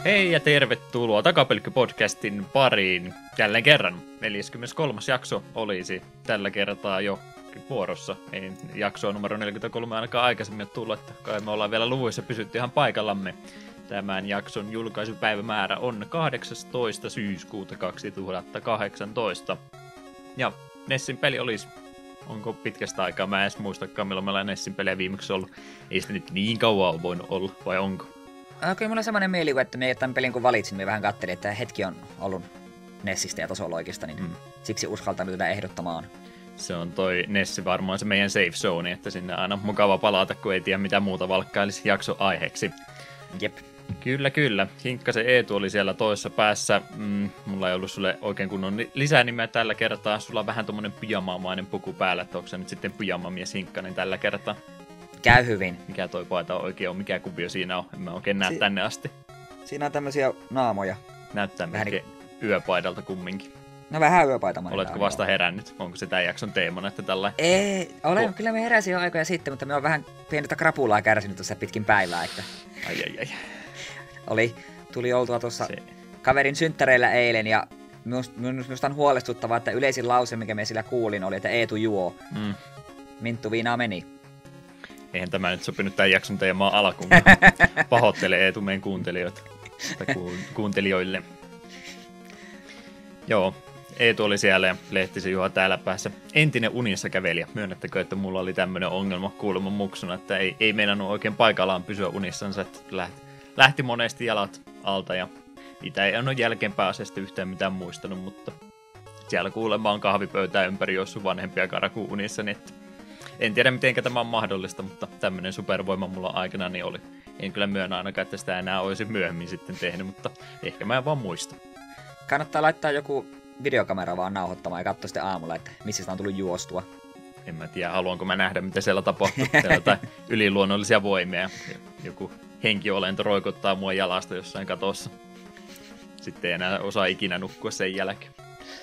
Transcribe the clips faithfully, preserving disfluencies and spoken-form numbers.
Hei ja tervetuloa Takapelkky-podcastin pariin. Jälleen kerran neljäskymmeneskolmas jakso olisi tällä kertaa jo vuorossa. Ei jaksoa numero neljäkymmentäkolme ainakaan aikaisemmin ole tullut, että kai me ollaan vielä luvuissa pysytty ihan paikallamme. Tämän jakson julkaisupäivämäärä on kahdeksastoista syyskuuta kaksituhattakahdeksantoista. Ja Nessin peli olisi, onko pitkästä aikaa, mä en edes muistakaan milloin meillä on Nessin peliä viimeksi ollut. Ei sitä nyt niin kauan ole voinut olla, vai onko? Kyllä mulla on semmoinen mieli, että me tämän pelin kun valitsin, me vähän katselin, että hetki on ollut Nessistä ja Tosoloikista, niin mm. siksi uskaltanut tätä ehdottamaan. Se on toi Nessi varmaan se meidän safe zone, että sinne aina mukava palata, kun ei tiedä mitä muuta valkkailisi jakso aiheeksi. Jep. Kyllä, kyllä. Hinkkasen Eetu oli siellä toisessa päässä. Mm, mulla ei ollut sulle oikein kunnon lisänimeä tällä kertaa. Sulla on vähän tommonen pyjamaamainen puku päällä, että onko se nyt sitten pyjamamies Hinkkanen tällä kertaa? Käy hyvin. Mikä toi paita oikein on, mikä kuvio siinä on? En mä oikein näe si- tänne asti. Siinä on tämmöisiä naamoja. Näyttää melkein niin yöpaidalta kumminkin. No vähän yöpaita. Oletko vasta herännyt? Onko se tämän jakson teemana, että tällä? Ei, olen. Oh. Kyllä me heräsin jo aikoja sitten, mutta me on vähän pientä krapulaa kärsinyt tuossa pitkin päivää. Että... Ai ai ai. Oli, tuli oltua tuossa se... kaverin synttäreillä eilen ja minusta on huolestuttavaa, että yleisin lause, mikä me sillä kuulin, oli, että Eetu juo. Mm. Minttu viinaa meni. Eihän tämä nyt sopinut tämän jakson teemaan alkuun. Pahoittelee Eetu meidän kuuntelijoita. Ku- kuuntelijoille. Joo, Eetu oli siellä ja Lehtisen Juha täällä päässä. Entinen unissa kävelijä. Myönnättekö, että mulla oli tämmöinen ongelma kuulemma muksuna, että ei, ei meinannut oikein paikallaan pysyä unissansa, että lähti, lähti monesti jalat alta ja niitä ei ole jälkeenpäin asiasta yhtään mitään muistanut, mutta siellä kuulemma on kahvipöytää ympäri jossain vanhempia karakuun unissa, niin että en tiedä miten tämä on mahdollista, mutta tämmöinen supervoima mulla aikana niin oli. En kyllä myönnä ainakaan, että sitä enää olisi myöhemmin sitten tehnyt, mutta ehkä mä en vaan muista. Kannattaa laittaa joku videokamera vaan nauhoittamaan ja katsoa sitten aamulla, että missä sitä on tullut juostua. En mä tiedä, haluanko mä nähdä, mitä siellä tapahtuu. Siellä jotain yliluonnollisia voimia. Joku henkiolento roikottaa mua jalasta jossain katossa. Sitten ei enää osaa ikinä nukkua sen jälkeen.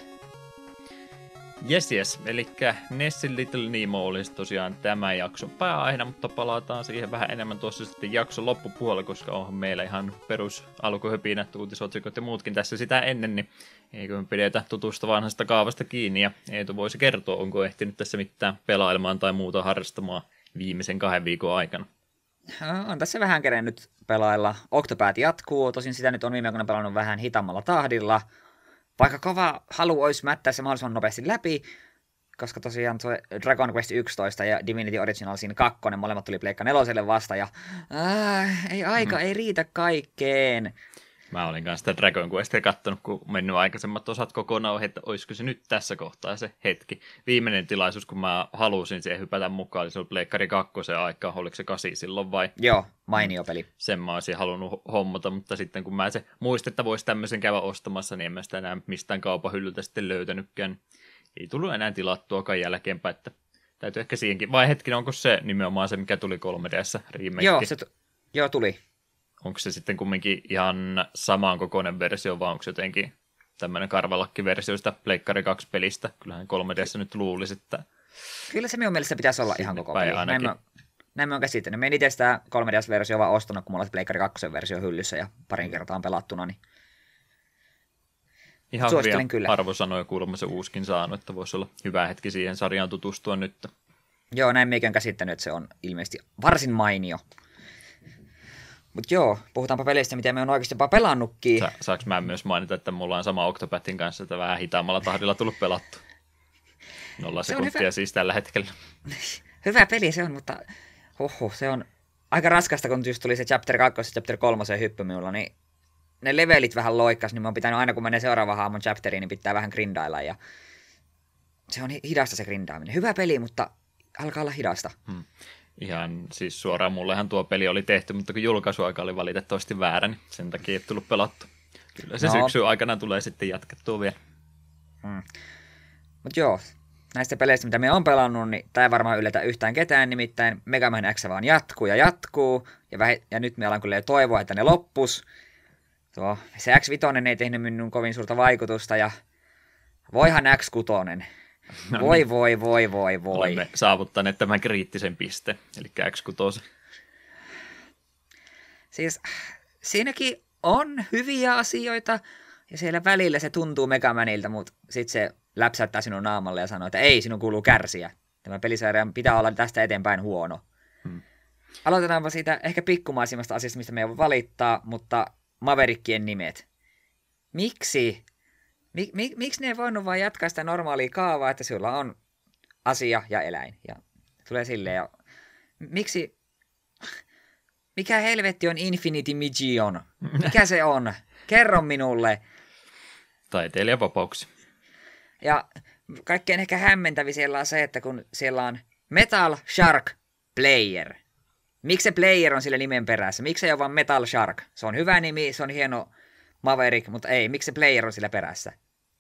Jes, jes. Elikkä Nessin Little Nemo olisi tosiaan tämä jakson pääaiheena, mutta palataan siihen vähän enemmän tuossa sitten jakson loppupuolella, koska onhan meillä ihan perus alkuhöpinät, uutisotsikot ja muutkin tässä sitä ennen, niin eikö me pidetä tutusta vanhasta kaavasta kiinni, ja Eetu voisi kertoa, onko ehtinyt tässä mitään pelailemaan tai muuta harrastamaan viimeisen kahden viikon aikana. On tässä vähän kerennyt pelailla. Octopath jatkuu, tosin sitä nyt on viime aikoina pelannut vähän hitaammalla tahdilla. Vaikka kova halu olisi mättää se mahdollisimman nopeasti läpi, koska tosiaan tuo Dragon Quest yksitoista ja Divinity Original Sin kaksi, molemmat tuli Pleikka neloselle vasta, ja äh, ei aika, mm. ei riitä kaikkeen. Mä olin kanssa sitä Dragon Questia kattonut, kun mennyt aikaisemmat osat kokonaan ohi, että olisiko se nyt tässä kohtaa se hetki. Viimeinen tilaisuus, kun mä halusin siihen hypätä mukaan, oli se oli Pleikkari kakkosen aikaa, oliko se kasi silloin vai? Joo, mainio peli. Sen mä olisin halunnut hommata, mutta sitten kun mä se muistin, että voisi tämmöisen käydä ostamassa, niin en mä sitä enää mistään kaupan hyllyltä sitten löytänytkään. Ei tullut enää tilattuakaan jälkeenpäin, että täytyy ehkä siihenkin. Vai hetkinen, onko se nimenomaan se, mikä tuli kolme D:ssä remake? Joo, se t- joo, tuli. Onko se sitten kumminkin ihan samankokoinen versio, vai onko se jotenkin tämmöinen karvalakkiversio sitä Pleikkari kaksi pelistä? Kyllähän kolme D:ssä nyt luulisi, että... Kyllä se minun mielestä pitäisi olla ihan koko peli. Näin mä, näin mä oon käsittänyt. Me en itse sitä kolme Ds-versio vaan ostanut, kun mulla on Pleikkari kaksi versio hyllyssä ja parin kertaan pelattuna. Niin... Ihan hyviä kyllä arvosanoja kuulemma se uuskin saanut, että voisi olla hyvä hetki siihen sarjaan tutustua nyt. Joo, näin meikin on käsittänyt, että se on ilmeisesti varsin mainio. Mutta joo, puhutaanpa peleistä, mitä me on oikeasti jopa pelannutkin. Sa- saanko mä myös mainita, että mulla on sama Octopathin kanssa, että vähän hitaammalla tahdilla tullut pelattu. Nolla sekuntia siis tällä hetkellä. Hyvä peli se on, mutta huhhuh, se on aika raskasta, kun just tuli se chapter kaksi ja chapter kolme hyppy minulla, niin ne levelit vähän loikkas, niin mä oon pitänyt aina, kun menee seuraavaan hahmon chapteriin, niin pitää vähän grindailla, ja se on hidasta se grindaaminen. Hyvä peli, mutta alkaa olla hidasta. Hmm. Ihan siis suoraan mullehan tuo peli oli tehty, mutta kun julkaisuaika oli valitettavasti väärä, niin sen takia ei tullut pelattu. Kyllä se no. syksyn aikana tulee sitten jatkettua vielä. Hmm. Mutta joo, näistä peleistä, mitä me on pelannut, niin tämä ei varmaan yllätä yhtään ketään, nimittäin Mega Man X vaan jatkuu ja jatkuu, ja, väh- ja nyt me ollaan kyllä jo toivoa, että ne loppus. Tuo, se X viisi ei tehnyt minun kovin suurta vaikutusta, ja voihan X kuusi. No voi, niin. voi, voi, voi, voi. Olemme saavuttaneet tämän kriittisen piste, eli X kuusi. Siis siinäkin on hyviä asioita, ja siellä välillä se tuntuu Megamanilta, mutta sitten se läpsäyttää sinun naamalle ja sanoo, että ei, sinun kuuluu kärsiä. Tämä pelisarjan pitää olla tästä eteenpäin huono. Hmm. Aloitetaanpa siitä ehkä pikkumaisimmasta asiasta, mistä me ei voi valittaa, mutta Maverickien nimet. Miksi? Mik, mik, miksi ne ei voinut vain jatkaa sitä normaalia kaavaa, että sulla on asia ja eläin? Ja tulee silleen. Ja miksi? Mikä helvetti on Infinity Mission? Mikä se on? Kerro minulle. Taiteilijavapauksia. Ja kaikkein ehkä hämmentävi siellä on se, että kun siellä on Metal Shark Player. Miksi se Player on sille nimen perässä? Miksi ei ole vaan Metal Shark? Se on hyvä nimi, se on hieno Maverick, mutta ei. Miksi se Player on sillä perässä?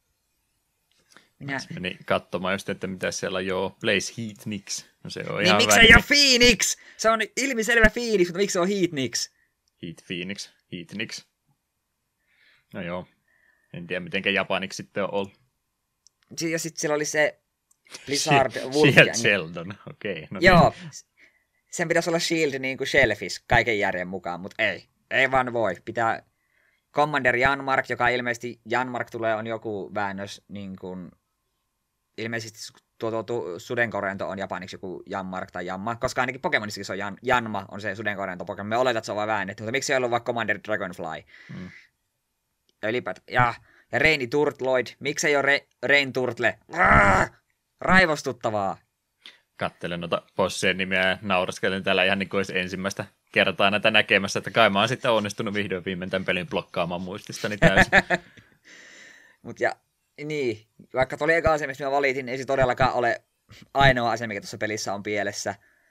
Minä menin katsomaan just, että mitä siellä on jo Blaze Heatnix. No se on niin ihan miksi ei ole Phoenix? Se on ilmiselvä Phoenix, mutta miksi se on Heatnix? Heat Phoenix, Heatnix. No joo, en tiedä mitenkä japaniksi sitten on ollut. Ja sitten siellä oli se Blizzard Wolfgang. Sheldon, okei. Okay, no joo, niin. Sen pitäisi olla Shield niin kuin Shellfish kaiken järjen mukaan, mutta ei. Ei vaan voi. Pitää Commander Janmark, joka ilmeisesti Janmark tulee on joku väännös, niin kuin, ilmeisesti tuo, tuo, tuo sudenkorento on japaniksi joku Janmark tai Jamma, koska ainakin Pokemonissakin se on Jan, Janma, on se sudenkorento Pokemon. Me oletat, että se on vain väännetty, mutta miksi ei ollut vaikka Commander Dragonfly? Mm. Ja ylipäätään, ja, ja Reini Turtloid, miksi ei ole Re, Rein Turtle? Arrgh! Raivostuttavaa. Kattelen noita bossien nimiä ja nauraskelen täällä ihan niin kuin olisi ensimmäistä kertaa näitä näkemässä, että kai mä oon sitten onnistunut vihdoin viimein tämän pelin blokkaamaan muististani täysin. Mut ja niin, vaikka tuo oli eka asia, mistä mä valitin, niin ei se todellakaan ole ainoa asia, mikä tuossa pelissä on pielessä.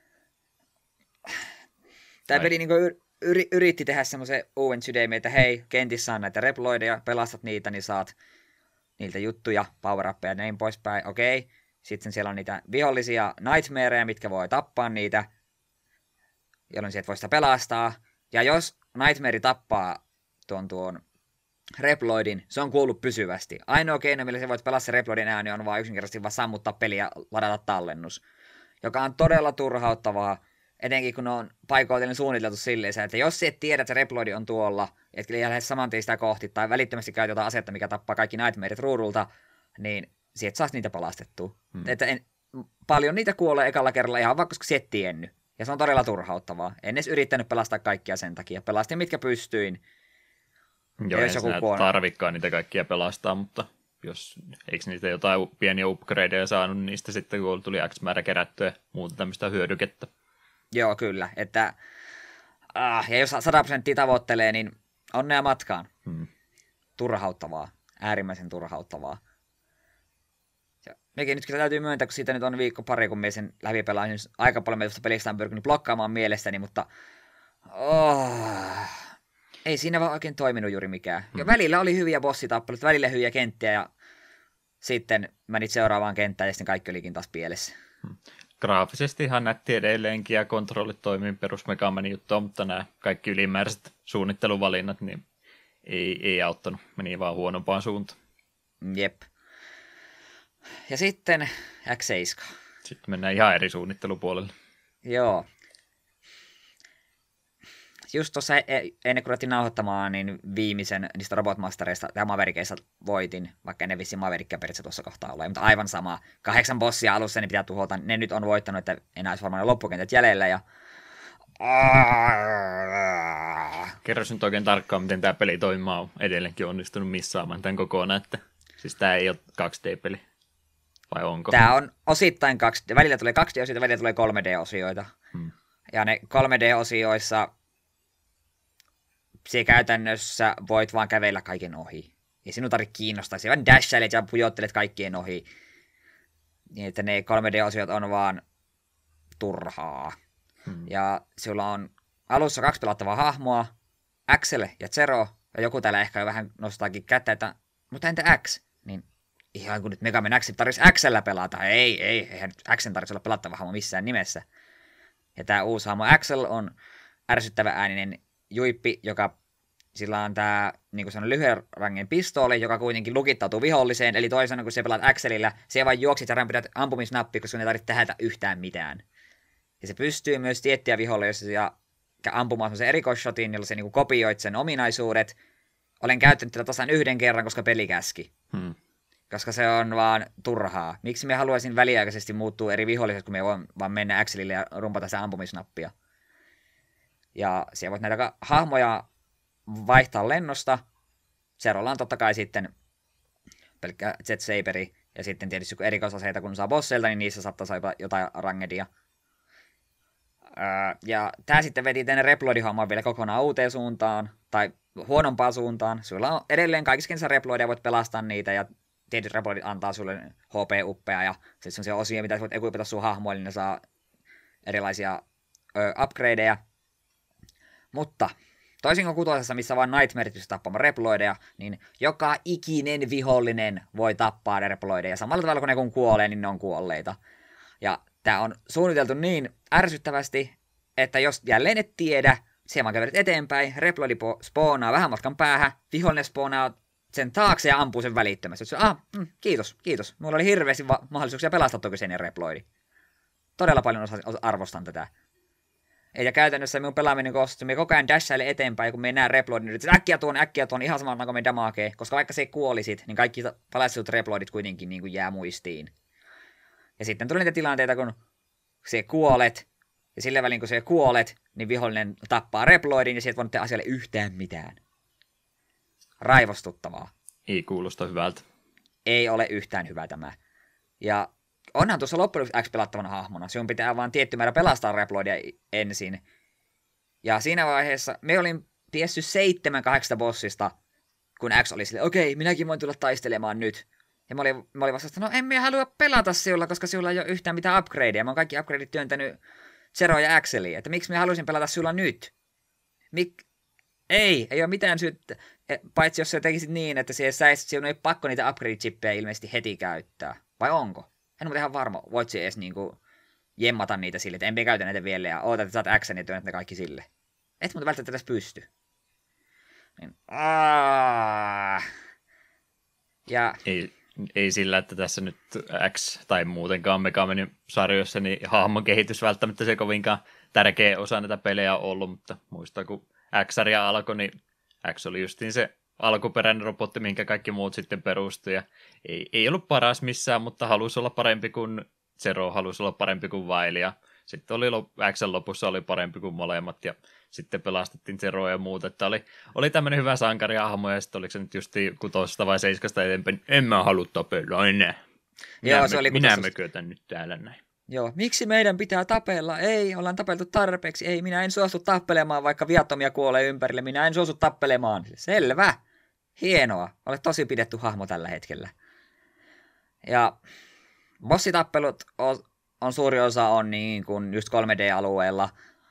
Tämä peli niin kuin yri, yritti tehdä semmoisen uuden sydämen, että hei, kentissä on näitä reploideja, pelastat niitä, niin saat niiltä juttuja, power-uppeja ja näin poispäin, okei. Okay. Sitten siellä on niitä vihollisia nightmareja, mitkä voi tappaa niitä, jolloin sieltä voi sitä pelastaa. Ja jos nightmare tappaa tuon tuon reploidin, se on kuollut pysyvästi. Ainoa keino, millä se voit pelastaa reploidin ääni, on vaan yksinkertaisesti vaan sammuttaa peliä ja ladata tallennus. Joka on todella turhauttavaa, etenkin kun on paikoitellen suunniteltu silleen, että jos et tiedä, että se reploidi on tuolla, etkä lähde saman tien sitä kohti, tai välittömästi käytä jotain asetta, mikä tappaa kaikki nightmareit ruudulta, niin sieltä saisi niitä pelastettua. Hmm. Että en, paljon niitä kuolee ekalla kerralla ihan vaan, koska sä et tiennyt. Ja se on todella turhauttavaa. En edes yrittänyt pelastaa kaikkia sen takia. Pelastin mitkä pystyin. Joo, en sinä tarvikaan niitä kaikkia pelastaa, mutta jos eikö niitä jotain pieniä upgradeja saanut niistä sitten, kun tuli X määrä kerättyä ja muuta tämmöistä hyödykettä. Joo, kyllä. Että, ah, ja jos sata prosenttia tavoittelee, niin onnea matkaan. Hmm. Turhauttavaa. Äärimmäisen turhauttavaa. Mekin nyt täytyy myöntää, kun siitä nyt on viikko pari, kun me sen läpipelaan, niin aika paljon meistä pelistä on pyrkinyt blokkaamaan mielestäni, mutta oh, ei siinä vaan oikein toiminut juuri mikään. Hmm. Ja välillä oli hyviä bossitappeluita, välillä hyviä kenttiä ja sitten menit seuraavaan kenttään ja sitten kaikki olikin taas pielessä. Hmm. Graafisesti ihan nätti edelleenkin ja kontrollit toimii perus Megamanin juttua, mutta nämä kaikki ylimääräiset suunnitteluvalinnat niin ei, ei auttanut, meni vaan huonompaan suuntaan. Jep. Ja sitten X seitsemän. Sitten mennään ihan eri suunnittelupuolelle. Joo. Just tuossa ennen kuin ruvettiin nauhoittamaan, niin viimeisen niistä robotmastereista ja Maverickeista voitin, vaikka ennen vissiin Maverickia periaatteessa tuossa kohtaa ole, mutta aivan sama. Kahdeksan bossia alussa, niin pitää tuhota. Ne nyt on voittanut, että enää olisi varmaan loppukentät jäljellä. Ja kerro nyt oikein tarkkaan, miten tämä peli toimii. On edelleenkin onnistunut missaamaan tämän kokonaan, että siis tämä ei ole kaksi D-peli. Vai onko? Tämä on osittain kaksi D. Välillä tulee kaksi D-osioita, välillä tulee kolme D-osioita. Hmm. Ja ne kolme D-osioissa se käytännössä voit vaan kävellä kaiken ohi. Ei sinun tarvitse kiinnostaa. Se vaan dashailet ja pujottelet kaikkien ohi. Niin, että ne kolme D-osiot on vaan turhaa. Hmm. Ja sulla on alussa kaksi pelattavaa hahmoa, Axel ja Zero. Ja joku täällä ehkä jo vähän nostaakin kättä, että mutta entä X? Niin ihan kun nyt Megaman X tarvitsisi X:llä pelata. Ei, ei, eihän nyt Xen tarvitse olla pelattava hahmo missään nimessä. Ja tää uusi hahmo Axel on ärsyttävä ääninen juippi, joka sillä on tää niin kuin lyhyen rangen pistooli, joka kuitenkin lukittautuu viholliseen. Eli toisaalta kun sä pelaat Axelillä, sä vaan juoksit ja rämpidät ampumisnappia, koska sun ei tarvitse tehdä yhtään mitään. Ja se pystyy myös tiettyjä vihollisia ampumaan sen erikoisshotin, jolla se niin kuin kopioit sen ominaisuudet. Olen käyttänyt tätä tasan yhden kerran, koska peli käski. Hmm. Koska se on vaan turhaa. Miksi me haluaisin väliaikaisesti muuttua eri viholliset, kun me voin vaan mennä Xlille ja rumpata sitä ampumisnappia. Ja siellä voit näitä hahmoja vaihtaa lennosta. Zerolla on totta kai sitten pelkkä Jet Saberi. Ja sitten tietysti kun erikoisaseita kun saa bosseilta, niin niissä saattaa saada jotain rangedia. Öö, ja tää sitten veti tänne Reploid-homman vielä kokonaan uuteen suuntaan. Tai huonompaan suuntaan. Sulla on edelleen kaikissa kenessä Reploidia, voit pelastaa niitä. Ja tietyt Reploidit antaa sulle H P-uppea. Ja sitten sellaisia osia, mitä voit equipata sun hahmoille, niin ne saa erilaisia ö, upgradeja. Mutta toisin kuin kutosessa, missä vaan Nightmare pystyy tappamaan Reploideja, niin joka ikinen vihollinen voi tappaa Reploideja. Samalla tavalla kun ne kun kuolee, niin ne on kuolleita. Ja tää on suunniteltu niin ärsyttävästi, että jos jälleen et tiedä, siellä vaan kävelet eteenpäin, Reploidi spoonaa vähän matkan päähän, vihollinen spoonaa sen taakse ja ampuu sen välittömästi. Ah, mm, kiitos, kiitos. Mulla oli hirveästi va- mahdollisuuksia pelastaa toki sen Reploidi. Todella paljon osa- arvostan tätä. Ja käytännössä minun pelaaminen koostuu, me koko ajan dashaille eteenpäin, kun me ei näe Reploidin, niin äkkiä tuon, äkkiä tuon, ihan samalla kun me damakee, koska vaikka se ei kuolisit, niin kaikki palassut Reploidit kuitenkin niin kuin jää muistiin. Ja sitten tuli niitä tilanteita, kun se kuolet, ja sillä välin kun se kuolet, niin vihollinen tappaa Reploidin, ja sieltä voi tehdä asialle yhtään mitään. Raivostuttavaa. Ei kuulosta hyvältä. Ei ole yhtään hyvä tämä. Ja onhan tuossa loppujen X pelattavana hahmona. Sinun pitää vaan tietty määrä pelastaa Reploidia ensin. Ja siinä vaiheessa me olin tiessy seitsemän kahdeksasta bossista, kun X oli silleen, okei, minäkin voin tulla taistelemaan nyt. Ja mä olin, mä olin vastassa, no emme halua pelata sinulla, koska sinulla ei ole yhtään mitään upgradeja. Mä oon kaikki upgradeit työntänyt Zero ja Axeliin. Että miksi mä haluaisin pelata sinulla nyt? Mik? Ei, ei ole mitään syyttä. Paitsi jos sä tekisit niin, että sinun ei pakko niitä upgrade-chippejä ilmeisesti heti käyttää. Vai onko? En ole ihan varma, voit se edes niinku jemmata niitä sille, että en käytä näitä vielä ja ootat, että saat Xn ja työnnät ne kaikki sille. Et mutta välttämättä tässä pysty. Niin, ja ei, ei sillä, että tässä nyt X tai muutenkaan Megamenin sarjoissa, niin hahmon kehitys välttämättä se kovinkaan tärkeä osa näitä pelejä on ollut, mutta muistaa kun X-sarja alkoi, niin X oli justiin se alkuperäinen robotti, minkä kaikki muut sitten perustui, ja ei, ei ollut paras missään, mutta halusi olla parempi kuin Zero, halusi olla parempi kuin Vile, ja sitten oli X:n lopussa oli parempi kuin molemmat, ja sitten pelastettiin Zeroa ja muuta, että oli, oli tämmöinen hyvä sankariahmo, ja sitten oliko se nyt justiin kutosesta vai seiskasta eteenpäin, en mä halua tapella enää. Minä, Joo, se oli minä mökötän nyt täällä näin. Joo, miksi meidän pitää tapella? Ei, ollaan tapeltu tarpeeksi. Ei, minä en suostu tappelemaan, vaikka viattomia kuolee ympärille. Minä en suostu tappelemaan. Selvä. Hienoa. Olet tosi pidetty hahmo tällä hetkellä. Ja bossitappelut on, on suuri osa on niin kuin just kolme D-alueella.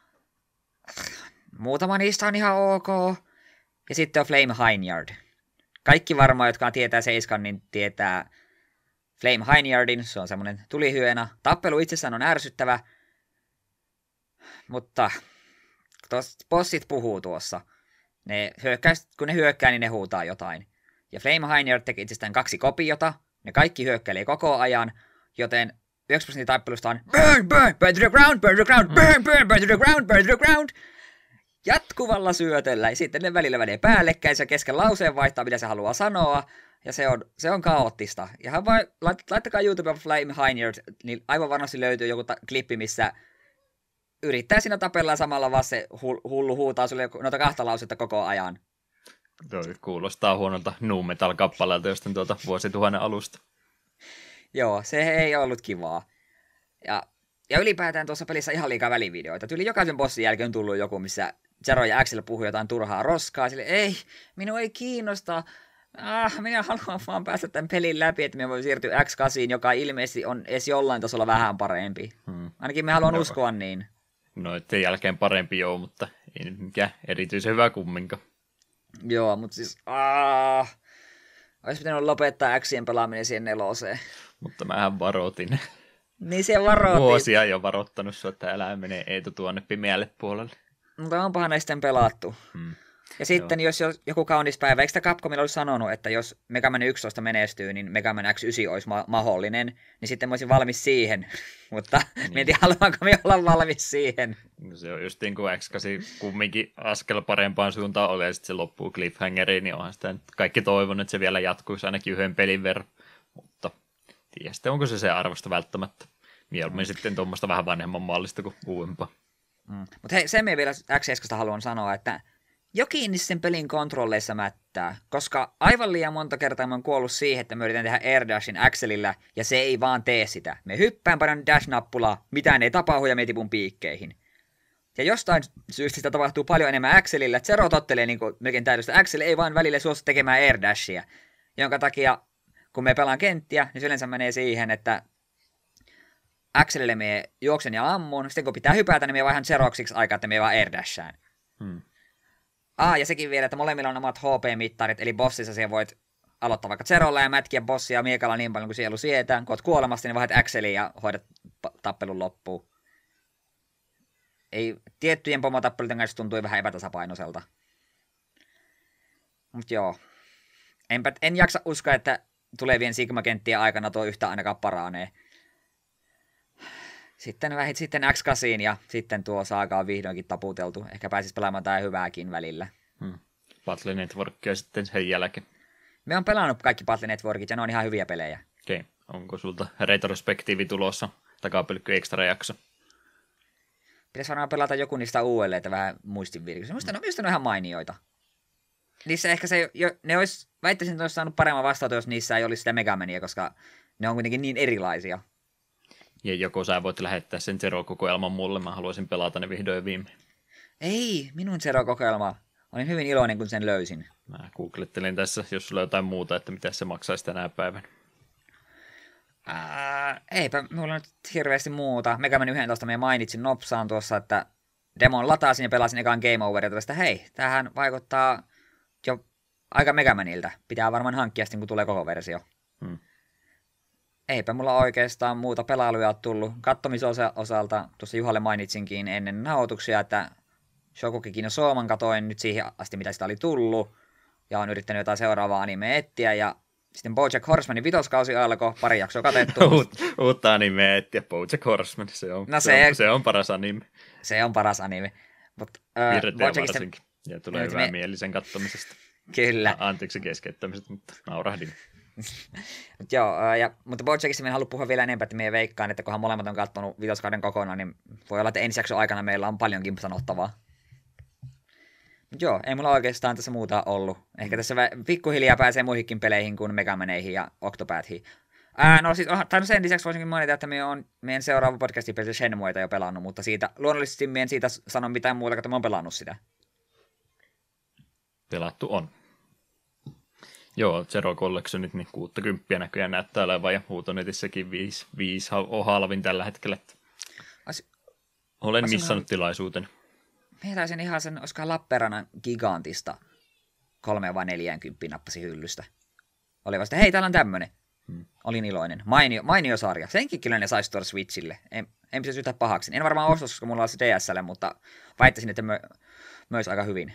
Muutama niistä on ihan ok. Ja sitten on Flame Hainyard. Kaikki varmaan, jotka tietää Seiskan, niin tietää Flame Hainyardin. Se on semmoinen tulihyena. Tappelu itsessään on ärsyttävä. Mutta tuossa bossit puhuu tuossa. Ne hyökkää, kun ne hyökkää, niin ne huutaa jotain. Ja Flame Hainyard teki itsestään kaksi kopiota. Ne kaikki hyökkäilee koko ajan, joten yhdeksänkymmentä prosenttia tappelusta on burn, burn, burn to the ground, burn to the ground, burn, burn, burn to the ground, burn to the ground. Jatkuvalla syötöllä. Ja sitten ne välillä menee päällekkäin, se kesken lauseen vaihtaa, mitä se haluaa sanoa. Ja se on, se on kaoottista. Ja vai, laittakaa YouTubeen Flame Hainyard, niin aivan varmasti löytyy joku ta- klippi, missä yrittää siinä tapella samalla vaan se hullu huutaa sulle noita kahta lausetta koko ajan. Toi kuulostaa huonolta nu metal-kappaleelta jostain tuolta vuosituhannen alusta. Joo, se ei ollut kivaa. Ja, ja ylipäätään tuossa pelissä ihan liikaa välivideoita. Tyyli jokaisen bossin jälkeen on tullut joku, missä Zero ja Axel puhuu jotain turhaa roskaa. Sille, ei, minua ei kiinnosta. Ah, minä haluan vaan päästä tämän pelin läpi, että me voi siirtyä X kahdeksan, joka ilmeisesti on edes jollain tasolla vähän parempi. Hmm. Ainakin me haluan no, uskoa niin. No, ettei jälkeen parempi joo, mutta ei mikään erityisen hyvä kumminkaan. Joo, mutta siis aah, olisi pitänyt lopettaa Xien pelaaminen siihen neloseen. Mutta mähän varoitin. Niin se varoitin. Vuosia jo varoittanut sua, että älä mene Eetu tuonne pimeälle puolelle. Mutta onpahan ne sitten pelattu. Hmm. Ja sitten jos joku kaunis päivä, eikö sitä Capcomilla olisi sanonut, että jos Mega Man yksitoista menestyy, niin Mega Man X yhdeksän olisi ma- mahdollinen, niin sitten mä olisin valmis siihen. Mutta niin. Mietin, haluanko me olla valmis siihen. No se on just niin kuin X kahdeksan kumminkin askel parempaan suuntaan oli, ja sitten se loppuu cliffhangeriin, niin onhan sitä kaikki toivon, että se vielä jatkuisi ainakin yhden pelin verran. Mutta tiedä sitten, onko se se arvosta välttämättä. Mieluummin mm. sitten tuommoista vähän vanhemman mallista kuin uudempaa. Mm. Mutta hei, sen me vielä X seitsemän haluan sanoa, että jokin niissä sen pelin kontrolleissa mättää, koska aivan liian monta kertaa mä oon kuollut siihen, että mä yritän tehdä air dashin Xelillä, ja se ei vaan tee sitä. Me hyppään paran dash-nappulaa, mitään ei tapahdu ja me tipun piikkeihin. Ja jostain syystä sitä tapahtuu paljon enemmän Xelillä, että Zero tottelee niin melkein täydellistä. Xel ei vaan välillä suostu tekemään air dashia, jonka takia kun me pelaan kenttiä, niin se yleensä menee siihen, että Xelille me juoksen ja ammun, sitten kun pitää hypätä, niin me vaihan Zeroksiksi aikaa, että me vaan air dashaan. Hmm. Ah, ja sekin vielä, että molemmilla on omat H P-mittarit, eli bossissa siellä voit aloittaa vaikka Zerolla ja mätkiä bossia miekalla niin paljon kuin sielu sietää. Kun oot kuolemassa, niin vaihdat Xeliin ja hoidat tappelun loppuun. Ei, tiettyjen pomotappeluiden kanssa tuntui vähän epätasapainoiselta. Mut joo. Enpä, en jaksa uskoa, että tulevien Sigma-kenttien aikana tuo yhtä ainakaan paranee. Sitten vähit sitten X kahdeksan ja sitten tuo Saaga on vihdoinkin taputeltu. Ehkä pääsis pelaamaan tai hyvääkin välillä. Hmm. Battle Networkia sitten sen jälkeen. Me on pelannut kaikki Battle Networkit ja ne on ihan hyviä pelejä. Okei. Okay. Onko sulta retrospektiivi tulossa? Takapelkky extra jakso? Pitäisi varmaan pelata joku niistä uudelleen, että vähän muistinvirkys. Minusta ne on ihan mainioita. Niissä ehkä se, jo, ne olisi, väittäisin, että olisi saanut paremman vastaanoton, jos niissä ei olisi sitä Megamania, koska ne on kuitenkin niin erilaisia. Ja joko sä voit lähettää sen Zero-kokoelman mulle, mä haluaisin pelata ne vihdoin ja viimein. Ei, minun Zero-kokoelma. Olin hyvin iloinen, kun sen löysin. Mä googlettelin tässä, jos sulla on jotain muuta, että mitä se maksaisi tänä päivänä. Ää, eipä mulla nyt hirveästi muuta. Mega Man yksitoista me mainitsin nopsaan tuossa, että demon latasin ja pelasin ekaan Game Over, ja hei, tämähän vaikuttaa jo aika Mega Manilta. Pitää varmaan hankkia sitten, kun tulee koko versio. Hmm. Eipä mulla oikeastaan muuta pelailuja ole tullut. Kattomisosalta tuossa Juhalle mainitsinkin ennen nauhoituksia, että Shokugeki no Souman katoin nyt siihen asti, mitä sitä oli tullut. Ja on yrittänyt jotain seuraavaa animea etsiä. Ja sitten BoJack Horsemanin vitoskausi alkoi, pari jaksoa katettu. Uut, uutta animea etsiä, BoJack Horseman. Se on, no se, se, on, se on paras anime. Se on paras anime. Virreä varsinkin. Ja tulee hyvää me... mieli sen kattomisesta. Kyllä. Anteeksi keskeyttämisestä, mutta naurahdin. Mut joo, ja, mutta BoJackista minä haluan puhua vielä enempää, että minä veikkaan, että kunhan molemmat on katsonut vitoskauden kokonaan, niin voi olla, että ensi jakson aikana meillä on paljonkin sanottavaa. Mut joo, ei mulla oikeastaan tässä muuta ollut. Ehkä tässä pikkuhiljaa pääsee muihinkin peleihin kuin Megamaneihin ja Octopathiin. Ää, no siis, tai no sen lisäksi voisinkin mainita, että me on meidän seuraava podcastin peli Shenmueita jo pelannut, mutta siitä, luonnollisesti me en siitä sano mitään muuta, että mä oon pelannut sitä. Pelattu on. Joo, Zero Collectionit, niin kuusikymmentä näköjään näyttää olevan, ja Huutonetissäkin viisi, viisi on halvin tällä hetkellä. As, Olen as, missannut on... tilaisuuden. Mietäisin ihan sen, olisikohan Lappeenrannan Gigantista kolme vai neljäkymmentä nappasi hyllystä. Oli vasta, hei, täällä on tämmönen. Hmm. Olin iloinen. Mainio, mainio sarja. Senkin kyllä ne saisi tuoda Switchille. En, en pitäisi yhtään pahaksi. En varmaan ostos, koska mulla on se D S L, mutta väittäisin, että mö, myös aika hyvin.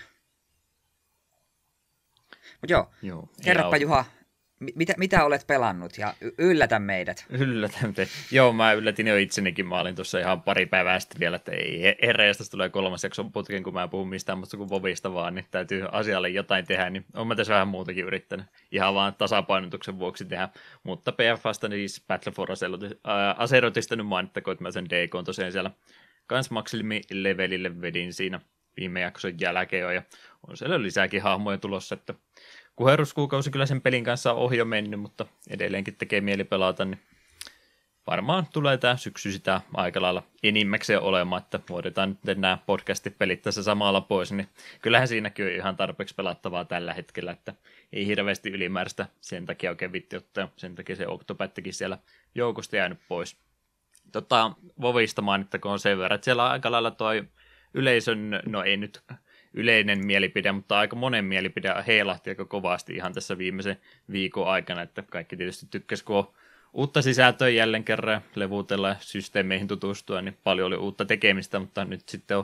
Mutta joo, joo kerropa Juha, mitä, mitä olet pelannut ja yllätä meidät. Yllätän te. Joo, mä yllätin jo itsenikin. Mä olin tuossa ihan pari päivää sitten vielä, että ei herreistä tulee kolmas jakson putken, kun mä puhun mistään muusta kuin Vovista vaan, niin täytyy asialle jotain tehdä, niin olen mä tässä vähän muutakin yrittänyt. Ihan vaan tasapainotuksen vuoksi tehdä, mutta P F Asta niin siis Battle for Azerothista nyt mainittakoon, että mä sen D K:n tosiaan siellä kans maksimi-levelille vedin siinä viime jakson jälkeen jo, ja on siellä lisääkin hahmoja tulossa, että kuherruskuukausi kyllä sen pelin kanssa on ohi jo mennyt, mutta edelleenkin tekee mieli pelata, niin varmaan tulee tämä syksy sitä aika lailla enimmäkseen olemaan, että voidaan nyt nämä podcastit-pelit tässä samalla pois, niin kyllähän siinäkin on ihan tarpeeksi pelattavaa tällä hetkellä, että ei hirveästi ylimääräistä sen takia oikein vitti ottaa, sen takia se Octopattikin siellä joukosta jäänyt pois. Tota, Vovista mainittakoon sen verran, että siellä on aika lailla toi yleisön, no ei nyt yleinen mielipide, mutta aika monen mielipide heilahti aika kovasti ihan tässä viimeisen viikon aikana, että kaikki tietysti tykkäsi, kun on uutta sisältöä jälleen kerran levutella ja systeemeihin tutustua, niin paljon oli uutta tekemistä, mutta nyt sitten on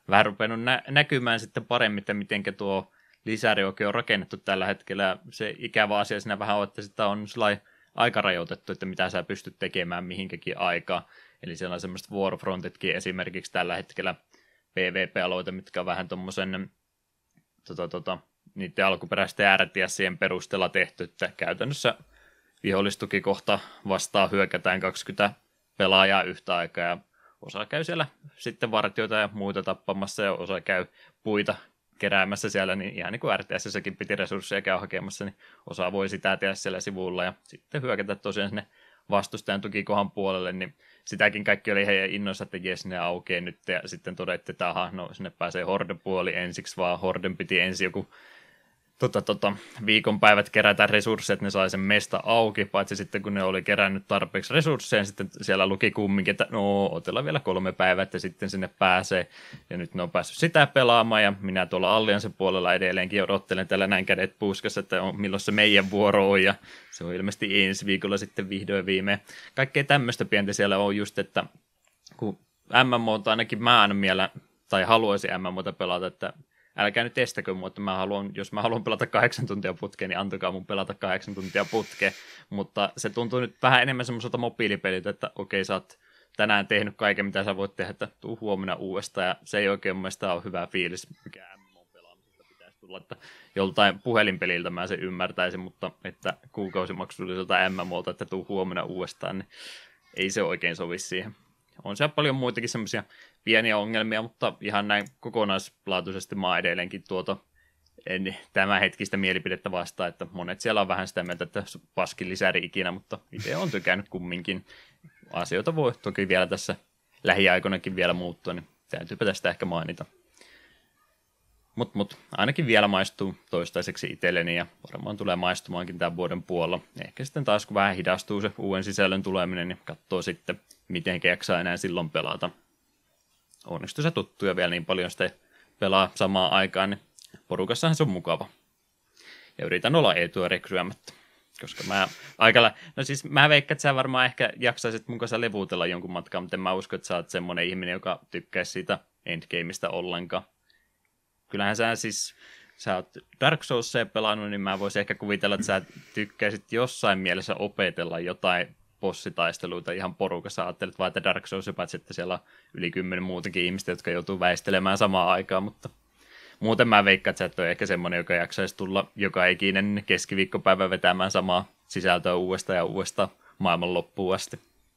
vähän rupenut nä- näkymään sitten paremmin, että miten tuo lisäri oikein on rakennettu tällä hetkellä. Se ikävä asia siinä vähän on, että sitä on aika rajoitettu, että mitä sä pystyt tekemään mihinkäkin aikaa. Eli siellä on semmoiset Warfrontitkin esimerkiksi tällä hetkellä P V P-aloita, mitkä on vähän tuommoisen tota, tota, niiden alkuperäisten R T S:ien perusteella tehty, että käytännössä vihollistukikohta vastaan hyökätään kaksikymmentä pelaajaa yhtä aikaa ja osa käy siellä sitten vartioita ja muita tappamassa ja osa käy puita keräämässä siellä, niin ihan niin kuin R T S:ssäkin piti resursseja käy hakemassa, niin osa voi sitä tehdä siellä sivulla ja sitten hyökätä tosiaan sinne vastustajan tukikohan puolelle, niin sitäkin kaikki oli heidän innoissa, että jes, ne aukeaa nyt, ja sitten todettiin, että aha, no sinne pääsee Horde-puoli ensiksi, vaan Horden piti ensin joku tota, tota, viikonpäivät kerätä resursseja, että ne sai sen mesta auki, paitsi sitten kun ne oli kerännyt tarpeeksi resursseja, niin sitten siellä luki kumminkin, että no, otellaan vielä kolme päivää, että sitten sinne pääsee, ja nyt ne on päässyt sitä pelaamaan, ja minä tuolla Alliancen puolella edelleenkin odottelen tällä näin kädet puuskassa, että on, milloin se meidän vuoro on, ja se on ilmeisesti ensi viikolla sitten vihdoin viimein. Kaikkea tämmöistä pientä siellä on just, että kun M M O:ta ainakin mä aina miellä, tai haluaisin M M O:ta pelata, että älkää nyt estäkö mua, että mä haluan, jos mä haluan pelata kahdeksan tuntia putkeen, niin antakaa mun pelata kahdeksan tuntia putkeen. Mutta se tuntuu nyt vähän enemmän semmoiselta mobiilipeliltä, että okei, sä oot tänään tehnyt kaiken, mitä sä voit tehdä, että tuu huomenna uudestaan. Ja se ei oikein mun mielestä ole hyvä fiilis, mikä M M O-pelaamisesta pitäisi tulla. Että joltain puhelinpeliltä mä sen ymmärtäisin, mutta että kuukausimaksulliselta M M O:lta, että tuu huomenna uudestaan, niin ei se oikein sovi siihen. On siellä paljon muitakin semmoisia pieniä ongelmia, mutta ihan näin kokonaislaatuisesti mä edelleenkin tuota en, tämä hetkistä mielipidettä vastaan, että monet siellä on vähän sitä mieltä, että paskin lisäri ikinä, mutta itse on tykännyt kumminkin. Asioita voi toki vielä tässä lähiaikoinakin vielä muuttua, niin täytyypä tästä ehkä mainita. Mutta mut, ainakin vielä maistuu toistaiseksi itselleni ja varmaan tulee maistumaankin tämän vuoden puolella. Ehkä sitten taas kun vähän hidastuu se uuden sisällön tuleminen, niin katsoo sitten, miten jaksaa enää silloin pelata. Onnistu se tuttuja vielä niin paljon, sitä pelaa samaan aikaan, niin porukassahan se on mukava. Ja yritän olla etua rekryämättä, koska mä aikalla, no siis mä veikkaan, että sä varmaan ehkä jaksaisit mun kanssa levuutella jonkun matkaa, mutta en mä usko, että sä oot semmoinen ihminen, joka tykkäisi siitä endgameista ollenkaan. Kyllähän sä siis, sä oot Dark Soulsia pelannut, niin mä voisin ehkä kuvitella, että sä tykkäisit jossain mielessä opetella jotain bossitaisteluita ihan porukassa. Ajattelet vaan, että Dark Souls, paitsi että siellä on yli kymmenen muutakin ihmistä, jotka joutuu väistelemään samaan aikaan, mutta muuten mä veikkaan, että sä et ole ehkä semmoinen, joka jaksaisi tulla joka ikinen keskiviikkopäivä vetämään samaa sisältöä uudestaan ja uudestaan maailman loppuun asti.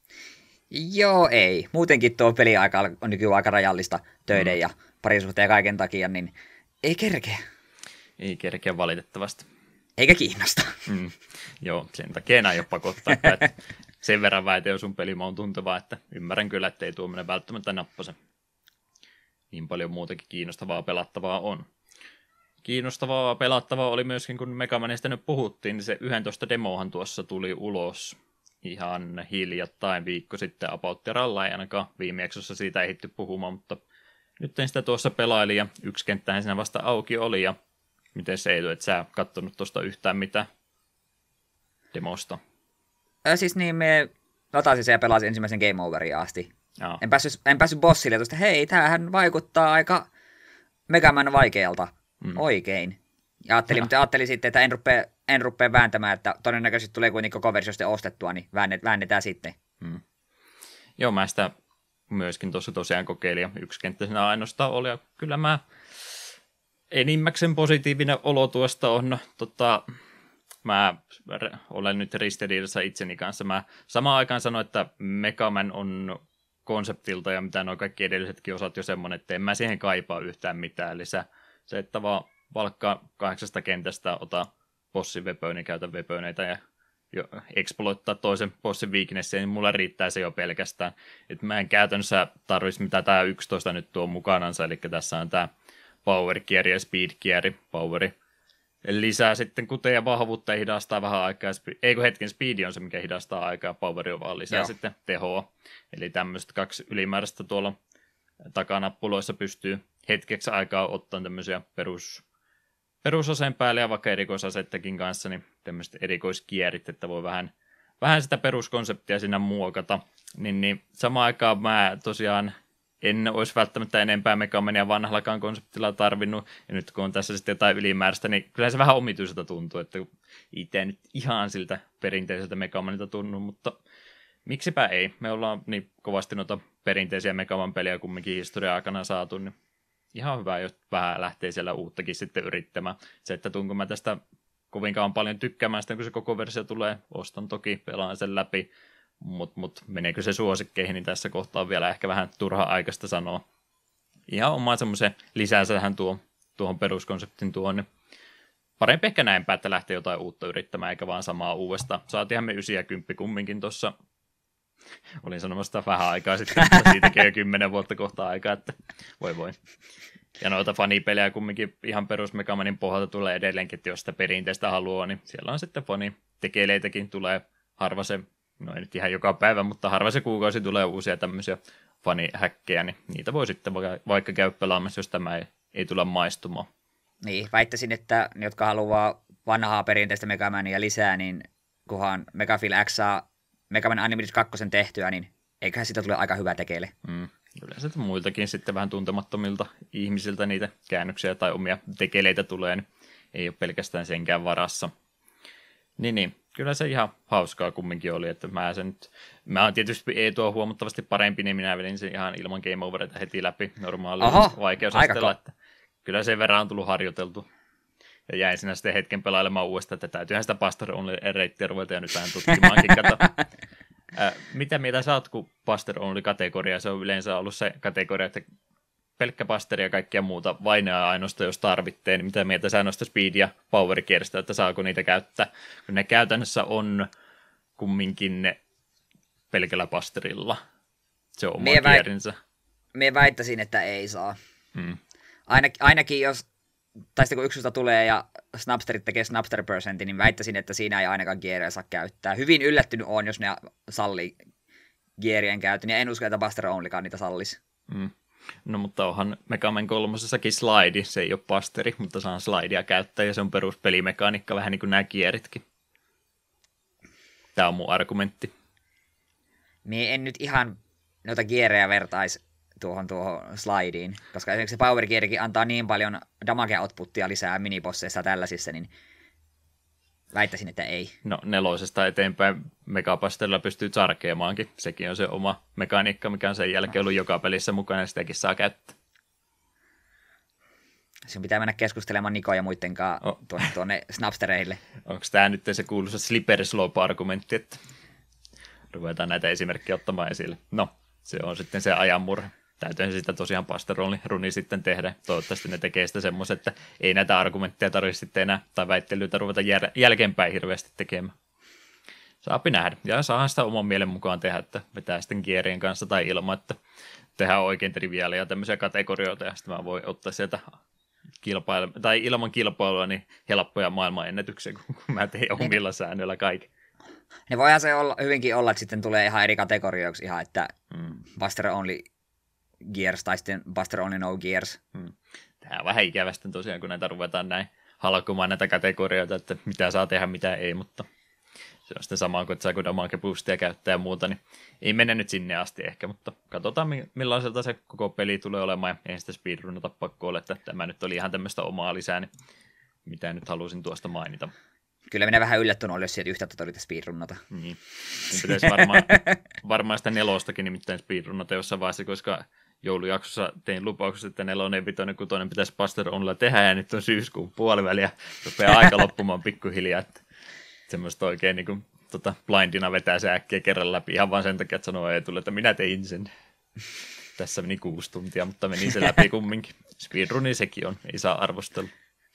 Joo, ei. Muutenkin tuo peliaika on nykyään aika rajallista töiden mm. ja parisuhteen ja kaiken takia, niin ei kerkeä. Ei kerkeä valitettavasti. Eikä kiinnosta. Mm. Joo, sen takia enää ei ole pakottaa, että sen verran väite on sun pelimaun tuntevaa, että ymmärrän kyllä, että ei tuommoinen välttämättä nappase. Niin paljon muutakin kiinnostavaa pelattavaa on. Kiinnostavaa pelattavaa oli myöskin, kun Mega Manista nyt puhuttiin, niin se yksitoista demohan tuossa tuli ulos ihan hiljattain viikko sitten. About Terralla ei ainakaan viime jaksossa siitä ehditty puhumaan, mutta nyt en sitä tuossa pelaili ja yksi kenttähän siinä vasta auki oli ja miten se ei tule, että sä katsonut tuosta yhtään mitään demosta? Ö, siis niin, me latasin sen ja pelasin ensimmäisen Game Overia asti. Jaa. En päässyt, en päässyt bossille, että hei, tämähän vaikuttaa aika Mega Man vaikealta. Mm. Oikein. Ja ajattelin, mutta ajattelin sitten, että en rupea, en rupea vääntämään, että todennäköisesti tulee kuitenkin koko versio sitten ostettua, niin väännet, väännetään sitten. Mm. Joo, mä sitä myöskin tuossa tosiaan kokeilin ja yksi kenttä siinä ainoastaan oli. Ja kyllä mä enimmäkseen positiivinen olo tuosta on, tota, mä olen nyt ristiriidassa itseni kanssa. Mä samaan aikaan sanoin, että Mega Man on konseptilta ja mitä nuo kaikki edellisetkin osat jo semmoinen, että en mä siihen kaipaa yhtään mitään lisää. Se, että vaan valkkaa kahdeksasta kentästä, ota bossin vepöinen, käytä vepöneitä ja exploittaa toisen bossin weaknessia, niin mulla riittää se jo pelkästään. Että mä en käytännössä tarvitsisi mitä tää yksitoista nyt tuo mukanansa, eli tässä on tää power gear ja speed gear, poweri lisää sitten kuten ja vahvuutta ja hidastaa vähän aikaa. Ei kun hetken speed on se, mikä hidastaa aikaa, poweri on vaan lisää Joo. sitten tehoa. Eli tämmöiset kaksi ylimääräistä tuolla takanappuloissa pystyy hetkeksi aikaa ottaa tämmöisiä perus, perusaseen päälle ja vaikka erikoisasettakin kanssa, niin tämmöiset erikoiskierit, että voi vähän, vähän sitä peruskonseptia siinä muokata. Niin, niin samaan aikaan mä tosiaan en olisi välttämättä enempää Megamania vanhallakaan konseptilla tarvinnut, ja nyt kun on tässä sitten jotain ylimääräistä, niin kyllä se vähän omituiselta tuntuu, että itse nyt ihan siltä perinteiseltä Megamanilta tunnu, mutta miksipä ei. Me ollaan niin kovasti noita perinteisiä Megaman-pelejä kumminkin historian aikana saatu, niin ihan hyvä, jos vähän lähtee siellä uuttakin sitten yrittämään. Se, että tunko mä tästä kovinkaan paljon tykkäämään sitä, kun se koko versio tulee, ostan toki, pelaan sen läpi, mutta mut, meneekö se suosikkeihin, niin tässä kohtaa on vielä ehkä vähän turha aikaista sanoa. Ihan omaa semmoisen lisänsä tähän tuo, tuohon peruskonseptin tuonne. Parempi ehkä näinpä, että lähtee jotain uutta yrittämään, eikä vaan samaa uudestaan. Saatiinhan me ysi ja kymppi kumminkin tuossa. Olin sanomassa vähän aikaa sitten, mutta siitäkin jo kymmenen vuotta kohta aikaa, että voi voi. Ja noita fanipelejä kumminkin ihan perus Megamanin pohjalta tulee edelleenkin, että jos sitä perinteistä haluaa, niin siellä on sitten fanitekeileitäkin tulee harva se, no ei nyt ihan joka päivä, mutta harva se kuukausi tulee uusia tämmöisiä fanihäkkejä, niin niitä voi sitten vaikka käy pelaamassa, jos tämä ei, ei tule maistumaan. Niin, väittäisin, että ne, jotka haluaa vanhaa perinteistä Megamania lisää, niin kunhan Megafil X saa Megaman Unlimited kaksi tehtyä, niin eiköhän siitä tule aika hyvä tekeille. Mm. Yleensä muiltakin sitten vähän tuntemattomilta ihmisiltä niitä käännöksiä tai omia tekeleitä tulee, niin ei ole pelkästään senkään varassa. Niin, niin. Kyllä se ihan hauskaa kumminkin oli, että mä sen nyt, mä oon tietysti Eetua huomattavasti parempi, niin minä vedin sen ihan ilman game overita heti läpi normaalilla vaikeusasteella, että kyllä sen verran on tullut harjoiteltu. Ja jäin sinä sitten hetken pelailemaan uudestaan, että täytyyhän sitä Buster Only-reittiä ruveta ja nyt vähän tutkimaankin, kato. Äh, mitä mieltä sä oot, kun Buster Only-kategoria, se on yleensä ollut se kategoria, että pelkkä Buster ja kaikkia muuta vain ja ainoastaan, jos tarvitteen, niin mitä mieltä sä noista Speed- ja Power-kierstä, että saako niitä käyttää, kun ne käytännössä on kumminkin ne pelkällä Busterilla, se on oma mie kierinsä. Väit- mie väittäisin, että ei saa. Hmm. Ainakin, ainakin jos, tai sitten kun yksilöstä tulee ja Snapsterit tekee Snapster-percentin, niin väittäisin, että siinä ei ainakaan gearejä saa käyttää. Hyvin yllättynyt on, jos ne sallii gearien käytön, ja en usko, että Buster Onlykaan niitä sallisi. Hmm. No mutta onhan Megaman kolmosessakin slide, se ei ole Busteri, mutta saa slidea käyttää, ja se on peruspelimekaniikka, vähän niin kuin nämä kieritkin. Tämä on mun argumentti. Mie en nyt ihan noita gearejä vertaisi tuohon, tuohon slideen, koska esimerkiksi se Power Gearikin antaa niin paljon damage outputtia lisää minibosseissa ja tällaisissa, niin väittäisin, että ei. No nelosesta eteenpäin Megabusterilla pystyy charkeamaankin. Sekin on se oma mekaniikka, mikä on sen jälkeen ollut joka pelissä mukana, ja sitäkin saa käyttää. Sinun pitää mennä keskustelemaan Niko ja muiden kanssa oh. tuonne, tuonne Snapstereille. Onko tämä nyt se kuuluisa slippery slope-argumentti, että ruvetaan näitä esimerkkejä ottamaan esille? No, se on sitten se ajanmurhe. Täytyyhän sitä tosiaan Buster Only-runi sitten tehdä. Toivottavasti ne tekee sitä semmoisen, että ei näitä argumentteja tarvitse sitten enää, tai väittelyitä ruveta jär- jälkeenpäin hirveästi tekemään. Saapi nähdä. Ja saahan sitä oman mielen mukaan tehdä, että vetää sitten kierien kanssa tai ilman, että tehdään oikein triviaalia tämmöisiä kategorioita, ja sitten mä voin ottaa sieltä kilpailu- tai ilman kilpailua niin helppoja maailmanennätyksiä, kun mä teen omilla säännöillä kaiken. Ne voihan se olla, hyvinkin olla, että sitten tulee ihan eri kategorioiksi ihan, että mm. Buster Only Gears tai sitten Buster Only No Gears. Hmm. Tämä on vähän ikävästi tosiaan, kun näitä ruvetaan näin halkumaan näitä kategorioita, että mitä saa tehdä, mitä ei, mutta se on sitten sama kuin, että saako damage boostia käyttää ja muuta, niin ei mennä nyt sinne asti ehkä, mutta katsotaan millaiselta se koko peli tulee olemaan, ja ei sitä speedrunata pakko ole, että tämä nyt oli ihan tämmöistä omaa lisää, niin mitä nyt halusin tuosta mainita. Kyllä minä vähän yllättynyt oli, jos sieltä yhtä tuota speedrunnata. Niin, niin pitäisi varmaan, varmaan sitä nelostakin nimittäin speedrunnata jossain vaiheessa, koska joulujaksossa tein lupauksen, että nelonen, vitonen, kutonen pitäisi Buster Onlylla tehdä, ja nyt on syyskuun puoliväli, ja rupeaa aika loppumaan pikkuhiljaa, että semmoista oikein niin kuin, tota, blindina vetää se äkkiä kerran läpi, ihan vaan sen takia, että sanoo ei tule, että minä tein sen. Tässä meni kuusi tuntia, mutta meni se läpi kumminkin. Speedruni sekin on, ei saa arvostella.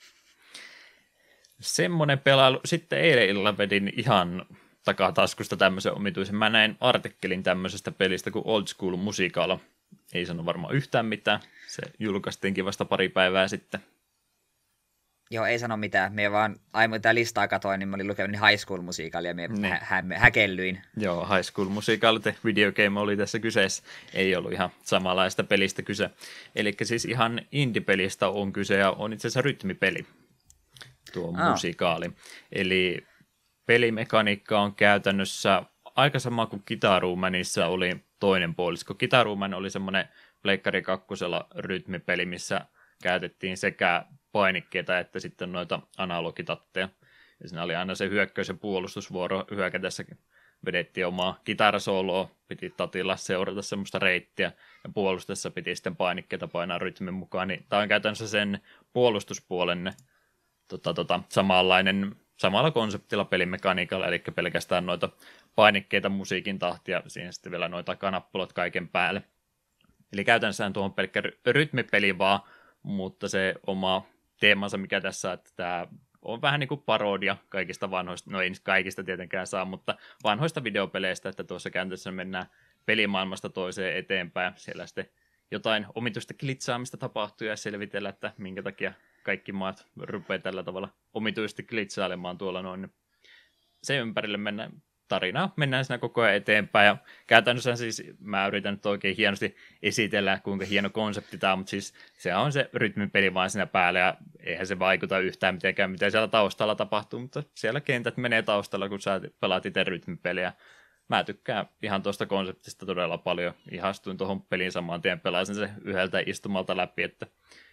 Semmoinen pelailu. Sitten eilen illalla vedin ihan takataskusta tämmöisen omituisen. Mä näin artikkelin tämmöisestä pelistä kuin Old School Musical. Ei sano varmaan yhtään mitään. Se julkaistiinkin vasta pari päivää sitten. Joo, ei sano mitään. Mie vaan aiemmin tätä listaa katoin, niin mä olin lukenut High School Musicalia ja mie niin. hä- hä- häkellyin. Joo, High School Musical, the video game oli tässä kyseessä. Ei ollut ihan samanlaista pelistä kyse. Eli siis ihan indie-pelistä on kyse ja on itse asiassa rytmipeli. Tuo oh. musikaali. Eli pelimekaniikka on käytännössä aika sama kuin Guitar Womanissa oli toinen puolisko. Guitar Woman oli semmoinen Pleikkari kakkosella rytmipeli, missä käytettiin sekä painikkeita että sitten noita analogitatteja. Ja siinä oli aina se hyökkäys- ja puolustusvuoro hyökätessäkin. Vedettiin omaa kitarasooloa, piti tatilla seurata semmoista reittiä, ja puolustessa piti sitten painikkeita painaa rytmin mukaan. Niin tämä on käytännössä sen puolustuspuolen tota, tota, samanlainen, samalla konseptilla pelimekaniikalla, eli pelkästään noita painikkeita, musiikin tahtia, siihen sitten vielä noita kanappulot kaiken päälle. Eli käytännössä tuohon pelkkä rytmipeli vaan, mutta se oma teemansa, mikä tässä, että tämä on vähän niin kuin parodia kaikista vanhoista, no ei kaikista tietenkään saa, mutta vanhoista videopeleistä, että tuossa kääntössä mennään pelimaailmasta toiseen eteenpäin. Siellä sitten jotain omituista glitsaamista tapahtuu ja selvitellä, että minkä takia kaikki maat rupeaa tällä tavalla omituisesti glitsailemaan tuolla noin. Sen ympärille mennään tarinaa, mennään siinä koko ajan eteenpäin, ja käytännössä siis mä yritän nyt oikein hienosti esitellä, kuinka hieno konsepti tämä on, mutta siis se on se rytmipeli vaan siinä päällä, ja eihän se vaikuta yhtään mitenkään, mitä siellä taustalla tapahtuu, mutta siellä kentät menee taustalla, kun sä pelaat itse rytmipeliä. Mä tykkään ihan tuosta konseptista todella paljon, ihastuin tuohon peliin saman tien, pelasin se yhdeltä istumalta läpi, että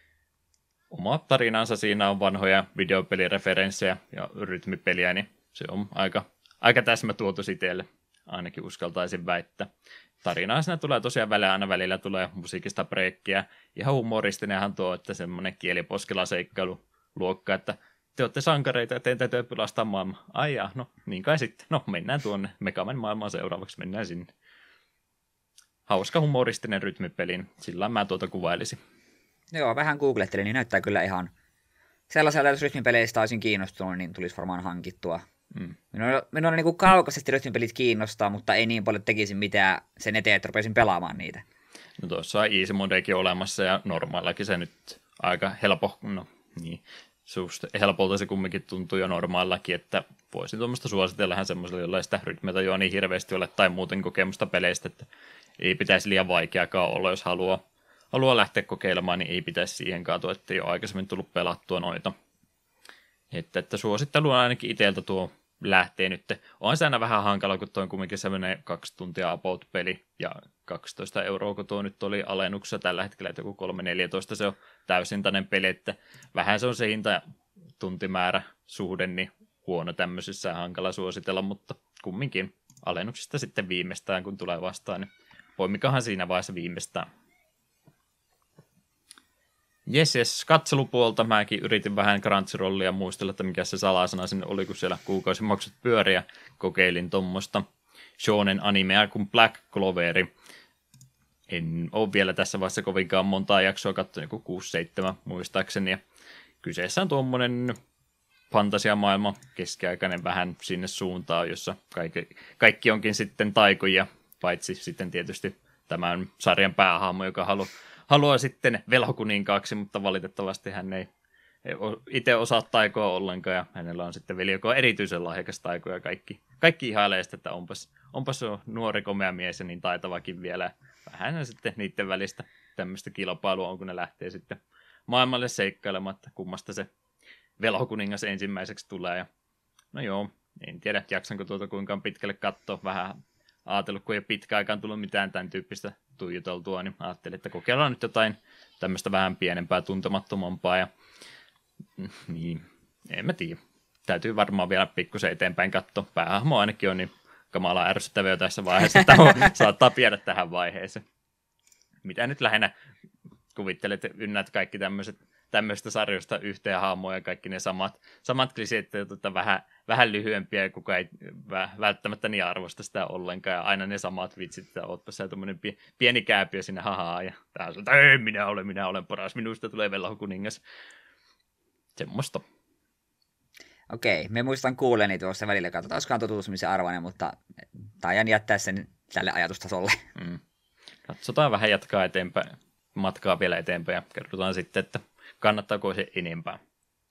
oma tarinansa siinä on vanhoja videopelireferenssejä ja rytmipeliä, niin se on aika Aika täsmätuotos itselle, ainakin uskaltaisin väittää. Tarinaa siinä tulee tosiaan välillä, aina välillä tulee musiikista breikkiä. Ihan humoristinenhan tuo, että semmoinen kieliposkela seikkailu luokka, että te olette sankareita ja teidän täytyy pelastaa maailma. Ai jaa, no niin kai sitten. No mennään tuonne Megaman maailmaan seuraavaksi, mennään sinne. Hauska humoristinen rytmipelin, sillä mä tuota kuvailisin. Joo, vähän googlettelin, niin näyttää kyllä ihan sellaisella, jos rytmipeleistä olisin kiinnostunut, niin tulisi varmaan hankittua. Mm. Minua, minua niin kuin kaukaisesti rytmipelit kiinnostaa, mutta ei niin paljon tekisi mitään sen eteen, että rupesin pelaamaan niitä. No tuossa on easy modekin olemassa ja normaalillakin se nyt aika helppo, no niin, suust helpolta se kumminkin tuntuu jo normaalillakin, että voisin tuommoista suositella semmoiselle, jolla ei sitä rytmitajua niin hirveästi ole tai muuten kokemusta peleistä, että ei pitäisi liian vaikeakaan olla, jos haluaa, haluaa lähteä kokeilemaan, niin ei pitäisi siihen kaatua, että ei ole aikaisemmin tullut pelattua noita. Että, että suosittelu on ainakin itseltä tuo lähtee nyt. On se aina vähän hankala, kun tuo on kumminkin semmoinen kaksi tuntia about-peli ja kaksitoista euroa, kun tuo nyt oli alennuksessa tällä hetkellä, että joku kolme neljätoista se on täysintainen peli, että vähän se on se hinta tuntimäärä suhde, niin huono tämmöisissä hankala suositella, mutta kumminkin alennuksista sitten viimeistään, kun tulee vastaan, niin poimikahan siinä vaiheessa viimeistään. Jes, jes, katselupuolta mäkin yritin vähän Crunchyrollia muistella, että mikä se salasana sinne oli, kun siellä kuukausimaksut pyöriä. Kokeilin tuommoista shonen animea kuin Black Cloveri. En ole vielä tässä vaiheessa kovinkaan montaa jaksoa katsonut, joku kuusi seitsemän muistaakseni. Ja kyseessä on tuommoinen fantasiamaailma, keskiaikainen vähän sinne suuntaan, jossa kaikki, kaikki onkin sitten taikoja, paitsi sitten tietysti tämän sarjan päähahmo, joka haluaa Haluaa sitten velhokuninkaaksi, mutta valitettavasti hän ei, ei itse osaa taikoa ollenkaan, ja hänellä on sitten veli, joka on erityisen lahjakas taikoja, ja kaikki, kaikki ihailee sitä, että onpas, onpas se nuori komea mies ja niin taitavakin vielä. Vähän sitten niiden välistä tämmöistä kilpailua on, kun ne lähtee sitten maailmalle seikkailemaan, että kummasta se velhokuningas ensimmäiseksi tulee. Ja no joo, en tiedä, jaksanko tuota kuinka pitkälle katsoa, vähän ajatellut, kun ei ole pitkä aikaan tullut mitään tämän tyyppistä tuijoteltua, niin ajattelin, että kokeillaan nyt jotain tämmöistä vähän pienempää, tuntemattomampaa, ja niin, en mä tiedä. Täytyy varmaan vielä pikkusen eteenpäin katsoa. Päähahmo ainakin on niin kamala ärsyttävä jo tässä vaiheessa, että saattaa piedä tähän vaiheeseen. Mitä nyt lähinnä kuvittelet, ynnät kaikki tämmöiset tämmöistä sarjoista yhteen hahmoja ja kaikki ne samat, samat kliseet, että vähän, vähän lyhyempiä, ja kuka ei välttämättä niin arvosta sitä ollenkaan, ja aina ne samat vitsit, että ootpa sä tommonen pieni kääpiö sinne hahaa, ja tää on että ei, minä olen, minä olen paras, minusta tulee velhokuningas. Semmoista. Okei, me muistan kuuleeni tuossa välillä, katsotaan, olisikohan tutustumisen arvoinen, mutta taian jättää sen tälle ajatustasolle. Mm. Katsotaan vähän jatkaa eteenpäin, matkaa vielä eteenpäin, ja kerrotaan sitten, että kannattaako se enempää.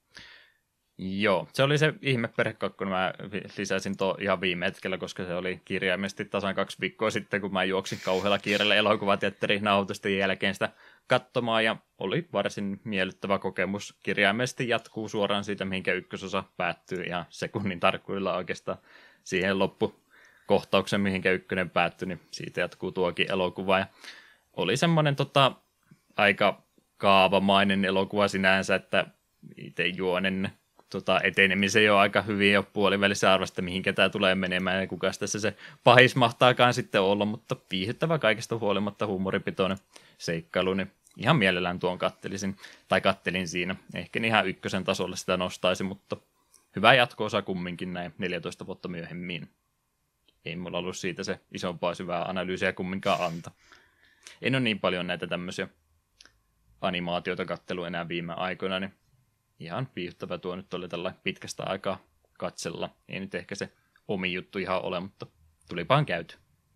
Joo, se oli se ihmeperhe kakkonen. Mä lisäsin tuon ihan viime hetkellä, koska se oli kirjaimesti tasan kaksi viikkoa sitten, kun mä juoksin kauhealla kiireellä elokuvateatterin nauhoitusten jälkeen sitä katsomaan, ja oli varsin miellyttävä kokemus. Kirjaimesti jatkuu suoraan siitä, mihinkä ykkösosa päättyy, ja sekunnin tarkkuilla oikeastaan siihen loppukohtaukseen, mihinkä ykkönen päättyi, niin siitä jatkuu tuokin elokuva, ja oli semmoinen tota, aika kaavamainen elokuva sinänsä, että itse juonen tota, etenemisen jo aika hyvin jo puolivälissä arvasta, mihinkä tämä tulee menemään ja kuka tässä se pahis mahtaakaan sitten olla, mutta viihdyttävä kaikesta huolimatta huumoripitoinen seikkailu, niin ihan mielellään tuon kattelisin, tai kattelin siinä. Ehkä ihan ykkösen tasolle sitä nostaisi, mutta hyvä jatko-osa kumminkin näin neljätoista vuotta myöhemmin. Ei mulla ollut siitä se isompaa syvää analyysiä kumminkaan anta. En ole niin paljon näitä tämmöisiä animaatioita kattelu enää viime aikoina, niin ihan viihdyttävä tuo nyt oli tällä pitkästä aikaa katsella. Ei nyt ehkä se omi juttu ihan ole, mutta tulipaan käyty.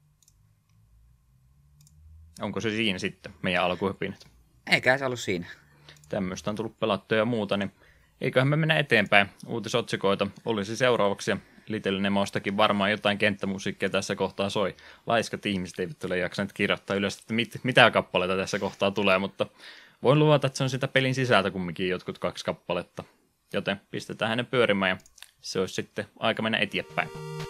Onko se siinä sitten, meidän alkuhypinät? Eikä se ollut siinä. Tämmöistä on tullut pelattua ja muuta, niin eiköhän me mennä eteenpäin. Uutisotsikoita olisi seuraavaksi. Little Nemostakin varmaan jotain kenttämusiikkia tässä kohtaa soi. Laiskat ihmiset eivät ole jaksaneet kirjoittaa ylös, että mit, mitä kappaleita tässä kohtaa tulee, mutta voin luvata, että se on sitä pelin sisältä kumminkin jotkut kaksi kappaletta. Joten pistetään hänen pyörimään ja se olisi sitten aika mennä eteenpäin.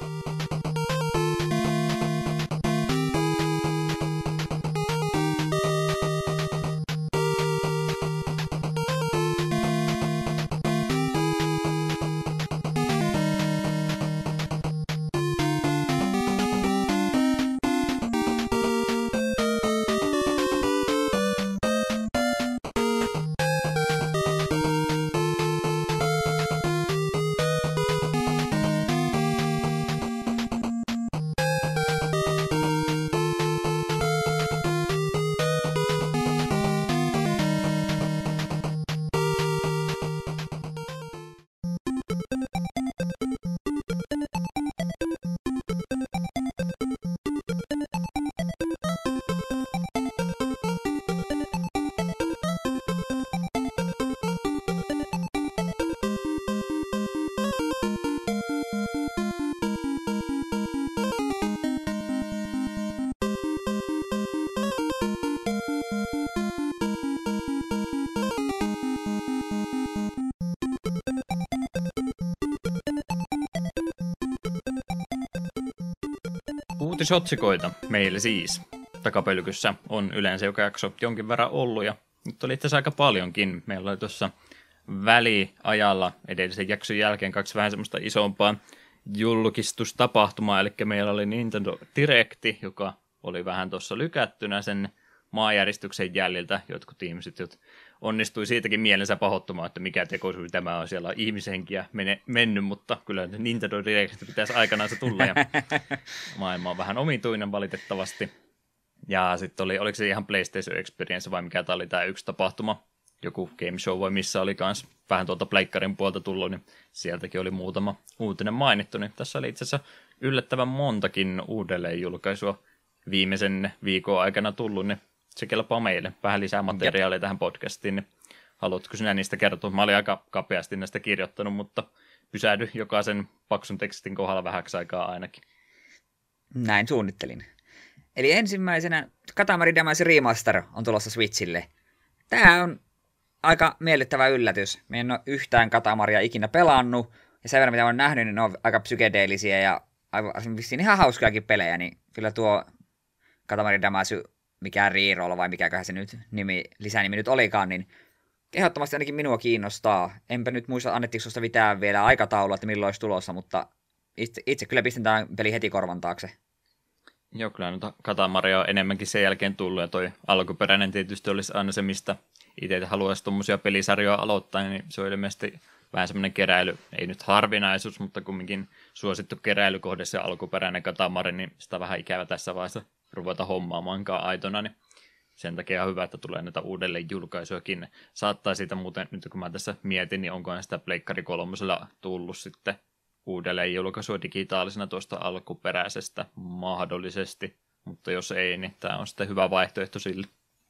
Uutisotsikoita meillä siis. Takapölkyssä on yleensä joka jakso jonkin verran ollut ja nyt oli itse asiassa aika paljonkin. Meillä oli tuossa väliajalla edellisen jakson jälkeen kaksi vähän semmoista isompaa julkistustapahtumaa, eli meillä oli Nintendo Directi, joka oli vähän tuossa lykättynä sen maanjäristyksen jäljiltä. Jotkut ihmiset jot onnistui siitäkin mielensä pahoittumaan, että mikä tekosyy tämä on, siellä on ihmishenkiä mene, mennyt, mutta kyllä Nintendo Directi pitäisi aikanaan se tulla ja maailma on vähän omituinen valitettavasti. Ja sitten oli, oliko se ihan PlayStation Experience vai mikä tämä oli tämä yksi tapahtuma, joku game show vai missä oli kans vähän tuolta pleikkarin puolta tullut, niin sieltäkin oli muutama uutinen mainittu, niin tässä oli itse asiassa yllättävän montakin uudelleen julkaisua viimeisen viikon aikana tullut, niin se kelpaa meille. Vähän lisää materiaalia tähän podcastiin, niin haluatko sinä niistä kertoa? Mä olin aika kapeasti näistä kirjoittanut, mutta pysähdy jokaisen paksun tekstin kohdalla vähäksi aikaa ainakin. Näin suunnittelin. Eli ensimmäisenä Katamari Damacy Remaster on tulossa Switchille. Tää on aika miellyttävä yllätys. Mä en ole yhtään Katamaria ikinä pelannut, ja sen verran mitä olen nähnyt, niin ne on aika psykedeellisiä ja aivan vissiin ihan hauskojakin pelejä, niin kyllä tuo Katamari Damacy, mikä Reroll vai mikäköhän se nyt nimi, lisänimi nyt olikaan, niin ehdottomasti ainakin minua kiinnostaa. Enpä nyt muista, annettiinko tuosta mitään vielä aikataulua, että milloin olisi tulossa, mutta itse, itse kyllä pistän tämän peli heti korvan taakse. Joo, kyllä nyt Katamaria on enemmänkin sen jälkeen tullut, ja toi alkuperäinen tietysti olisi aina se, mistä itse haluaisi tuommoisia pelisarjoja aloittaa, niin se on ilmeisesti vähän semmoinen keräily, ei nyt harvinaisuus, mutta kumminkin suosittu keräilykohde se alkuperäinen Katamari, niin sitä vähän ikävä tässä vaiheessa ruveta hommaamaankaan aitona, niin sen takia on hyvä, että tulee näitä uudelleen julkaisujakin. Saattaa siitä muuten, nyt kun mä tässä mietin, niin onko sitä Pleikkari kolmosella tullut sitten uudelleen julkaisua digitaalisena tuosta alkuperäisestä mahdollisesti, mutta jos ei, niin tämä on sitten hyvä vaihtoehto sille.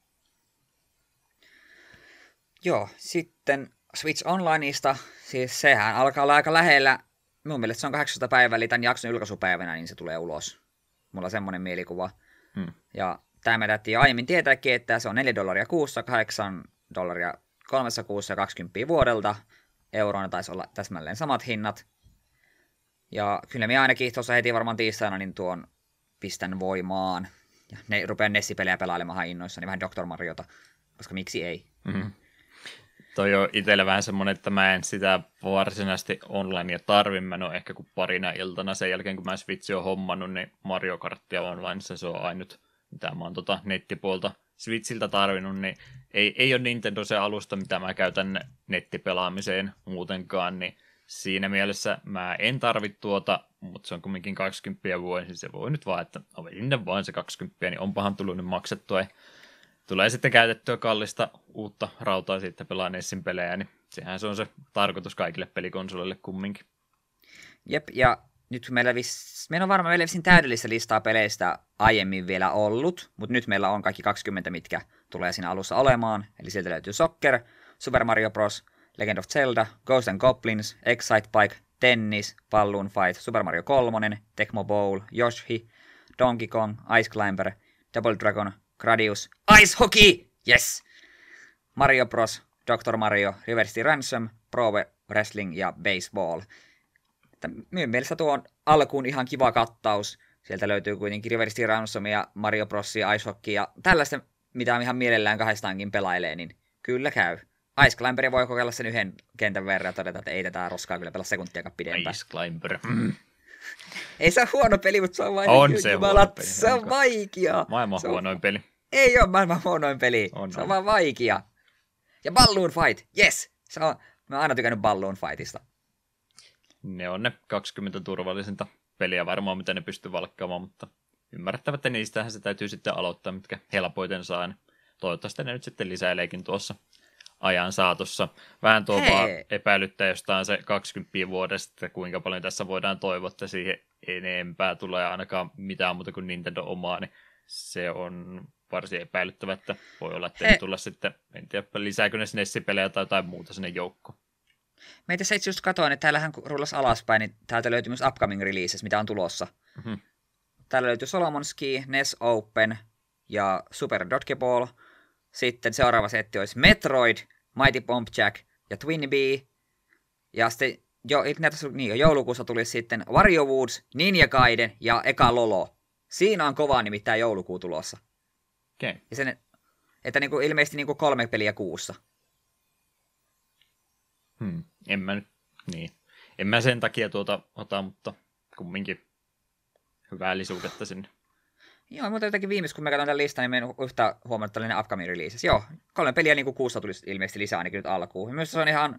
Joo, sitten Switch Onlineista, siis sehän alkaa olla aika lähellä, mun mielestä se on kahdeksantoista päivää, eli tämän jakson julkaisupäivänä, niin se tulee ulos. Mulla on semmoinen mielikuva. Hmm. Ja tämä me täytyy aiemmin tietääkin, että se on neljä dollaria kuussa, kahdeksan dollaria kolmessa kuussa ja kaksikymmentä vuodelta. Euroina taisi olla täsmälleen samat hinnat. Ja kyllä minä ainakin tuossa heti varmaan tiistaina niin tuon pistän voimaan. Ja ne rupeaa Nessi-pelejä pelailemaan innoissaan, niin vähän doktor Mariota, koska miksi ei. Mm-hmm. Toi on itsellä vähän semmoinen, että mä en sitä varsinaisesti onlinea tarvi. Mä en ole ehkä kuin parina iltana sen jälkeen, kun mä Switch on hommannut, niin Mario Karttia onlineissa se on ainut, mitä mä oon tota nettipuolta Switchiltä tarvinnut, niin ei, ei ole Nintendo se alusta, mitä mä käytän nettipelaamiseen muutenkaan, niin siinä mielessä mä en tarvitse tuota, mutta se on kumminkin kaksikymmentä vuosi, niin se voi nyt vaan, että sinne vaan se kaksikymmentä, niin onpahan tullut nyt maksettua. Tulee sitten käytettyä kallista uutta rautaa sitten pelaa Nessin pelejä, niin sehän se on se tarkoitus kaikille pelikonsoleille kumminkin. Jep, ja nyt meillä, vis... meillä on varmaan meillä vissiin täydellistä listaa peleistä aiemmin vielä ollut, mutta nyt meillä on kaikki kaksikymmentä, mitkä tulee siinä alussa olemaan. Eli sieltä löytyy Soccer, Super Mario Bros., Legend of Zelda, Ghosts and Goblins, Excitebike, Tennis, Balloon Fight, Super Mario kolme, Tecmo Bowl, Yoshi, Donkey Kong, Ice Climber, Double Dragon, Gradius, Ice Hockey! Yes! Mario Bros, doctor Mario, River City Ransom, Pro Wrestling ja Baseball. Minun mielestä tuo on alkuun ihan kiva kattaus. Sieltä löytyy kuitenkin River City Ransomia, Mario Bros, Ice Hockey ja tällaista, mitä ihan mielellään kahdestaankin pelailee, niin kyllä käy. Ice Climberia voi kokeilla sen yhden kentän verran ja todeta, että ei tätä roskaa kyllä pelaa sekuntiakaan pidempään. Ice Climber. Mm. Ei se ole huono peli, mutta se on vain... On se huono peli. Se on vaikea. Maailman se huonoin on... peli. Ei ole maailman huonoin peli. On, se on on. vaan vaikea. Ja Balloon Fight, yes! Se on... Mä oon aina tykännyt Balloon Fightista. Ne on ne kaksikymmentä turvallisinta peliä varmaan, mitä ne pystyy valkkaamaan, mutta ymmärrettävät, että niistähän se täytyy sitten aloittaa, mitkä helpoiten saa. Toivottavasti ne nyt sitten lisäileekin tuossa ajan saatossa. Vähän tuo Hei. vaan epäilyttää jostain se kaksikymmentä vuodesta, että kuinka paljon tässä voidaan toivoa, että siihen enempää tulee ainakaan mitään muuta kuin Nintendo omaa, niin se on varsin epäilyttävä, että voi olla, että ei tulla sitten, en tiedä, lisääkö ne Nessipelejä tai jotain muuta sinne joukkoon. Meitä se itse just katoin, että täällähän kun rullas alaspäin, niin täältä löytyy myös upcoming releases, mitä on tulossa. Mm-hmm. Täällä löytyy Solomon Ski, N E S Open ja Super Dodgeball. Sitten seuraava setti olisi Metroid, Mighty Bomb Jack ja Twinbee. Ja sitten jo, niin, jo joulukuussa tuli sitten Wario Woods, Ninja Gaiden ja Eka Lolo. Siinä on kovaa nimittäin joulukuu tulossa. Okay. Ja sen, että niinku, ilmeisesti niinku kolme peliä kuussa. Hmm. En mä nyt, niin. En mä sen takia tuota ota, mutta kumminkin hyvää lisuudetta sinne. Joo, mutta jotenkin viimeis, kun mä katson tämän listan, niin mä en yhtä huomannut tällainen upcoming releases. Joo, kolme peliä niin kuin kuussa tulisi ilmeisesti lisää ainakin nyt alkuun. Ja myös se on ihan,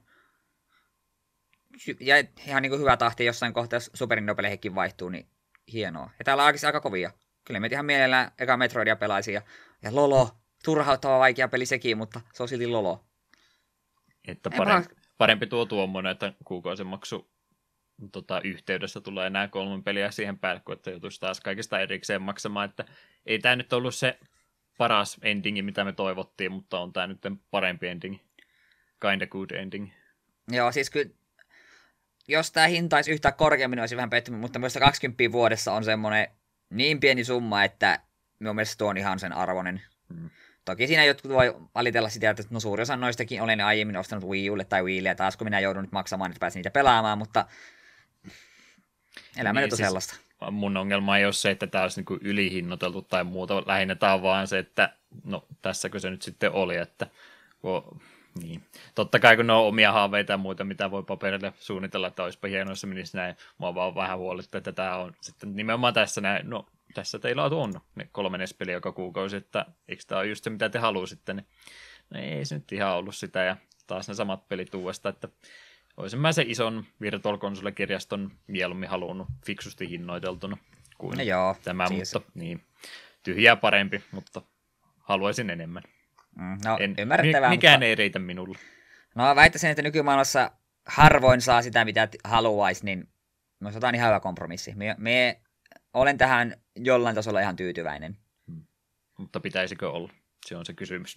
ja ihan niin kuin hyvä tahti jossain kohtaa, jos Super Nintendo-peleihinkin vaihtuu, niin hienoa. Ja täällä on oikeasti aika kovia. Kyllä me ihan mielellään eka Metroidia pelaisin. Ja, ja Lolo, turhauttava vaikea peli sekin, mutta se on silti Lolo. Että parempi, parempi tuo tuommoinen, että kuukausimaksu tota, yhteydessä tulee nämä kolme peliä siihen päälle, kun että joutuisi taas kaikista erikseen maksamaan. Että ei tämä nyt ollut se paras endingi, mitä me toivottiin, mutta on tämä nyt parempi endingi. Kinda good ending. Joo, siis kyllä, jos tämä hinta olisi yhtään korkeammin, olisi vähän pettynyt, mutta myös kaksikymmentä vuodessa on semmoinen niin pieni summa, että minun mielestä tuo on ihan sen arvoinen. Hmm. Toki siinä jotkut voi valitella sitä, että no suuri osa noistakin olen aiemmin ostanut Wii Ulle tai Wiille, ja taas kun minä joudun nyt maksamaan, että pääsen niitä pelaamaan, mutta elämä niin, nyt on siis sellaista. Mun ongelma ei ole se, että tämä olisi niin kuin ylihinnoiteltu tai muuta, lähinnä tämä on vaan se, että no tässäkö se nyt sitten oli, että kun, niin. Totta kai kun ne on omia haaveita ja muita, mitä voi paperille suunnitella, että olisipa hienoa, jos menisi näin, mua vaan vähän huolittaa, että tämä on sitten nimenomaan tässä näin, no tässä teillä on ne kolme N E S-peliä joka kuukausi, että eikö tämä ole just se, mitä te halusitte, niin no ei se nyt ihan ollut sitä, ja taas ne samat pelit uudestaan, että olisin mä se ison Virtual Console-kirjaston mieluummin halunnut fiksusti hinnoiteltuna kuin no joo, tämä, siis. Mutta niin, tyhjää parempi, mutta haluaisin enemmän. Mm, no en, ymmärrettävää, mikään mutta ei riitä minulle. No väittäisin, että nykymaailmassa harvoin saa sitä, mitä haluaisi, niin myös otetaan ihan hyvä kompromissi. Me, me olen tähän jollain tasolla ihan tyytyväinen. Hmm. Mutta pitäisikö olla? Se on se kysymys.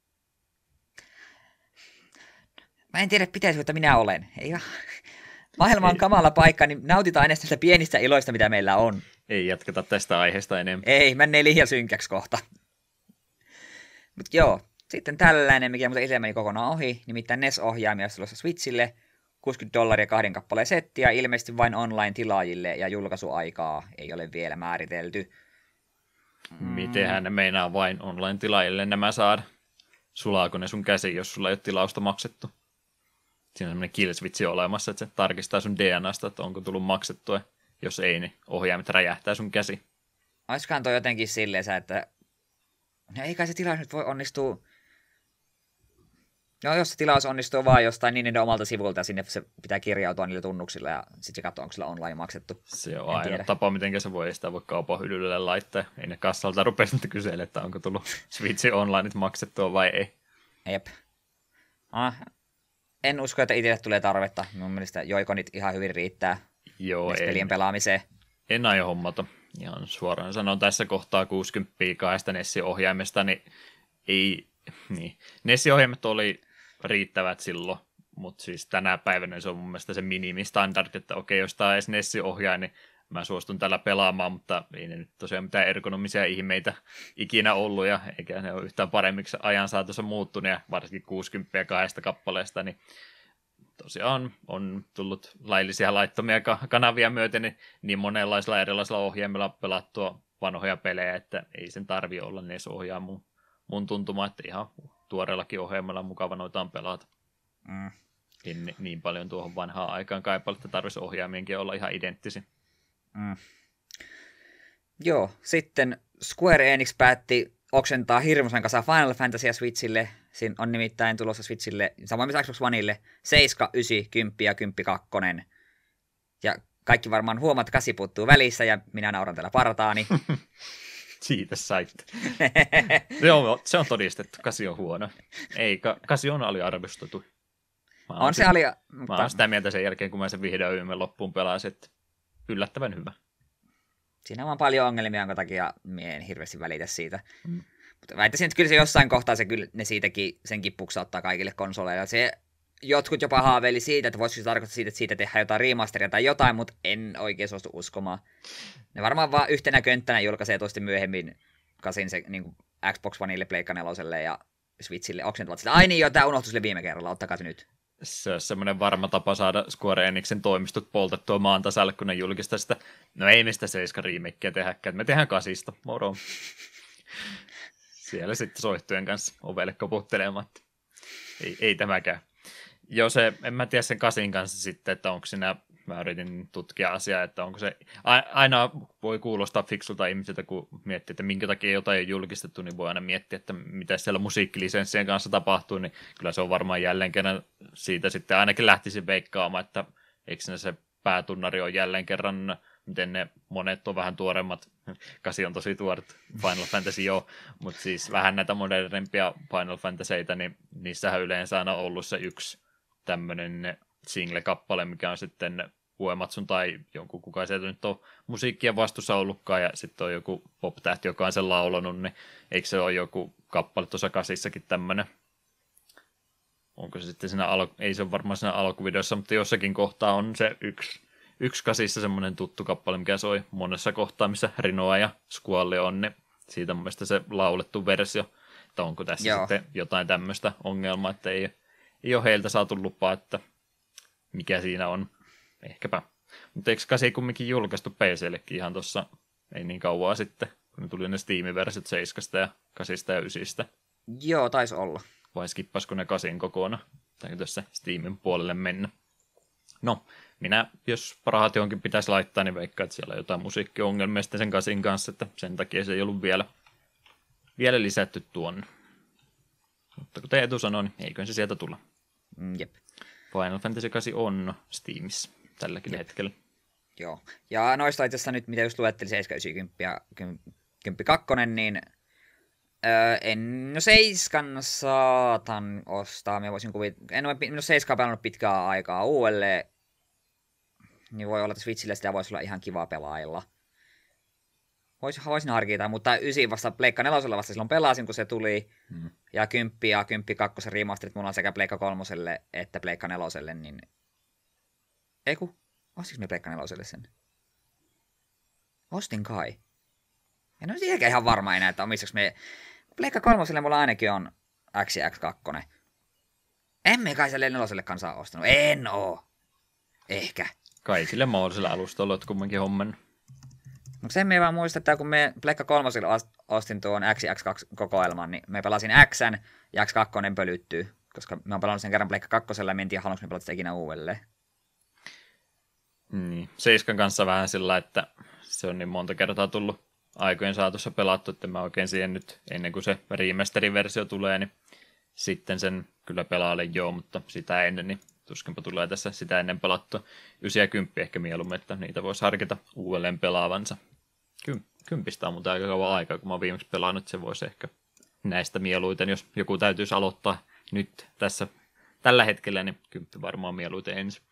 Mä en tiedä, pitäisikö, että minä olen. Ei maailma on kamala paikka, niin nautitaan edes näistä pienistä iloista, mitä meillä on. Ei jatketa tästä aiheesta enemmän. Ei, menee liian synkäksi kohta. Mutta joo, sitten tällainen, mikä muuten itse meni kokonaan ohi, nimittäin N E S-ohjaimia tulossa Switchille, kuusikymmentä dollaria kahden kappaleen settiä, ilmeisesti vain online-tilaajille ja julkaisuaikaa ei ole vielä määritelty. Mitenhän ne meinaa vain online-tilaajille nämä saada? Sulaako ne sun käsi, jos sulla ei ole tilausta maksettu? Siinä on semmoinen kill-switchi olemassa, että se tarkistaa sun D N A:sta, että onko tullut maksettua. Jos ei, niin ohjaimet räjähtää sun käsi. Olisikohan toi jotenkin silleen, että no ei kai se tilaus nyt voi onnistua. No jos se tilaus onnistuu vaan jostain niin niiden omalta sivulta ja sinne se pitää kirjautua niillä tunnuksilla ja sitten se katsoo, onko sillä online maksettu. Se on aina tapa, miten se voi sitä voi kaupan hyllylle laittaa. Ei ne kassalta rupea sitten kyselemään, että onko tullut Switchi online maksettua vai ei. Jep. Ah, en usko, että itselle tulee tarvetta. Mun mielestä joikonit ihan hyvin riittää Joo, pelien pelaamiseen. En aio hommata. Ihan suoraan sanon tässä kohtaa kuusikymmentä kahdesta Nessi-ohjaimesta, niin ei... Niin. Nessi-ohjaimet oli riittävät silloin, mutta siis tänä päivänä se on mun mielestä se minimistandard, että okei, jos tämä on edes Nessi-ohjain, niin mä suostun tällä pelaamaan, mutta ei ne nyt tosiaan mitään ergonomisia ihmeitä ikinä ollut, ja eikä ne ole yhtään paremmiksi ajan saatossa muuttunut, ja varsinkin kuusikymmentä kahdesta kappaleesta, niin tosiaan on tullut laillisia laittomia kanavia myöten niin, niin monenlaisilla erilaisilla ohjaimilla pelattua vanhoja pelejä, että ei sen tarvi olla ne ohjaa mun, mun tuntuma, että ihan tuoreellakin ohjelmalla on mukava noitaan pelata. Mm. En niin paljon tuohon vanhaan aikaan kaipailla, että tarvitsisi ohjaimienkin olla ihan identtisiä. Mm. Joo, sitten Square Enix päätti oksentaa hirmuisen kanssa Final Fantasya Switchille. Siinä on nimittäin tulossa Switchille, samoin myös Xbox Oneille, seitsemän, yhdeksän, kymmenen ja kymmenen kaksi. Ja kaikki varmaan huomaat, että kasi puuttuu välissä ja minä nauran täällä partaani. Siitä saitte. Joo, se on todistettu. Kasi on huono. Ei, kasi on aliarvostettu. Mä on se alia... Mä oon sitä mieltä sen jälkeen, kun mä sen vihdoin ymmärrän loppuun pelasin, että yllättävän hyvä. Siinä on paljon ongelmia, jonka takia minä en hirveästi välitä siitä. Mm. Mutta väittäisin, että kyllä se jossain kohtaa se kyllä, ne siitäkin, senkin puksauttaa kaikille konsoleille. Se, jotkut jopa haaveili siitä, että voisiko se tarkoittaa siitä, että siitä tehdään jotain remasteria tai jotain, mutta en oikein suostu uskomaan. Ne varmaan vaan yhtenä könttänä julkaisee toisesti myöhemmin kasin se niin Xbox Oneille, Pleikka neloselle ja Switchille oksentavat sitä. Ai niin joo, tämä unohtui sille viime kerralla, ottakaa se nyt. Se on semmoinen varma tapa saada Square Enixin toimistot poltettua maan tasalle, kun ne julkistaa sitä. No ei me sitä seitsemän remakeä tehdäkään, me tehdään kasista, moro. Siellä sitten soihtujen kanssa ovelle koputtelematta. Ei, ei tämäkään. Joo, se, en mä tiedä sen kasin kanssa sitten, että onko siinä, mä yritin tutkia asiaa, että onko se, aina voi kuulostaa fiksulta ihmisiltä, kun miettii, että minkä takia jotain ei julkistettu, niin voi aina miettiä, että mitä siellä musiikkilisenssien kanssa tapahtuu, niin kyllä se on varmaan jälleen kerran siitä sitten ainakin lähtisin veikkaamaan, että eikö ne se päätunnari on jälleen kerran, miten ne monet on vähän tuoremmat, kasi on tosi tuoret Final Fantasy joo, mutta siis vähän näitä modernempia Final Fantasyitä, niin niissähän yleensä aina ollut se yksi tämmöinen single-kappale, mikä on sitten Uematsun tai jonkun, kuka sieltä nyt on musiikkia vastuussa ollutkaan, ja sitten on joku pop-tähti, joka on sen laulanut, niin eikö se ole joku kappale tuossa kasissakin tämmöinen? Onko se sitten siinä, al- ei se ole varmaan siinä alkuvideossa, mutta jossakin kohtaa on se yksi, yksi kasissa semmoinen tuttu kappale, mikä soi monessa kohtaa, missä Rinoa ja Squalle on, niin siitä mun mielestä se laulettu versio, että onko tässä Joo. sitten jotain tämmöistä ongelmaa, että ei, ei ole heiltä saatu lupaa, että mikä siinä on, ehkäpä. Mutta eikö kasi kumminkin julkaistu P C:llekin ihan tuossa, ei niin kauaa sitten, kun ne tuli ne Steam-versiot seitsemästä ja kasista ja ysistä. Joo, taisi olla. Vai skippasko ne kasin kokonaan? Tai tässä Steamin puolelle mennä? No, minä, jos rahat johonkin pitäisi laittaa, niin veikkaan, että siellä on jotain musiikkiongelmia sitten sen kasin kanssa, että sen takia se ei ollut vielä, vielä lisätty tuonne. Mutta kuten Etu sanoi, niin eiköhän se sieltä tulla. Mm, jep. Final Fantasy kahdeksan on Steamissa tälläkin jep. hetkellä. Joo, ja noista itse asiassa nyt, mitä just luettelin, seitsemän, yhdeksän, kymmenen ja kymmenen kaksi, niin öö, en, no seiskan saatan ostaa, minä voisin kuvitella, en ole no seiskaa pelannut pitkää aikaa uudelleen, niin voi olla, että Switchillä sitä voisi olla ihan kiva pelailla. Vois, voisin harkita, mutta ysi vasta Pleikka nelosella vasta silloin pelasin, kun se tuli, hmm. ja kymmenen ja kymmenen kaksi remasterit mulla on sekä Pleikka kolmoselle että Pleikka neloselle, niin ei kun, ostinko me Pleikka neloselle sen? Ostin kai. En ole siitäkään ihan varma enää, että omistaks me, Pleikka kolmoselle mulla ainakin on X ja X kaksi. Emme kai sille neloselle kanssa ostanut, en oo. Ehkä. Kaikille mahdollisilla alustoilla olet kumminkin homman. No sen me vaan muista, että kun me Pleikka kolmosella ostin tuon X ja X kaksi-kokoelman, niin me pelasin Xn ja X kaksi pölyttyy, koska mä oon pelannut sen kerran Pleikka kakkosella ja mentiin halunnut me pelata sitä ikinä uudelleen. Niin. Seiskan kanssa vähän sillä, että se on niin monta kertaa tullut aikojen saatossa pelattu, että mä oikein siihen nyt, ennen kuin se remasterin-versio tulee, niin sitten sen kyllä pelailen joo, mutta sitä ennen, niin tuskinpa tulee tässä sitä ennen pelattua. yhdeksän ja kymmenen ehkä mieluummin, että niitä voisi harkita uudelleen pelaavansa. Kym, kympistä on muuten aika kauan aikaa, kun mä oon viimeksi pelannut, se voisi ehkä näistä mieluiten, jos joku täytyisi aloittaa nyt tässä tällä hetkellä, niin kymppi varmaan mieluiten ensin.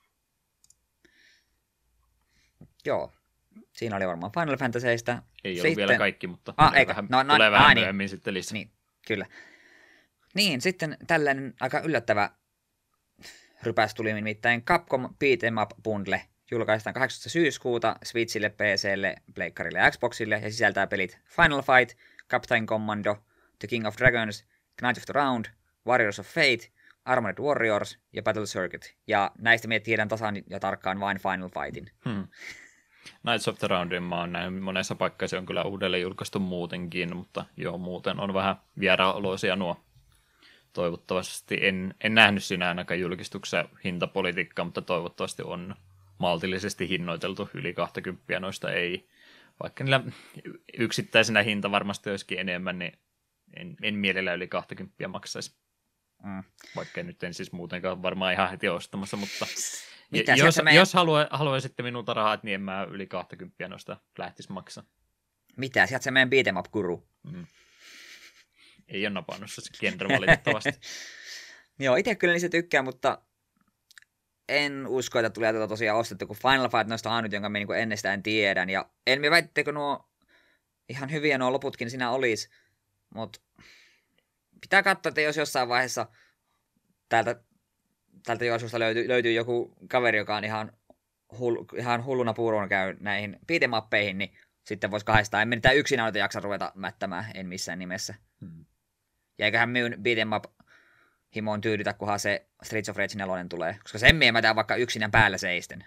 Joo, siinä oli varmaan Final Fantasyista. Ei ollut sitten vielä kaikki, mutta ah, tulee, vähän, no, no, tulee vähän ah, myöhemmin niin. Sitten lisää. Niin, kyllä. Niin, sitten tällainen aika yllättävä rypäs tuli nimittäin Capcom Beat'em Up Bundle. Julkaistaan kahdeksastoista syyskuuta Switchille, P C:lle, Pleikkarille ja Xboxille ja sisältää pelit Final Fight, Captain Commando, The King of Dragons, Knight of the Round, Warriors of Fate, Armored Warriors ja Battle Circuit. Ja näistä me tiedän tasan ja tarkkaan vain Final Fightin. Hmm. Knights of the Roundin mä oon nähnyt monessa paikkaa, se on kyllä uudelleen julkaistu muutenkin, mutta joo, muuten on vähän vieraanoloisia nuo. Toivottavasti en, en nähnyt siinä ainakaan julkistuksessa hintapolitiikkaa, mutta toivottavasti on maltillisesti hinnoiteltu yli kaksikymmentä noista ei. Vaikka niillä yksittäisenä hinta varmasti olisikin enemmän, niin en, en mielellä yli kaksikymmentä maksaisi. Mm. Vaikka nyt en siis muutenkaan varmaan ihan heti ostamassa, mutta Mitä, jos, meidän... jos halua, haluaisitte minulta rahat, niin en mä yli kaksikymmentä noista lähtisi maksaa. Mitä? Sieltä se meidän beat'em up guru. Mm. Ei ole napannut se genre valitettavasti. Joo, itse kyllä niistä tykkää, mutta en usko, että tulee tuota tosiaan ostettu, kun Final Fight noista ainut, jonka me niin ennestään tiedän. Ja en me väitteekö nuo ihan hyviä nuo loputkin siinä olisi, mutta pitää katsoa, että jos jossain vaiheessa täältä, täältä Joensuusta löytyy, löytyy joku kaveri, joka on ihan, hull, ihan hulluna puuroon käy näihin beat'em-uppeihin, niin sitten voisi kahdestaan. En me niitä yksin noita jaksa ruveta mättämään, en missään nimessä. Hmm. Ja eiköhän myyn beat'em up himoon tyydytä, kunhan se Streets of Rage neljä tulee. Koska sen me mätään vaikka yksinään päällä seisten.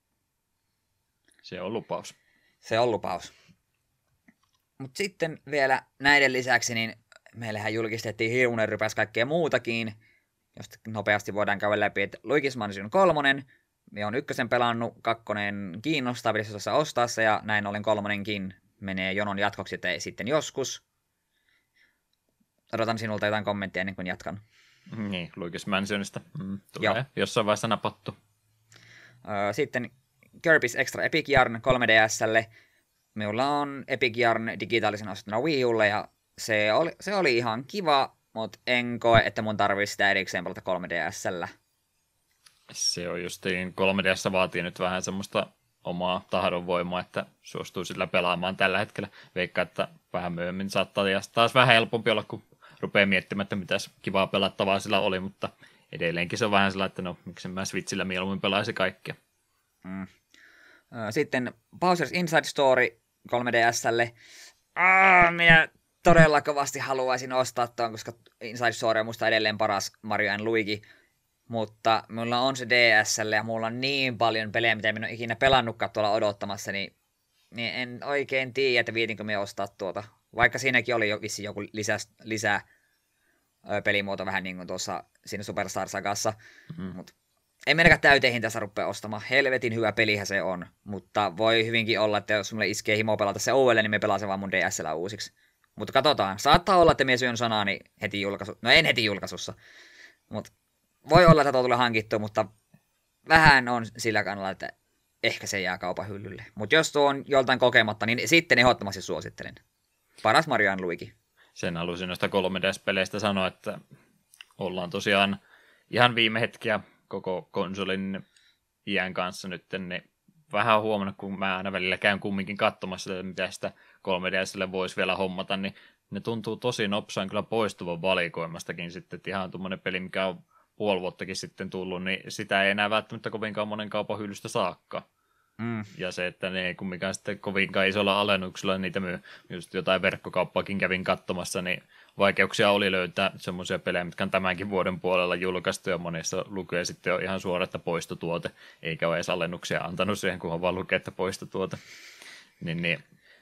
Se on lupaus. Se on lupaus. Mutta sitten vielä näiden lisäksi, niin meillähän julkistettiin hirmuinen rypäs kaikkea muutakin, josta nopeasti voidaan käydä läpi, että Luigi's Mansion kolmonen, me on ykkösen pelannut, kakkonen kiinnostaa pitäisi ostaa se, ja näin ollen kolmonenkin menee jonon jatkoksi sitten joskus. Odotan sinulta jotain kommenttia ennen kuin jatkan. Niin, Luigi's Mansionista. Mm, tulee Joo. jossain vaiheessa napattu. Sitten Kirby's Extra Epic Yarn kolme D S:lle. Minulla on Epic Yarn digitaalisen ostettuna Wii Ulle, ja se oli, se oli ihan kiva, mutta en koe, että mun tarvitsisi sitä erikseen pelata kolme D S:llä. Se on justiin, kolme D S vaatii nyt vähän semmoista omaa tahdonvoimaa, että suostuu sillä pelaamaan tällä hetkellä. Veikkaa, että vähän myöhemmin saattaa taas vähän helpompi olla, kun rupeaa miettimään, että mitäs kivaa pelattavaa sillä oli, mutta edelleenkin se on vähän sellainen, että no, miksi mä Switchillä mieluummin pelaisi kaikkea. Mm. Sitten Bowser's Inside Story kolme D S:lle. Ah, minä todella kovasti haluaisin ostaa tuon, koska Inside Story on musta edelleen paras Mario and Luigi. Mutta mulla on se D S:lle ja mulla on niin paljon pelejä, mitä minä en ole ikinä pelannutkaan tuolla odottamassa, niin, niin en oikein tiedä, että viitinkö me ostaa tuota. Vaikka siinäkin oli jo vissiin joku lisä, lisää ö, pelimuoto vähän niin kuin tuossa siinä Superstar Sagassa. Mm-hmm. Mut en mennäkään täyteihin tässä rupea ostamaan. Helvetin hyvä pelihän se on, mutta voi hyvinkin olla, että jos mulle iskee himo pelata se uudelleen, niin me pelaan se vaan mun D S:llä uusiksi. Mutta katsotaan. Saattaa olla, että minä syön sanani heti julkaisu. No en heti julkaisussa, mutta voi olla, että tuo tulee hankittua, mutta vähän on sillä kannalla, että ehkä se jää kaupan hyllylle. Mutta jos tuo on joltain kokematta, niin sitten ehdottomasti suosittelen. Paras Mario and Luigi. Sen halusin noista kolme D S-peleistä sanoa, että ollaan tosiaan ihan viime hetkiä koko konsolin iän kanssa nyt, niin vähän huomannut, kun mä aina välillä käyn kumminkin katsomassa, että mitä sitä kolme D S:lle voisi vielä hommata, niin ne tuntuu tosi nopsaan kyllä poistuvan valikoimastakin sitten, että ihan tuommoinen peli, mikä on puoli vuottakin sitten tullut, niin sitä ei enää välttämättä kovinkaan monen kaupan hyllystä saakka. Mm. Ja se, että ne ei kumminkaan sitten kovinkaan isolla alennuksella niitä myy. Just jotain verkkokauppaakin kävin katsomassa, niin vaikeuksia oli löytää semmoisia pelejä, mitkä on tämänkin vuoden puolella julkaistu, ja monissa lukee sitten on ihan suora, että poistotuote, eikä ole edes alennuksia antanut siihen, kunhan vaan lukee, että poistotuote. Niin, niin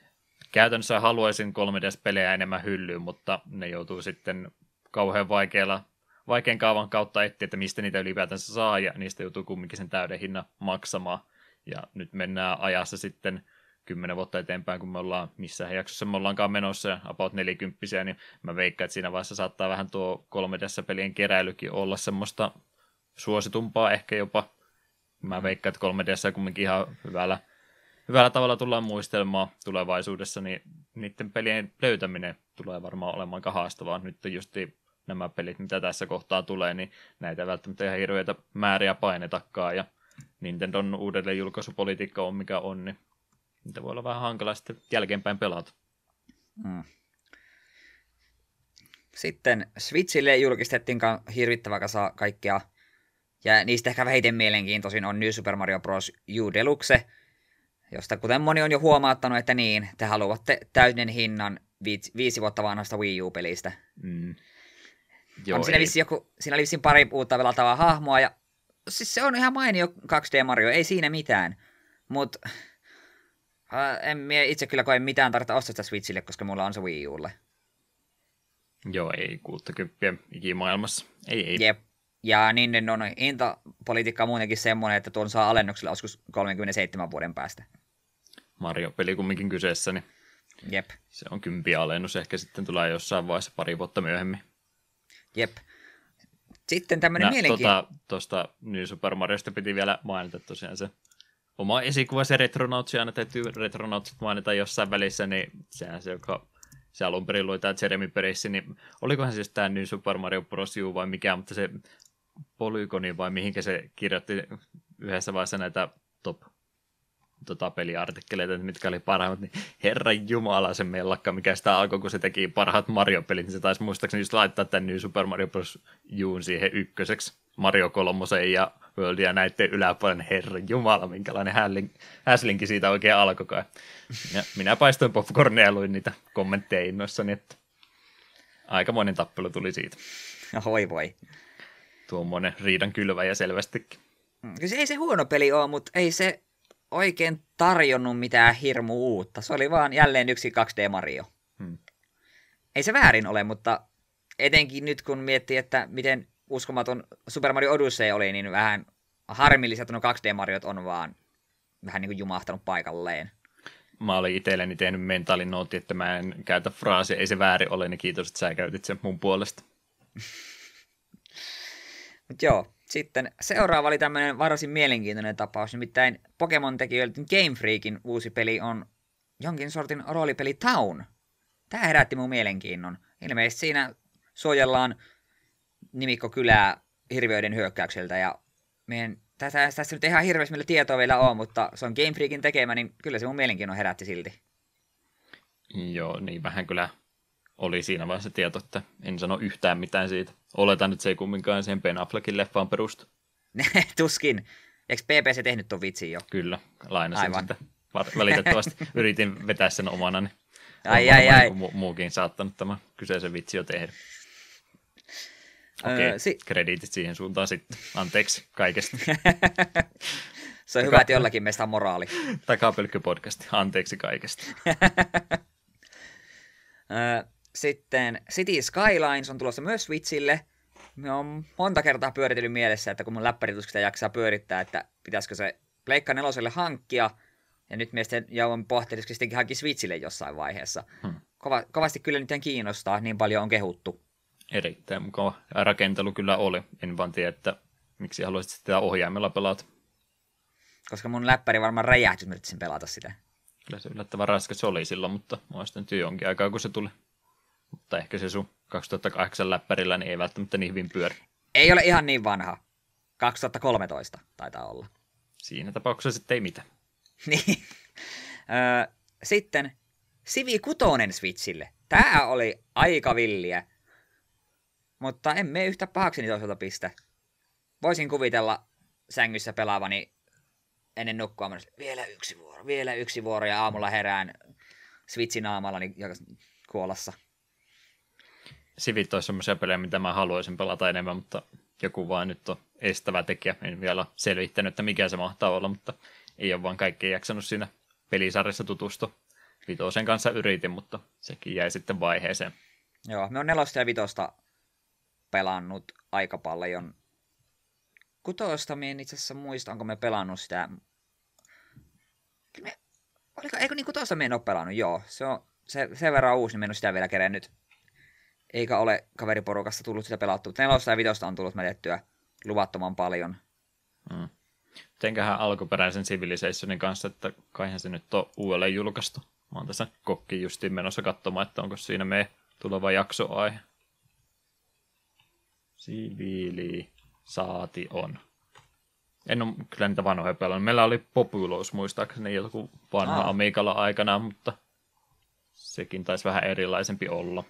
käytännössä haluaisin kolme D S-pelejä enemmän hyllyyn, mutta ne joutuu sitten kauhean vaikealla, vaikean kaavan kautta etsiä, että mistä niitä ylipäätänsä saa, ja niistä joutuu kumminkin sen täyden hinnan maksamaan. Ja nyt mennään ajassa sitten kymmenen vuotta eteenpäin, kun me ollaan missään jaksossa me ollaankaan menossa ja about nelikymppisiä, niin mä veikkaan, että siinä vaiheessa saattaa vähän tuo kolme D S-pelien keräilykin olla semmoista suositumpaa ehkä jopa. Mä veikkaan, että kolme D S kumminkin ihan hyvällä, hyvällä tavalla tullaan muistelmaan tulevaisuudessa, niin niiden pelien löytäminen tulee varmaan olemaan aika haastavaa. Nyt on just nämä pelit, mitä tässä kohtaa tulee, niin näitä ei välttämättä ihan hirveitä määriä painetakaan, ja Nintendon uudelleen julkaisupolitiikka on mikä on, niin niitä voi olla vähän hankala sitten jälkeenpäin pelata. Hmm. Sitten Switchille julkistettiin hirvittävä kasa kaikkea, ja niistä ehkä vähiten mielenkiintoisin on New Super Mario Bros. U Deluxe, josta kuten moni on jo huomauttanut, että niin, te haluatte täyden hinnan viisi, viisi vuotta vanhasta Wii U-pelistä. Mm. Joo, on siinä, joku, siinä oli vissiin pari uutta pelattavaa hahmoa, ja siis se on ihan mainio kaksi D Mario, ei siinä mitään, mutta en mie itse kyllä koe mitään tarvitse ostaa sitä Switchille, koska mulla on se Wii Ulle. Joo, ei kuusikymmentä ikimaailmassa. Ei, ei. Jep. Ja Nintendon hintapolitiikka on muutenkin semmoinen, että tuon saa alennuksella joskus kolmekymmentäseitsemän vuoden päästä. Mario-peli kumminkin kyseessä, niin Jep. Se on kympiä alennus, ehkä sitten tulee jossain vaiheessa pari vuotta myöhemmin. Jep. Sitten tämmöinen mielenkiintoinen. Tota, tuosta New Super Mariosta piti vielä mainita tosiaan se oma esikuva, se Retronauts, aina täytyy Retronautsit mainita jossain välissä, niin sehän se, joka se alun perin luo tämä Jeremy Perissi, niin olikohan siis tämä New Super Mario Bros. U vai mikä, mutta se Polygoni vai mihinkä se kirjoitti yhdessä vaiheessa näitä top tota, peliartikkeleita, mitkä oli parhaimmat, niin herran jumala se mellakka, mikä sitä alkoi, kun se teki parhaat Mario-pelit, niin se taisi muistaakseni just laittaa tämän New Super Mario Bros. Uun siihen ykköseksi Mario kolmosen ja World ja näiden yläpuolella, herran jumala, minkälainen häslinki siitä oikein alkoikaan. Ja minä paistoin popcornia ja luin niitä kommentteja innoissani, että aikamoinen tappelu tuli siitä. Voi voi. Tuommoinen riidan kylväjä selvästikin. Se ei se huono peli ole, mutta ei se oikein tarjonnut mitään hirmu uutta. Se oli vaan jälleen yksi kaksi D Mario. Hmm. Ei se väärin ole, mutta etenkin nyt kun miettii, että miten uskomaton Super Mario Odyssey oli, niin vähän harmillista, että nuo kaksi D Mariot on vaan vähän niin kuin jumahtanut paikalleen. Mä olin itselleni tehnyt mentaalinootti, että mä en käytä fraasia, ei se väärin ole, niin kiitos, että sä käytit sen mun puolesta. Mut joo, sitten seuraava oli tämmöinen varsin mielenkiintoinen tapaus, nimittäin Pokemon-tekijöiltä Game Freakin uusi peli on jonkin sortin roolipeli Town. Tämä herätti mun mielenkiinnon. Ilmeisesti siinä suojellaan nimikkokylää hirviöiden hyökkäykseltä, ja meidän, tässä, tässä nyt ei ihan hirveästi meillä tietoa vielä ole, mutta se on Game Freakin tekemä, niin kyllä se mun mielenkiinnon herätti silti. Joo, niin vähän kyllä oli siinä vaiheessa tieto, että en sano yhtään mitään siitä. Oletan, että se ei kumminkaan siihen Ben Affleckin leffaan perustu. Tuskin. Eikö P P C tehnyt tuon vitsin jo? Kyllä, lainasin Aivan. sitä. Valitettavasti yritin vetää sen omana, niin ai, ai, ai. Mu- muukin saattanut tämä kyseisen vitsi jo tehdä. Okei, okay, si- krediitit siihen suuntaan sitten. Anteeksi kaikesta. Se on Taka- hyvä, että jollakin meistä on moraali. Takapölkky-podcasti. Anteeksi kaikesta. Sitten City Skylines on tulossa myös Switchille. Me on monta kertaa pyöritellyt mielessä, että kun mun läppärituskista jaksaa pyörittää, että pitäisikö se Pleikka neloselle hankkia. Ja nyt mielestäni jauan pohtelisiko sittenkin hankki Switchille jossain vaiheessa. Hmm. Kova, kovasti kyllä niiden kiinnostaa, niin paljon on kehuttu. Erittäin mukava rakentelu kyllä oli. En vaan tiedä, että miksi haluaisit sitä ohjaimella pelata. Koska mun läppäri varmaan räjähti, jos mä yrittäisin pelata sitä. Kyllä se yllättävän raskas oli silloin, mutta mä sitten työ jonkin aikaa, kun se tuli. Mutta ehkä se sun kaksituhattakahdeksan läppärillä niin ei välttämättä niin hyvin pyöri. Ei ole ihan niin vanha. kaksituhattakolmetoista taitaa olla. Siinä tapauksessa sitten ei mitään. Niin. Sitten Civi kuusi Switchille. Tää oli aika villiä. Mutta en mene yhtä pahaksi niitä toisaalta pistä. Voisin kuvitella sängyssä pelaavani ennen nukkua. Vielä yksi vuoro, vielä yksi vuoro ja aamulla herään Switchin naamallani kuolassa. Sivit olisi sellaisia pelejä, mitä mä haluaisin pelata enemmän, mutta joku vaan nyt on estävä tekijä. En vielä selvittänyt, että mikä se mahtaa olla, mutta ei ole vaan kaikkea jaksanut siinä pelisarjassa tutustua Vitosen kanssa yritin, mutta sekin jäi sitten vaiheeseen. Joo, me on nelosta ja vitosta pelannut aika paljon. Kutosta me en itse asiassa muista, onko me pelannut sitä. Me, oliko, eikö niin kutosta me en ole pelannut, joo. Se on se, sen verran uusi, niin me en ole sitä vielä kerennyt. Eikä ole kaveriporukasta tullut sitä pelattua. Nelosta ja vitosta on tullut metettyä luvattoman paljon. Hmm. Mitenköhän alkuperäisen Civilizationin kanssa, että kaihan se nyt on uudelleen julkaistu. Mä oon tässä kokkiin justiin menossa katsomaan, että onko siinä meidän tuleva jaksoaihe. Civilisaation. En ole kyllä niitä vanhoja pelannut. Meillä oli Populous muistaakseni joku vanha ah. Amigalla aikanaan, mutta sekin taisi vähän erilaisempi olla.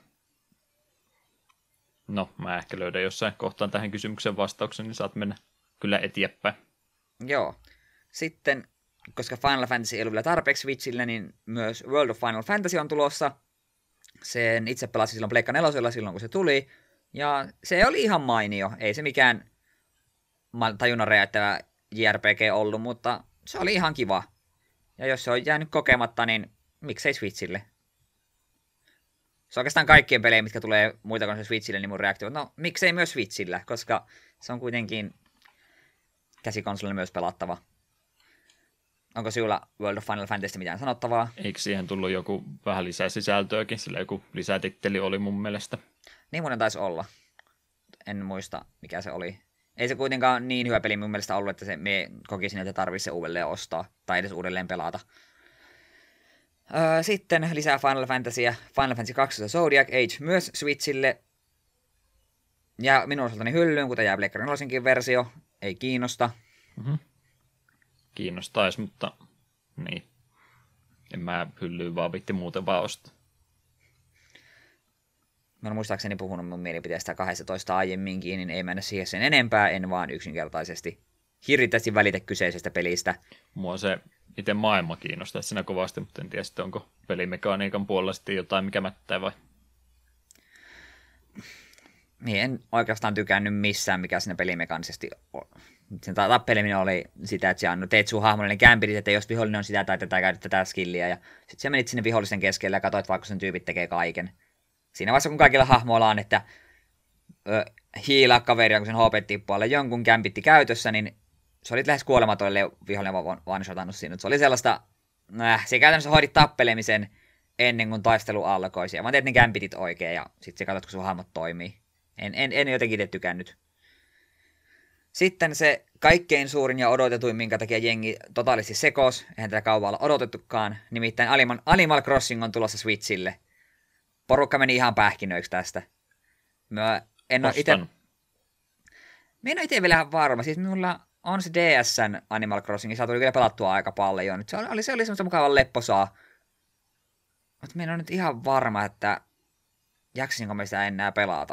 No, mä ehkä löydän jossain kohtaan tähän kysymyksen vastauksen, niin saat mennä kyllä eteenpäin. Joo. Sitten, koska Final Fantasy ei ollut vielä tarpeeksi Switchille, niin myös World of Final Fantasy on tulossa. Sen itse pelasin silloin Pleikka nelosella silloin, kun se tuli. Ja se oli ihan mainio. Ei se mikään tajunnan räjäyttävä J R P G ollut, mutta se oli ihan kiva. Ja jos se on jäänyt kokematta, niin miksei Switchille? Se on oikeastaan kaikkien pelejä, mitkä tulee muita kuin se Switchille, niin mun reaktio on, no miksei myös Switchillä, koska se on kuitenkin käsikonsolilla myös pelattava. Onko sinulla World of Final Fantasy mitään sanottavaa? Eikö siihen tullut joku vähän lisää sisältöäkin, sillä joku lisätitteli oli mun mielestä. Niin muuten taisi olla. En muista, mikä se oli. Ei se kuitenkaan niin hyvä peli mun mielestä ollut, että se, me kokisin, että tarvitsisi se uudelleen ostaa tai edes uudelleen pelata. Öö, sitten lisää Final Fantasyä. Final Fantasy kaksi Zodiac Age myös Switchille. Ja minun osaltani hyllyyn, kuten jää Pleikka nelosenkin versio. Ei kiinnosta. Mm-hmm. Kiinnostaisi, mutta niin. En mä hyllyyn vaan vitti muuten vaan ostaa. Mä olen muistaakseni puhunut mun mielipiteestä kaksitoista aiemminkin, niin ei mennä siihen sen enempää, en vaan yksinkertaisesti hirvittävästi välitä kyseisestä pelistä. Mua se itse maailma kiinnostaa siinä kovasti, mutta en tiedä sitten, onko pelimekaniikan puolella sitten jotain, mikä mättää vai? Niin, en oikeastaan tykännyt missään, mikä siinä pelimekaanisesti on. Sen tappeleminen oli sitä, että no, teet sun hahmolle ne kämpirit, että jos vihollinen on sitä tai tätä, käytät tätä skilliä, ja sitten sä menit sinne vihollisen keskelle ja katsoit, vaikka sen tyypit tekee kaiken. Siinä vaiheessa, kun kaikilla hahmoilla on, että ö, hiilaa kaveria, kun sen H P tippuu alle jonkun kämpitti käytössä, niin se oli lähes kuolematoille vihollinen vaan one-shotannut siinä. Se oli sellaista, äh, se käytännössä hoidit tappelemisen ennen kuin taistelu alkoi. Ja vaan teet ne kämpitit oikein ja sitten sä katsot, kun sun hahmot toimii. En, en, en jotenkin itse tykännyt. Sitten se kaikkein suurin ja odotetuin, minkä takia jengi totaalisti sekos, eihän tätä kauan olla odotettukaan, nimittäin Animal, Animal Crossing on tulossa Switchille. Porukka meni ihan pähkinöiksi tästä. Mä en ole ite... Mä en ole itse vielä varma. Siis minulla on se D S:n Animal Crossing, se tuli kyllä pelattua aika paljon. Se oli, se oli semmoista mukavan lepposaa. Mutta mä en ole nyt ihan varma, että jaksinko me sitä enää pelata.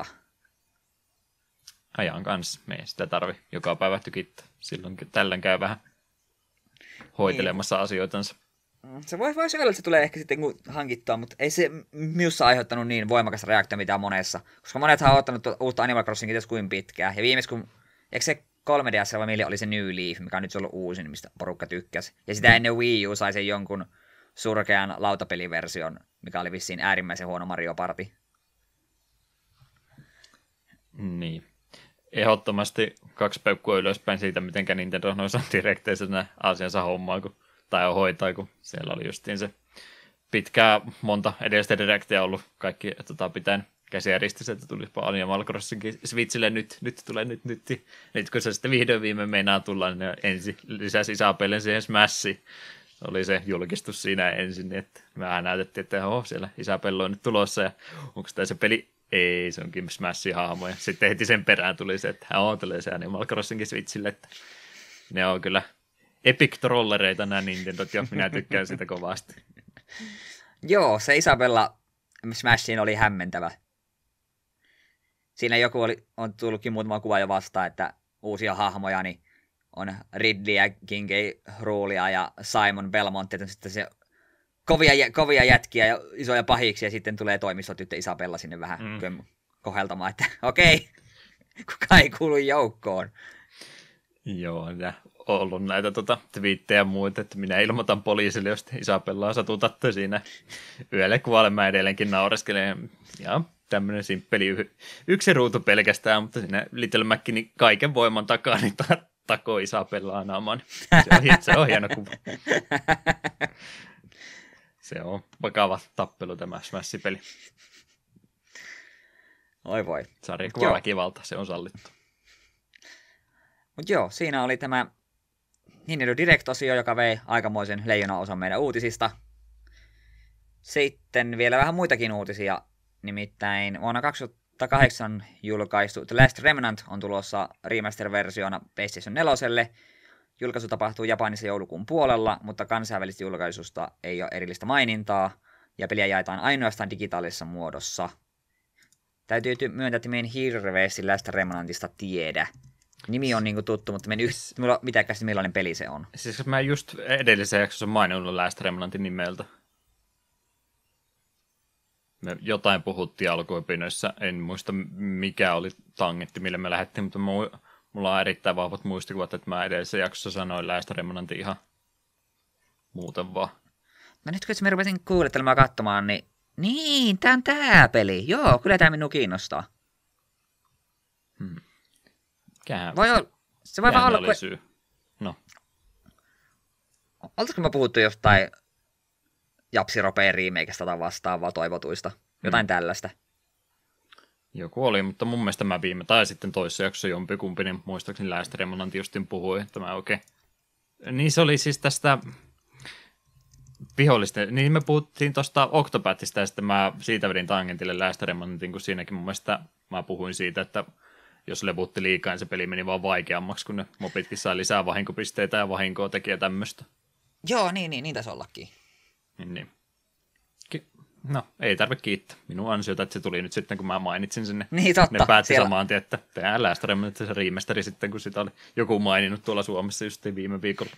Ajan kanssa. Me ei sitä tarvi joka päivä tykittää. Silloin tällöin käy vähän hoitelemassa niin asioitansa. Se voi, voisi olla, että se tulee ehkä sitten hankittua, mutta ei se minussa aiheuttanut niin voimakasta reaktio mitä monessa. Koska monethan on ottanut uutta Animal Crossingia tietysti kuin pitkään. Ja viimeis kun, eikö se kolme D S vai millä oli se New Leaf, mikä on nyt ollut uusin, mistä porukka tykkäsi. Ja sitä ennen Wii U sai sen jonkun surkean lautapeliversion, mikä oli vissiin äärimmäisen huono Mario Party. Niin. Ehdottomasti kaksi peukkua ylöspäin siitä, miten Nintendo noissa direkteissä nämä asiansa hommaa, kun, tai hoitaa, kun siellä oli justiin se pitkää monta edellistä direktiä ollut kaikki tota, pitäen käsiä ristissä, että tulisipa Animal Crossingin Switchille nyt, nyt tulee nyt, nyt. Nyt kun se sitten vihdoin viime meinaa tulla, niin ensin lisäsi Isabellen siihen Smashiin. Oli se julkistus siinä ensin, että vähän näytettiin, että oho, siellä Isabella on nyt tulossa ja onko tämä se peli? Ei, se onkin Smashin hahmo. Ja sitten heti sen perään tuli se, että hän tulee se Animal Crossingin Switchille, että ne on kyllä epic trollereita nämä Nintendot, ja minä tykkään sitä kovasti. Joo, se Isabella Smashin oli hämmentävä. Siinä joku oli, on tullutkin muutama kuva jo vastaan, että uusia hahmoja niin on Ridleyä, King K. Roolia ja Simon Belmont, että sitten se kovia, kovia jätkiä ja isoja pahiksi, ja sitten tulee toimistotyttö Isabella sinne vähän mm. koheltamaan, että okei, kuka ei kuulu joukkoon. Joo, ja ollut näitä tota, twiittejä ja muita, että minä ilmoitan poliisille, jos Isabellaa satutatte siinä yölle kuvalle. Mä edelleenkin naureskelen. Ja tämmöinen simppeli y- yksi ruutu pelkästään, mutta siinä Little Mac niin kaiken voiman takaa niin ta- takoo Isabellaa naamaan. Se on, se on hieno kuva. Se on vakava tappelu tämä Smash-peli. Oi voi. Sarjakuva väkivalta, se on sallittu. Mutta joo, siinä oli tämä Nintendo Direct-osio, joka vei aikamoisen leijonaosan meidän uutisista. Sitten vielä vähän muitakin uutisia. Nimittäin vuonna kaksituhattakahdeksan julkaistu The Last Remnant on tulossa remaster-versiona PlayStation neljälle. Julkaisu tapahtuu Japanissa joulukuun puolella, mutta kansainvälistä julkaisusta ei ole erillistä mainintaa, ja peliä jaetaan ainoastaan digitaalisessa muodossa. Täytyy myöntää, että me en hirveästi Last Remnantista tiedä. Nimi on niinku tuttu, mutta en yht... mitään käsittää, millainen peli se on. Siis mä just edellisessä jaksossa maininnut Last Remnantin nimeltä. Me jotain puhuttiin alkuopinnoissa, en muista mikä oli tangetti, millä me lähdettiin, mutta mulla on erittäin vahvat muistikuvat, että mä edellisessä jaksossa sanoin Last Remnantin ihan muuten vaan. No nyt kun mä rupesin kuulettelemaan katsomaan, niin niin, tää on tää peli. Joo, kyllä tää minua kiinnostaa. Hmm. Kähän, voi olla, se voi vaan olla, oli syy. No. Oltaisiko me puhuttu jostain Japsi Ropeen remakeista tai vastaavaa toivotuista? Jotain hmm. tällaista. Joku oli, mutta mun mielestä mä viime, tai sitten toisessa jaksossa jompikumpi, niin muistaakseni Last Remnant justin puhui, että mä oikein. Niin se oli siis tästä vihollisten, niin me puhuttiin tuosta Octopathista, ja sitten mä siitä vedin tangentille Last Remnantin, kun siinäkin mun mielestä mä puhuin siitä, että jos levutti liikaa, niin se peli meni vaan vaikeammaksi, kun ne mopitkin sai lisää vahinkopisteitä ja vahinkoa teki ja tämmöistä. Joo, niin, niin, niin taisi ollakin. Niin, niin. No, ei tarvitse kiittää. Minun ansiota, että se tuli nyt sitten, kun mä mainitsin sinne. Niin, totta. Ne päätti siellä... samaan tien, että tehdään Last Remnantin se remasteri sitten, kun sitä oli joku maininnut tuolla Suomessa just viime viikolla.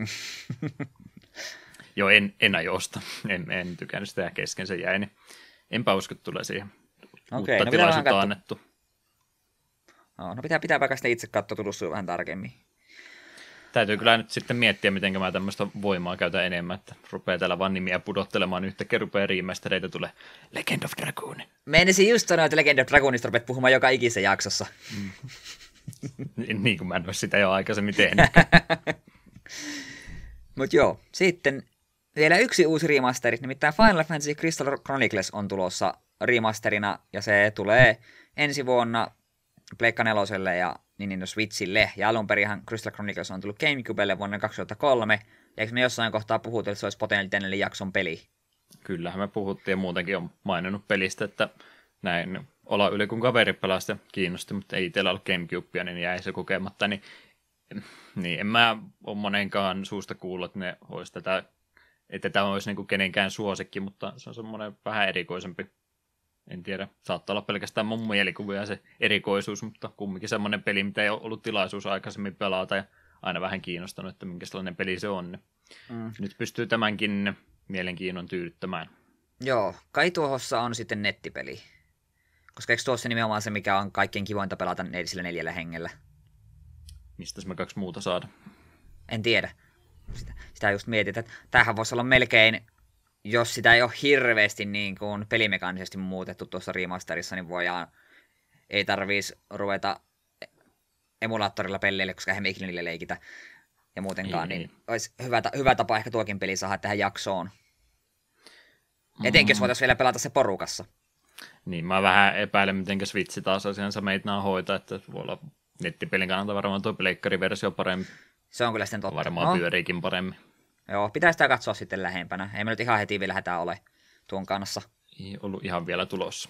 Joo, en, en aio osta. En, en tykännyt sitä ja kesken se jäi, niin enpä usko, että tulee siihen. Okei, uutta no tilaisuutta annettu. No, no pitää, pitää vaikka sitä itse katsoa tutustua vähän tarkemmin. Täytyy kyllä nyt sitten miettiä, miten mä tämmöistä voimaa käytän enemmän, että rupeaa täällä vaan nimiä pudottelemaan yhtäkkiä, rupeaa remastereita, tulee Legend of Dragoon. Menisin just sanoa, että Legend of Dragoonista rupeat puhumaan joka ikisessä jaksossa. Mm. Niin kuin mä en ole sitä jo aikaisemmin tehnyt. Mut joo, sitten vielä yksi uusi remasteri, nimittäin Final Fantasy Crystal Chronicles on tulossa remasterina, ja se tulee ensi vuonna Pleikka neloselle ja Nintendo Switchille, ja alun perinhan Crystal Chronicles on tullut GameCubelle vuonna kaksituhattakolme, ja eikö me jossain kohtaa puhuttu, että se olisi potentiaalinen jakson peli? Kyllähän me puhuttiin, ja muutenkin on maininnut pelistä, että näin olla yli kun kaveri pelasi ja kiinnosti, mutta ei itsellä ollut GameCubea, niin jäi se kokematta, niin, niin en mä ole monenkaan suusta kuullut, että ne olisi tätä, että tämä olisi niin kuin kenenkään suosikki, mutta se on semmoinen vähän erikoisempi. En tiedä, saattaa olla pelkästään mun mielikuvia se erikoisuus, mutta kumminkin semmoinen peli, mitä ei ole ollut tilaisuus aikaisemmin pelata ja aina vähän kiinnostanut, että minkä sellainen peli se on. Mm. Nyt pystyy tämänkin mielenkiinnon tyydyttämään. Joo, kai tuohossa on sitten nettipeli. Koska eikö tuossa nimenomaan se, mikä on kaikkein kivointa pelata sillä neljällä hengellä? Mistäs me kaksi muuta saada? En tiedä. Sitä, sitä just mietit, että tämähän voisi olla melkein, jos sitä ei ole hirveästi niin kuin pelimekaanisesti muutettu tuossa remasterissa, niin voidaan, ei tarvitsisi ruveta emulaattorilla pelleille, koska eihän me ikinä niille leikitä ja muutenkaan, ei, niin ei. Olisi hyvä, hyvä tapa ehkä tuokin peli saada tähän jaksoon. Mm. Etenkin jos voitaisiin vielä pelata se porukassa. Niin, mä vähän epäilen, miten Switch taas asiansa meitä hoitaa, että voi olla nettipelin kannalta varmaan tuo pleikkariversio paremmin. Se on kyllä sitten totta. Varmaan no. Pyöriikin paremmin. Joo, pitää sitä katsoa sitten lähempänä. Ei me nyt ihan heti vielä hätää ole tuon kanssa. Ei ollut ihan vielä tulossa.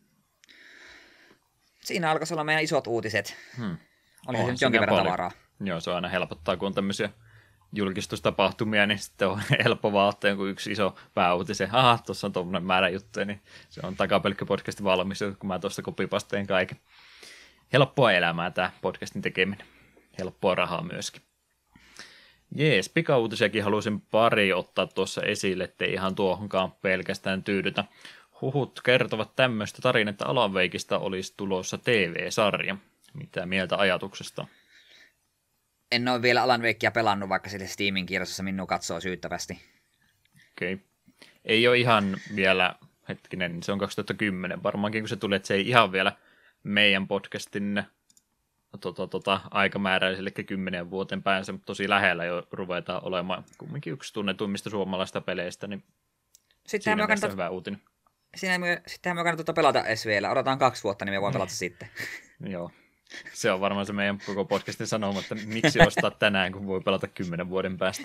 Siinä alkaisi olla meidän isot uutiset. Hmm. Oli se nyt jonkin verran paljon tavaraa. Joo, se aina helpottaa, kun on tämmöisiä julkistustapahtumia, niin sitten on helppo vaan ottaa joku yksi iso pääuutisen. Aha, tuossa on tuommoinen määrä juttuja, niin se on takapelkkä-podcasti valmis, kun mä tuosta kopipasteen kaiken. Helppoa elämää tämä podcastin tekeminen. Helppoa rahaa myöskin. Jees, pikauutisiakin halusin pari ottaa tuossa esille, ettei ihan tuohonkaan pelkästään tyydytä. Huhut kertovat tämmöistä tarinaa, että Alan Wakeista olisi tulossa T V-sarja. Mitä mieltä ajatuksesta? En ole vielä Alan Wakea pelannut, vaikka sille Steamin kirjoissa minua katsoo syyttävästi. Okei. Okay. Ei ole ihan vielä, hetkinen, se on kaksituhattakymmenen varmaankin, kun se tuli, että se ei ihan vielä meidän podcastin tota, tota, aikamäärä, eli kymmenen vuoden päänsä, mutta tosi lähellä jo ruvetaan olemaan kumminkin yksi tunnetuimmista suomalaista peleistä, niin Sittenhän siinä me mielessä kannata, hyvä uutinen. me, sittenhän me kannattaa pelata edes vielä. Odotetaan kaksi vuotta, niin me voin pelata sitten. Joo. Se on varmaan se meidän koko podcastin sanoma, että miksi ostaa tänään, kun voi pelata kymmenen vuoden päästä.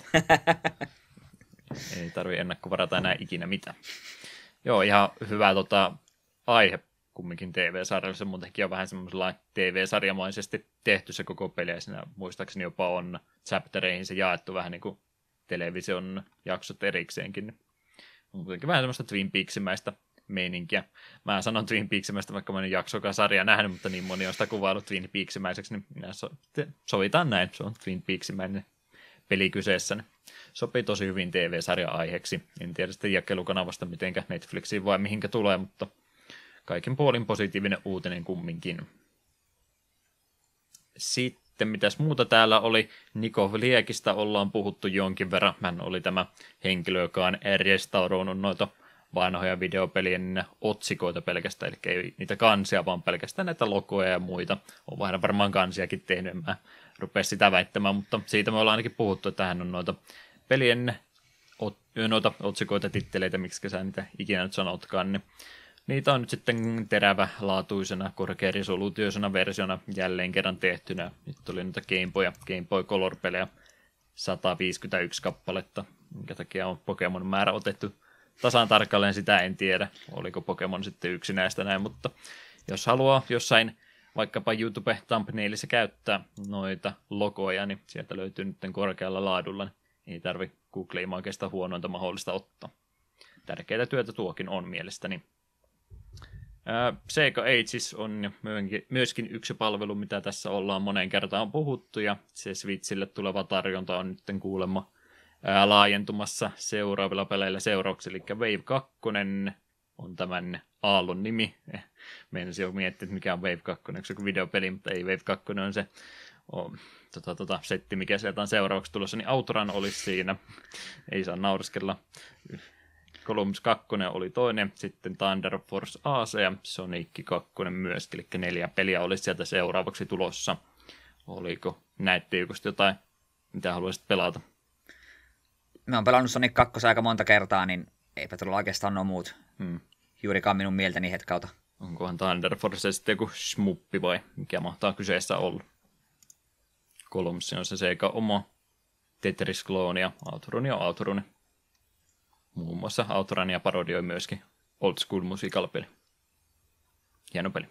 Ei tarvitse ennakkovarata enää ikinä mitään. Joo, ihan hyvä tota, aihe kumminkin T V-sarjalle. Se muutenkin on vähän semmoisella T V-sarjamaisesti tehty se koko peli. Ja siinä muistaakseni jopa on chaptereihin se jaettu vähän niin kuin television jaksot erikseenkin. Muutenkin vähän semmoista Twin Peaksimäistä meininkiä. Mä sanon Twin Peaksimäistä, vaikka mä en jaksokaan sarjaa nähnyt, mutta niin moni on sitä kuvaillut Twin Peaksimäiseksi, niin minä so- sovitaan näin. Se on Twin Peaksimäinen peli kyseessä. Sopii tosi hyvin T V-sarja-aiheeksi. En tiedä sitten jakelukanavasta mitenkä Netflixiin vai mihinkä tulee, mutta kaiken puolin positiivinen uutinen kumminkin. Sitten mitäs muuta täällä oli? Niko Liekistä ollaan puhuttu jonkin verran. Hän oli tämä henkilö, joka on restauroinut noita vanhoja videopelien otsikoita pelkästään, eli ei niitä kansia, vaan pelkästään näitä logoja ja muita. On vähän varmaan kansiakin tehnyt, en mä rupea sitä väittämään, mutta siitä me ollaan ainakin puhuttu, että hän on noita pelien ot, noita otsikoita, titteleitä, miksi sä niitä ikinä nyt sanotkaan, niin niitä on nyt sitten terävälaatuisena, korkearesoluutioisena versiona jälleen kerran tehtynä. Nyt tuli niitä Game Boy ja Game Boy Color-pelejä sata viisikymmentäyksi kappaletta, minkä takia on Pokemon määrä otettu tasan tarkalleen, sitä en tiedä, oliko Pokemon sitten yksi näistä näin, mutta jos haluaa jossain vaikkapa YouTube-thumbnailissa käyttää noita logoja, niin sieltä löytyy nyt korkealla laadulla, niin ei tarvi Google-imakeista huonointa mahdollista ottaa. Tärkeää työtä tuokin on mielestäni. Sega Ages on myöskin yksi palvelu, mitä tässä ollaan moneen kertaan puhuttu, ja se Switchille tuleva tarjonta on nyt kuulemma ää, laajentumassa seuraavilla peleillä seuraavaksi, eli Wave kaksi on tämän aallon nimi. Meinasin jo miettiä, että mikä on Wave kaksi, onko se videopeli, mutta ei, Wave kaksi on se on, tota, tota, setti, mikä sieltä on seuraavaksi tulossa, niin Outrun olisi siinä, ei saa nauriskella. Columns kaksi oli toinen, sitten Thunder Force A C ja Sonic kaksi myöskin, eli neljä peliä olisi sieltä seuraavaksi tulossa. Oliko näette jotain, mitä haluaisit pelata? Mä oon pelannut Sonic kaksi aika monta kertaa, niin eipä tullut oikeastaan nuo muut. Hmm. Juurikaan minun mieltäni hetkalta. Onkohan Thunder Force sitten joku smuppi vai mikä mahtaa kyseessä olla? Columns on se Sega oma Tetris-klooni ja Outrun ja Outrun. Muun muassa Outrania parodioi myöskin Old School Musical-peli. Hieno peli.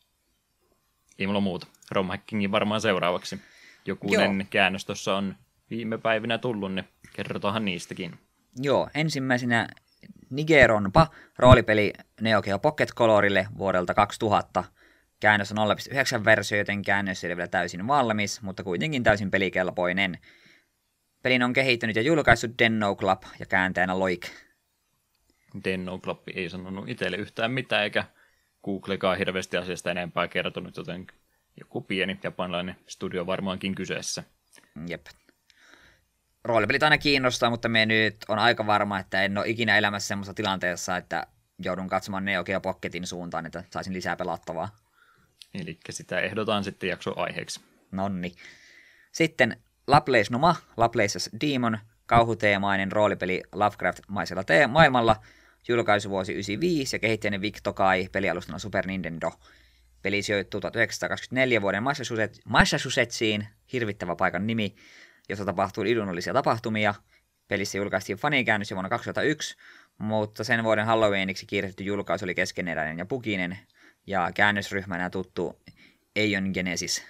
Ei mulla muuta. Rom Hackingin varmaan seuraavaksi. Jokunen käännös tuossa on viime päivinä tullut, niin kerrotaanhan niistäkin. Joo, ensimmäisenä Nigeronpa roolipeli Neo Geo Pocket Colorille vuodelta kaksituhatta. Käännös on nolla pilkku yhdeksän versio, joten käännös ei ole vielä täysin valmis, mutta kuitenkin täysin pelikelpoinen. Pelin on kehittänyt ja julkaissut Denno Club ja kääntäjänä Loik. Denno Club ei sanonut itselle yhtään mitään, eikä Googlekaan hirveästi asiasta enempää kertonut, joten joku pieni japanilainen studio varmaankin kyseessä. Jep. Roolipelit aina kiinnostaa, mutta me nyt on aika varma, että en ole ikinä elämässä semmoisessa tilanteessa, että joudun katsomaan Neo Geo Pocketin suuntaan, että saisin lisää pelattavaa. Eli sitä ehdotaan sitten jakso aiheeksi. Nonni. Sitten Laplace Numa, Laplace's Demon, kauhuteemainen roolipeli Lovecraft-maisella te- maailmalla, julkaisuvuosi yhdeksänkymmentäviisi ja kehittäjänne Vic Tokai, pelialustana Super Nintendo. Peli sijoittuu tuhatyhdeksänsataakaksikymmentäneljä vuoden Massachusetts- Massachusettsiin, hirvittävä paikan nimi, jossa tapahtui idunnollisia tapahtumia. Pelissä julkaistiin fanikäännös jo vuonna kaksituhattayksi, mutta sen vuoden Halloweeniksi kiirehditty julkaisu oli keskeneräinen ja buginen, ja käännösryhmänä tuttu Eion Genesis.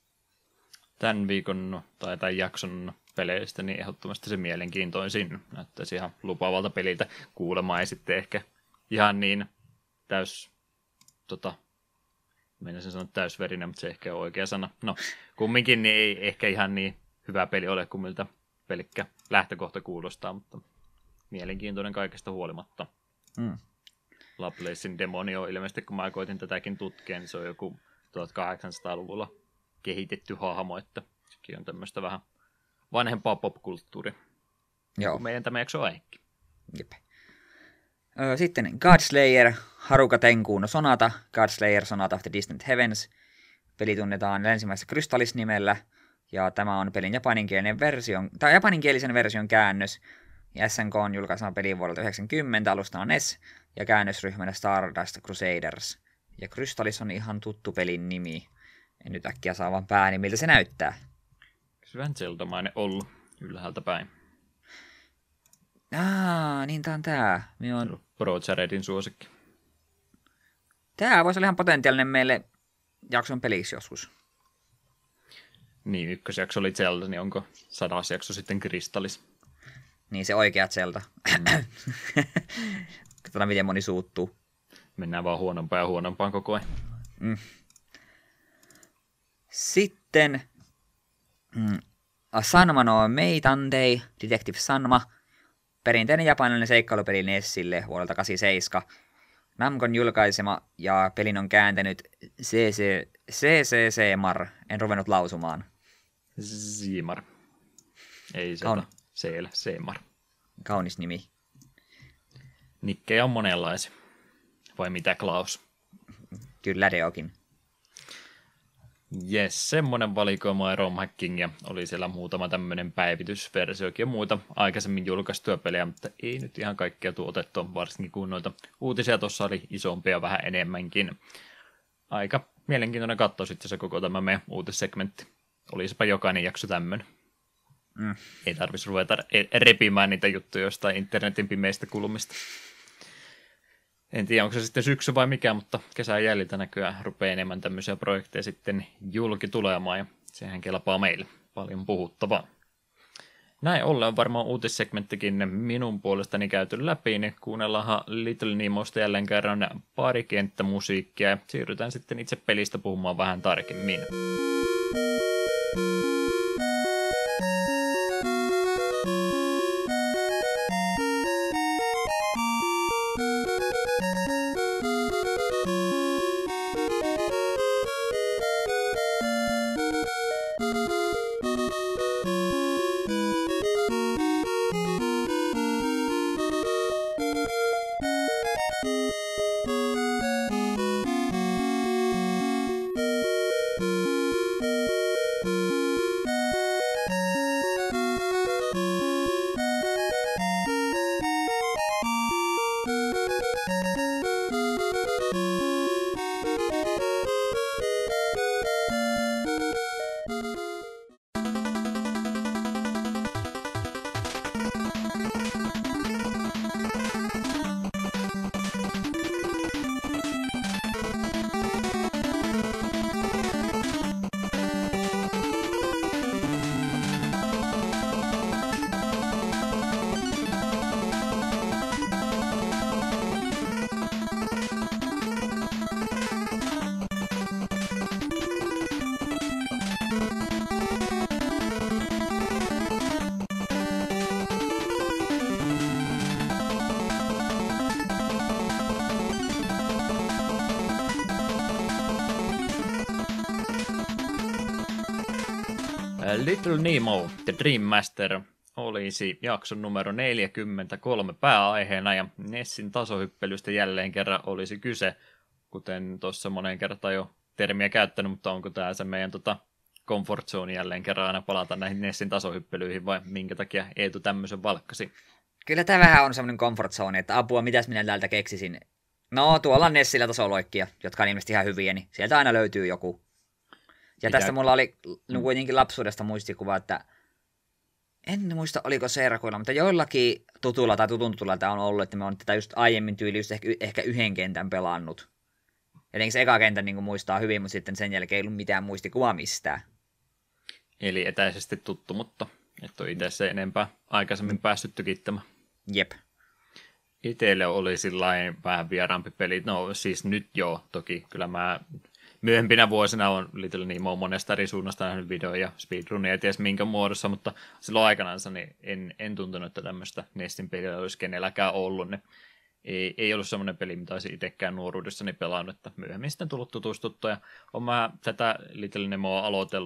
Tämän viikon tai tämän jakson peleistä niin ehdottomasti se mielenkiintoisin. Näyttäisi ihan lupaavalta peliltä kuulemaan, ei sitten ehkä ihan niin täys, tota, meinasin sanoa täysverinen, mutta se ehkä on oikea sana. No, kumminkin niin ei ehkä ihan niin hyvä peli ole kuin miltä pelkkä lähtökohta kuulostaa, mutta mielenkiintoinen kaikesta huolimatta. Mm. Laplacein demoni on ilmeisesti, kun mä koitin tätäkin tutkia, niin se on joku tuhatkahdeksansataaluvulla kehitetty hahmo, että Sekin on tämmöistä vähän vanhempaa popkulttuuria. Joo. Meidän tämä jakso aihekin. Jep. Sitten Godslayer, Haruka Tenkuun Sonata, Godslayer Sonata of the Distant Heavens. Peli tunnetaan länsimaisessa Crystallis-nimellä, ja tämä on pelin japaninkielinen version, tai japaninkielisen version käännös. Ja S N K on julkaisema peli vuodelta yhdeksänkymmentä, alustana N E S, ja käännösryhmänä Stardust Crusaders. Ja Crystallis on ihan tuttu pelin nimi. En nyt äkkiä saa vaan pääni, miltä se näyttää. Syvän Zelda-mainen ollut ylhäältä päin. Aa, niin tää on tää. On... Pro Jaredin suosikki. Tää voisi olla ihan potentiaalinen meille jakson peliksi joskus. Niin, ykkösjakso oli Zelda, niin onko sadas jakso sitten Crystallis? Niin, se oikea Zelda. Mm. Katsotaan, miten moni suuttuu. Mennään vaan huonompaan ja huonompaan koko ajan. Mm. Sitten mm, Sanma no Meitandei, Detective Sanma. Perinteinen japanilainen seikkailupeli Nessille vuodelta kahdeksankymmentäseitsemän. Namcon julkaisema ja pelin on kääntänyt C C C Mar. En ruvennut lausumaan. Zimar. Ei se Kaun... C-llä, C-mar. Kaunis nimi. Nikkejä on monenlaisia. Vai mitä, Klaus? Kyllä, Deokin. Jes, semmonen valikoima ROM hackingia. Oli siellä muutama tämmönen päivitysversiokin ja muita aikaisemmin julkaistuja pelejä, mutta ei nyt ihan kaikkea tuotettu, varsinkin kun noita uutisia tuossa oli isompia vähän enemmänkin. Aika mielenkiintoinen katsoa sitten se koko tämä meidän uutissegmentti. Olisipa jokainen jakso tämmönen. Mm. Ei tarvitsisi ruveta repimään niitä juttuja jostain internetin pimeistä kulmista. En tiedä, onko se sitten syksy vai mikä, mutta kesän jäljiltä näköjään rupeaa enemmän tämmöisiä projekteja sitten julki tulemaan, ja sehän kelpaa meille paljon puhuttavaa. Näin ollen on varmaan uutissegmenttikin minun puolestani käyty läpi, niin kuunnellaanhan Little Nemosta jälleen kerran pari kenttämusiikkia, ja siirrytään sitten itse pelistä puhumaan vähän tarkemmin. Little Nemo, The Dream Master, olisi jakson numero neljäkymmentäkolme pääaiheena, ja Nessin tasohyppelystä jälleen kerran olisi kyse, kuten tuossa moneen kertaan jo termiä käyttänyt, mutta onko tämä se meidän tota, comfort zone jälleen kerran aina palata näihin Nessin tasohyppelyihin, vai minkä takia Eetu tämmöisen valkkasi? Kyllä tämä vähän on semmoinen comfort zone, että apua, mitäs minä täältä keksisin. No, tuolla on Nessillä tasoloikkia, jotka on ilmeisesti ihan hyviä, niin sieltä aina löytyy joku. Ja Mitä? Tästä mulla oli no, kuitenkin lapsuudesta muistikuva, että en muista oliko Seerakuilla, mutta joillakin tutulla tai tutun tutulla tämä on ollut, että me on tätä just aiemmin tyyli just ehkä, ehkä yhden kentän pelannut. Jotenkin se eka kentän niin muistaa hyvin, mutta sitten sen jälkeen ei ollut mitään muistikuvaa mistään. Eli etäisesti tuttu, mutta et ole itse se enempää aikaisemmin päässyt tykittämään. Jep. Itselle oli sillain vähän vieraampi peli. No siis nyt joo, toki kyllä mä myöhempinä vuosina on Little Nemo monesta eri suunnasta nähnyt videoja ja speedrunia ja ties minkä muodossa, mutta silloin aikanaan niin en, en tuntunut, että tämmöistä Nestin peliä olisi kenelläkään ollut. Ne ei, ei ollut semmoinen peli, mitä olisin itsekään nuoruudessani pelannut, että myöhemmin sitten tullut tutustuttua. Ja olen mä tätä Little Nemoa aloitellut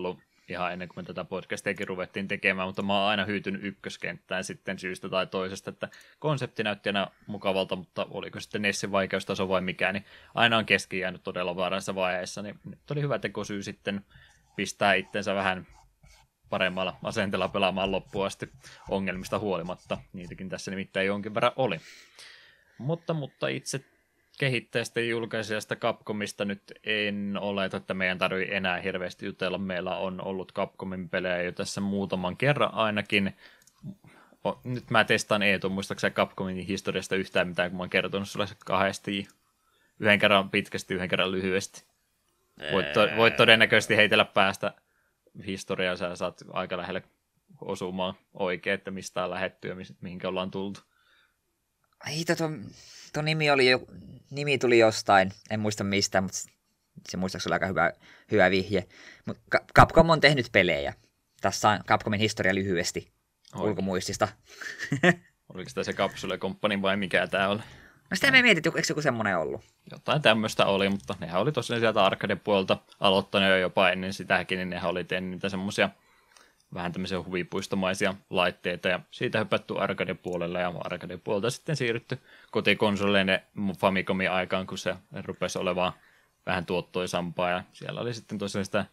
ihan ennen kuin me tätä podcastiakin ruvettiin tekemään, mutta mä oon aina hyytynyt ykköskenttään sitten syystä tai toisesta, että konsepti näytti aina mukavalta, mutta oliko sitten Nessin vaikeustaso vai mikä, niin aina on keski jäänyt todella vaarallisessa vaiheessa, niin nyt oli hyvä tekosyy sitten pistää itsensä vähän paremmalla asenteella pelaamaan loppuun asti ongelmista huolimatta. Niitäkin tässä nimittäin jonkin verran oli. Mutta, mutta itse kehittäjästä ja julkaisijasta Capcomista nyt en oleta, että meidän tarvii enää hirveästi jutella. Meillä on ollut Capcomin pelejä jo tässä muutaman kerran ainakin. Nyt mä testaan Eetu, muistaakseni Capcomin historiasta yhtään mitään, kun mä oon kertonut sulle kahdesti. Yhden kerran pitkästi, yhden kerran lyhyesti. Voit, to- voit todennäköisesti heitellä päästä historiaa, sä saat aika lähelle osumaan oikein, että mistä on lähetty ja mihinkä ollaan tultu. Ai, tuo, tuo nimi, oli jo, nimi tuli jostain, en muista mistä, mutta se muistaakseni oli aika hyvä, hyvä vihje. Mut Capcom on tehnyt pelejä. Tässä on Capcomin historia lyhyesti Oikein. Ulkomuistista. Oliko tämä se Capsule Company vai mikä tämä oli? No sitä me mietit, eikö joku semmoinen ollut? Jotain tämmöistä oli, mutta nehän oli tosiaan sieltä arcade-puolelta aloittanut jo jopa ennen sitäkin, niin nehän oli tehnyt niitä semmoisia vähän tämmöisiä huvipuistomaisia laitteita, ja siitä hypätty arcade-puolelle, ja arcade-puolelta sitten siirrytty kotikonsoleiden Famicomin aikaan, kun se rupesi olemaan vähän tuottoisampaa, ja siellä oli sitten tosiaan sitä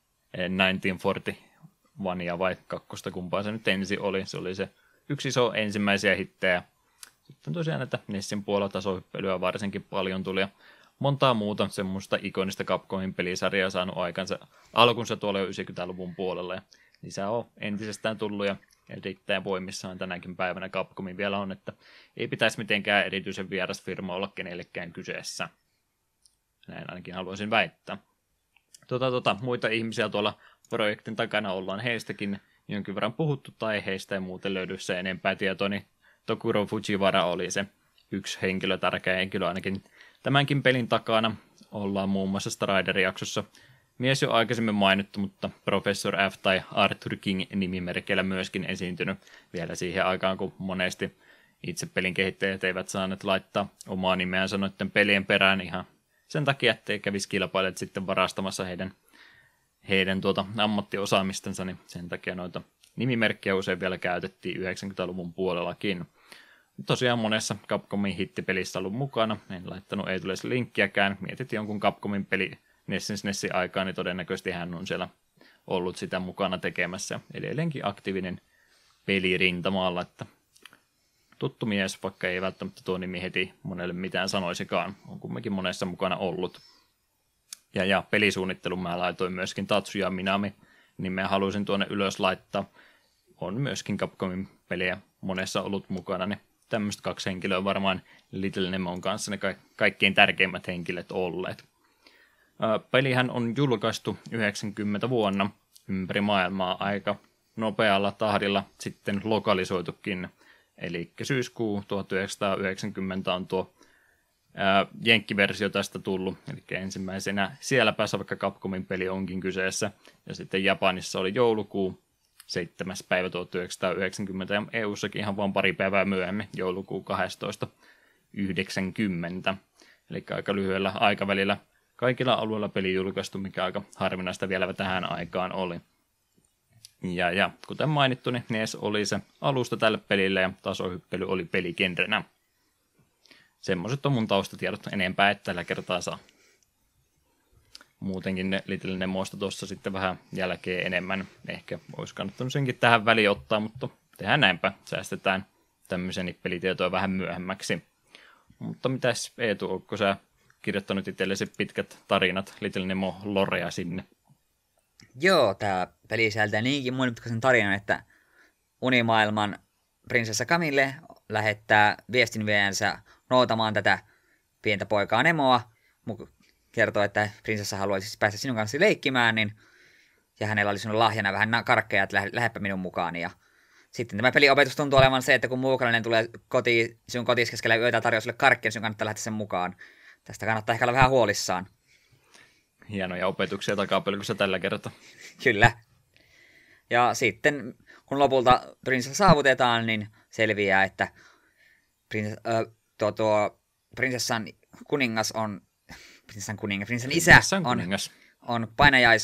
tuhatyhdeksänsataaneljäkymmentäyksi vai kakkosta, kumpaa se nyt ensin oli, se oli se yksi iso ensimmäisiä hittejä. Sitten tosiaan näitä Nessin puolella tasohyppelyä varsinkin paljon tuli, ja montaa muuta semmoista ikonista Capcomin pelisarjaa saanut aikansa alkunsa tuolla jo yhdeksänkymmentäluvun puolella, ja lisää on entisestään tullut, ja erittäin voimissaan tänäkin päivänä Capcomin vielä on, että ei pitäisi mitenkään erityisen vieras firma olla kenellekään kyseessä. Näin ainakin haluaisin väittää. Tota, tota, muita ihmisiä tuolla projektin takana ollaan heistäkin jonkin verran puhuttu, tai heistä ei muuten löydy se enempää tietoa, niin Tokuro Fujiwara oli se yksi henkilö, tärkeä henkilö ainakin tämänkin pelin takana. Ollaan muun muassa Strider-jaksossa mies jo aikaisemmin mainittu, mutta Professor F tai Arthur King nimimerkeillä myöskin esiintynyt vielä siihen aikaan, kun monesti itse pelin kehittäjät eivät saaneet laittaa omaa nimeänsä noiden pelien perään ihan sen takia, ettei kävisi kilpailijat sitten varastamassa heidän, heidän tuota ammattiosaamistensa, niin sen takia noita nimimerkkiä usein vielä käytettiin yhdeksänkymmentäluvun puolellakin. Tosiaan monessa Capcomin hittipelissä ollut mukana, en laittanut ei tule linkkiäkään, mietit jonkun Capcomin peli Nessin Nessin aikaa, niin todennäköisesti hän on siellä ollut sitä mukana tekemässä. Edelleenkin aktiivinen pelirintamalla, että tuttu mies, vaikka ei välttämättä tuo nimi heti monelle mitään sanoisikaan, on kumminkin monessa mukana ollut. Ja, ja pelisuunnittelun mä laitoin myöskin Tatsuya Minami, niin mä halusin tuonne ylös laittaa. On myöskin Capcomin pelejä monessa ollut mukana, niin tämmöistä kaksi henkilöä varmaan Little Nemon kanssa ne ka- kaikkein tärkeimmät henkilöt olleet. Ää, pelihän on julkaistu yhdeksänkymmentä vuonna ympäri maailmaa aika nopealla tahdilla sitten lokalisoitukin. Eli syyskuu tuhatyhdeksänsataayhdeksänkymmentä on tuo ää, jenkkiversio tästä tullut, eli ensimmäisenä siellä päässä, vaikka Capcomin peli onkin kyseessä, ja sitten Japanissa oli joulukuu seitsemäs päivä tuhatyhdeksänsataayhdeksänkymmentä, ja E U:ssakin ihan vain pari päivää myöhemmin, joulukuu kahdestoista yhdeksänkymmentä, eli aika lyhyellä aikavälillä kaikilla alueilla peli julkaistu, mikä aika harvinaista vielä tähän aikaan oli. Ja, ja kuten mainittu, niin N E S oli se alusta tälle pelille, ja tasohyppely oli peligenrenä. Semmoiset on mun taustatiedot, enempää et tällä kertaa saa. Muutenkin ne Little Nemosta tuossa sitten vähän jälkeen enemmän. Ehkä olisi kannattanut senkin tähän väliin ottaa, mutta tehdään näinpä. Säästetään tämmöisen pelitietoja vähän myöhemmäksi. Mutta mitäs Eetu, ootko sä kirjoittanut itsellesi pitkät tarinat Little Nemo lorea sinne? Joo, tää peli sisältää niinkin monimutkaisen tarinan, että unimaailman prinsessa Camille lähettää viestinviejänsä noutamaan tätä pientä poikaa Nemoa. Kertoo, että prinsessa haluaisi siis päästä sinun kanssa leikkimään, niin, ja hänellä oli sinun lahjana vähän karkkeja, että lähdepä minun mukaan. Ja sitten tämä peliopetus tuntuu olevan se, että kun muukalainen tulee kotiin, sinun kotiin keskellä yötä tarjoaa sinulle karkkia, sinun kannattaa lähteä sen mukaan. Tästä kannattaa ehkä olla vähän huolissaan. Hienoja opetuksia takapelkyssä tällä kertaa. Kyllä. Ja sitten, kun lopulta prinsessa saavutetaan, niin selviää, että prins, äh, tuo, tuo prinsessan kuningas on, prinsessan kuningas, prinsessan isä on, on painajais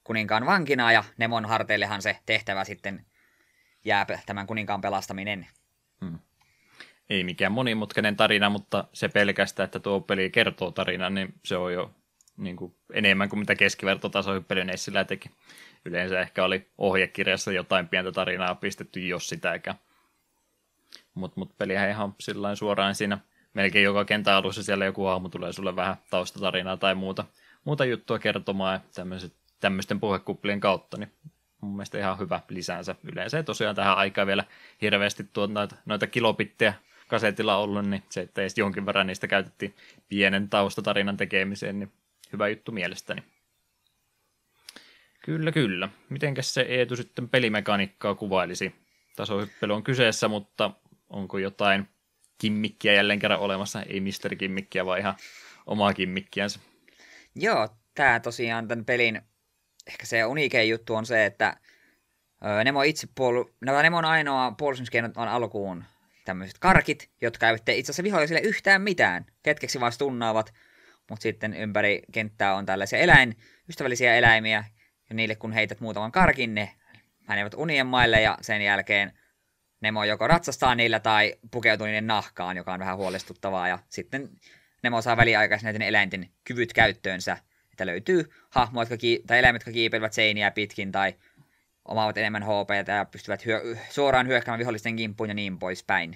kuninkaan vankina, ja Nemon harteillehan se tehtävä sitten jää tämän kuninkaan pelastaminen. Hmm. Ei mikään monimutkainen tarina, mutta se pelkästään, että tuo peli kertoo tarinan, niin se on jo niin kuin enemmän kuin mitä keskivertotasohyppely Nessillä teki. Yleensä ehkä oli ohjekirjassa jotain pientä tarinaa pistetty, jos sitäkään. Mutta mut pelihän ihan sillain suoraan siinä melkein joka kentän alussa siellä joku hahmo tulee sulle vähän taustatarinaa tai muuta, muuta juttua kertomaan tämmöisten puhekuplien kautta, niin mun mielestä ihan hyvä lisänsä. Yleensä ei tosiaan tähän aikaan vielä hirveästi tuota, noita, noita kilopittejä kasetilla ollut, niin se, että edes jonkin verran niistä käytettiin pienen taustatarinan tekemiseen, niin hyvä juttu mielestäni. Kyllä, kyllä. Mitenkäs se Eetu sitten pelimekaniikkaa kuvailisi? Tasohyppely on kyseessä, mutta onko jotain kimmikkiä jälleen kerran olemassa? Ei mister Kimmikkiä, vaan ihan omaa kimmikkiänsä. Joo, tää tosiaan tämän pelin ehkä se unikein juttu on se, että Nemo itse puolu... Nemon ainoa puolustuskeino on alkuun tämmöiset karkit, jotka eivät tee itse asiassa vihollisille yhtään mitään. Hetkeksi vaan stunnaavat, mutta sitten ympäri kenttää on tällaisia eläin, ystävällisiä eläimiä, ja niille kun heität muutaman karkin, ne menevät unien maille, ja sen jälkeen Nemo joko ratsastaa niillä tai pukeutuu niiden nahkaan, joka on vähän huolestuttavaa, ja sitten Nemo saa väliaikaisesti näiden eläinten kyvyt käyttöönsä, että löytyy hahmoja, jotka kii- tai eläimet, jotka kiipeilevät seiniä pitkin, tai omaavat enemmän H P:tä ja pystyvät hyö- suoraan hyökkäämään vihollisten kimppuun ja niin poispäin.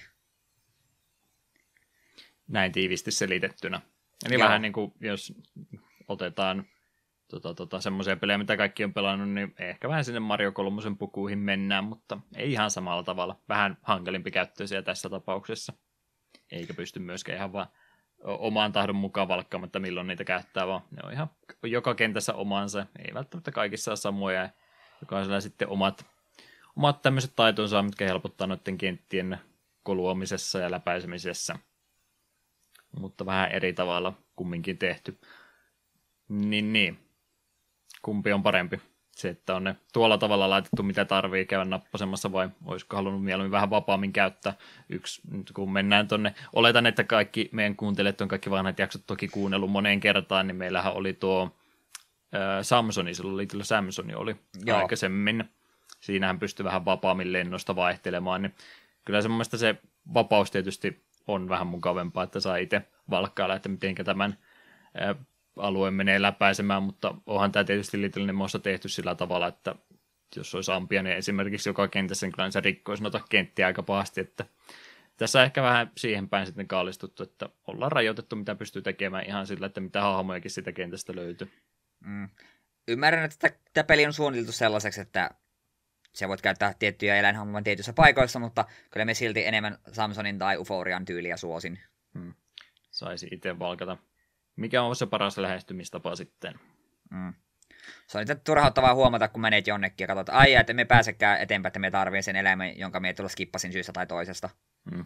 Näin tiivisti selitettynä. Eli Joo. vähän niin kuin, jos otetaan tota, tota, semmoisia pelejä, mitä kaikki on pelannut, niin ehkä vähän sinne Mario kolmosen pukuihin mennään, mutta ei ihan samalla tavalla. Vähän hankalimpi käyttöisiä tässä tapauksessa. Eikä pysty myöskään ihan vaan omaan tahdon mukaan valkkaamaan, milloin niitä käyttää, vaan ne on ihan joka kentässä omansa. Ei välttämättä kaikissa ole samoja. Jokaisella sitten omat, omat tämmöiset taitonsa, mitkä helpottaa noiden kenttien koluamisessa ja läpäisemisessä. Mutta vähän eri tavalla kumminkin tehty. Niin, niin. Kumpi on parempi? Se, että on ne tuolla tavalla laitettu, mitä tarvii käydä nappasemassa, vai olisiko halunnut mieluummin vähän vapaammin käyttää? Yksi, nyt kun mennään tonne, oletan, että kaikki meidän kuuntelijat on kaikki vanhat jaksot toki kuunnellut moneen kertaan, niin meillähän oli tuo ää, Samsoni, silloin Little Samsoni oli Joo. aikaisemmin. Siinähän pystyi vähän vapaammin lennosta vaihtelemaan, niin kyllä se mun mielestä se vapaus tietysti on vähän mukavempaa, että saa itse valkkailla, että miten tämän ää, alue menee läpäisemään, mutta onhan tämä tietysti Little Nemossa tehty sillä tavalla, että jos olisi ampia, niin esimerkiksi joka kentässä niin kyllä se rikkoisi noita kenttiä aika pahasti, että tässä on ehkä vähän siihen päin sitten kallistuttu, että ollaan rajoitettu, mitä pystyy tekemään ihan sillä, että mitä hahmojakin sitä kentästä löytyy. Mm. Ymmärrän, että tämä peli on suunniteltu sellaiseksi, että sä voit käyttää tiettyjä eläinhahmoja tietyissä paikoissa, mutta kyllä me silti enemmän Samsonin tai Euphorian tyyliä suosin. Hmm. Saisi itse valkata. Mikä on se paras lähestymistapa sitten? Mm. Se on nyt turhauttavaa huomata, kun menet jonnekin ja katsot, ai että me pääsekään eteenpäin, että me tarvitsemme sen eläimen, jonka me tulla skippasin syystä tai toisesta. Hmm.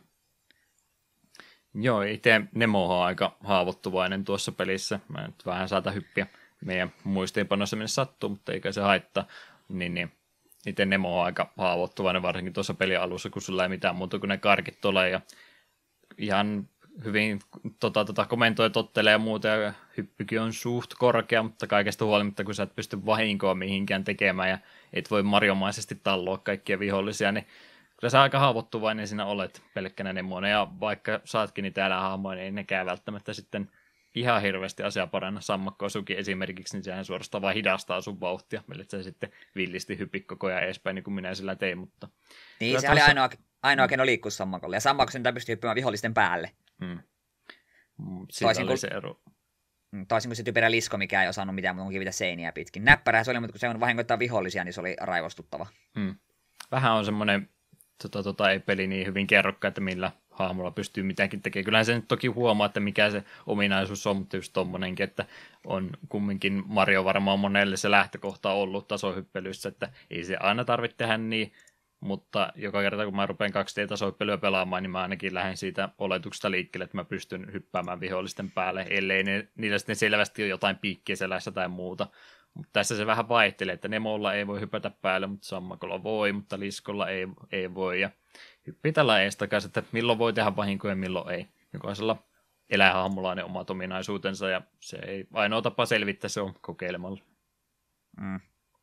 Joo, itse Nemo on aika haavoittuvainen tuossa pelissä. Mä nyt vähän saata hyppiä meidän muistiinpanossa minne sattuu, mutta eikä se haittaa. Niin, niin. Itse Nemo on aika haavoittuvainen, varsinkin tuossa pelin alussa, kun sulla ei mitään muuta kuin ne karkit ole. Ja ihan hyvin tota, tota, kommentoi, tottelee ja muuta, ja hyppykin on suht korkea, mutta kaikesta huolimatta, kun sä et pysty vahinkoa mihinkään tekemään, ja et voi mariomaisesti talloa kaikkia vihollisia, niin kyllä sä aika haavoittuvainen siinä olet pelkkänä Nemona, ja vaikka saatkin niitä täällä hahmoja, niin ei nekään välttämättä sitten ihan hirveästi asiaa paranna. Sammakkoasukin esimerkiksi, niin sehän suorastaan vaan hidastaa sun vauhtia, meille se sitten villisti hypi koko ajan edespäin, niin kuin minä sillä tein, mutta... Niin, se tuossa... oli ainoa, ainoa keino liikkua sammakolle, ja sammakko sen pystyy hyppimään vihollisten päälle. Hmm. Toisin kuin se ero. Toisin kuin se typerä lisko, mikä ei osannut mitään muuta kuin kivitä seiniä pitkin. Näppärää se oli, mutta kun se on vahingoittaa vihollisia, niin se oli raivostuttava. Hmm. Vähän on semmoinen, tota, tota, ei peli niin hyvin kerrokka, että millä hahmolla pystyy mitäkin tekemään. Kyllähän se nyt toki huomaa, että mikä se ominaisuus on, mutta just tommonenkin, että on kumminkin Mario varmaan monelle se lähtökohta ollut tasohyppelyssä, että ei se aina tarvitse tehdä niin, mutta joka kerta kun mä rupean kaksi D-tasohyppelyä pelaamaan, niin mä ainakin lähden siitä oletuksesta liikkeelle, että mä pystyn hyppäämään vihollisten päälle, ellei ne, niillä sitten selvästi ole jotain piikkiä selässä tai muuta. Mutta tässä se vähän vaihtelee, että Nemolla ei voi hypätä päälle, mutta Sammakolla voi, mutta Liskolla ei, ei voi. Ja hyppii tällä eestakaisin, että milloin voi tehdä vahinkoja ja milloin ei. Jokaisella eläinhahmolla on ne omat ominaisuutensa, ja se ei ainoa tapa selvittää se on kokeilemalla. Mm.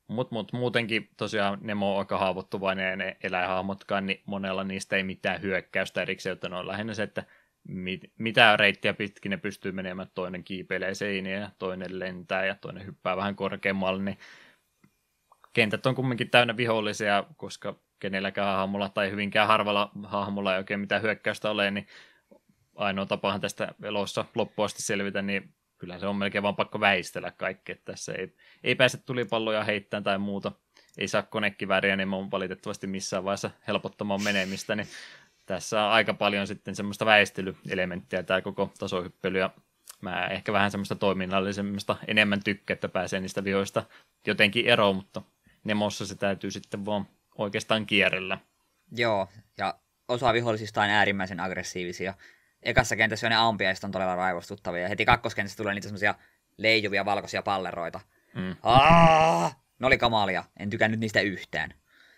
Mutta mut, muutenkin tosiaan Nemo on aika haavoittuvainen ja ne eläinhahmotkaan, niin monella niistä ei mitään hyökkäystä erikseen, joten on lähinnä se, että mit, mitä reittiä pitkin ne pystyy menemään, toinen kiipeilee seiniä ja toinen lentää ja toinen hyppää vähän korkeammalle, niin kentät on kumminkin täynnä vihollisia, koska kenelläkään hahmolla tai hyvinkään harvalla hahmolla ei oikein mitään hyökkäystä ole, niin ainoa tapahan tästä elossa loppuun asti selvitä, niin kyllä se on melkein vaan pakko väistellä kaikki, että tässä ei, ei pääse tulipalloja heittämään tai muuta. Ei saa konekivääriä, niin on valitettavasti missään vaiheessa helpottamaan menemistä, niin tässä on aika paljon sitten semmoista väistelyelementtiä tämä koko tasohyppely, ja mä ehkä vähän semmoista toiminnallisemmasta enemmän tykkää, että pääsee niistä vihoista jotenkin eroon, mutta Nemossa se täytyy sitten vaan oikeastaan kierrellä. Joo, ja osa vihollisista on äärimmäisen aggressiivisia. Ekassa kentässä ne ampiaiset on todella raivostuttavia, ja heti kakkoskentässä tulee niitä semmoisia leijuvia valkoisia palleroita. Mm. Aaaa! Ne oli kamalia, en tykännyt niistä yhtään.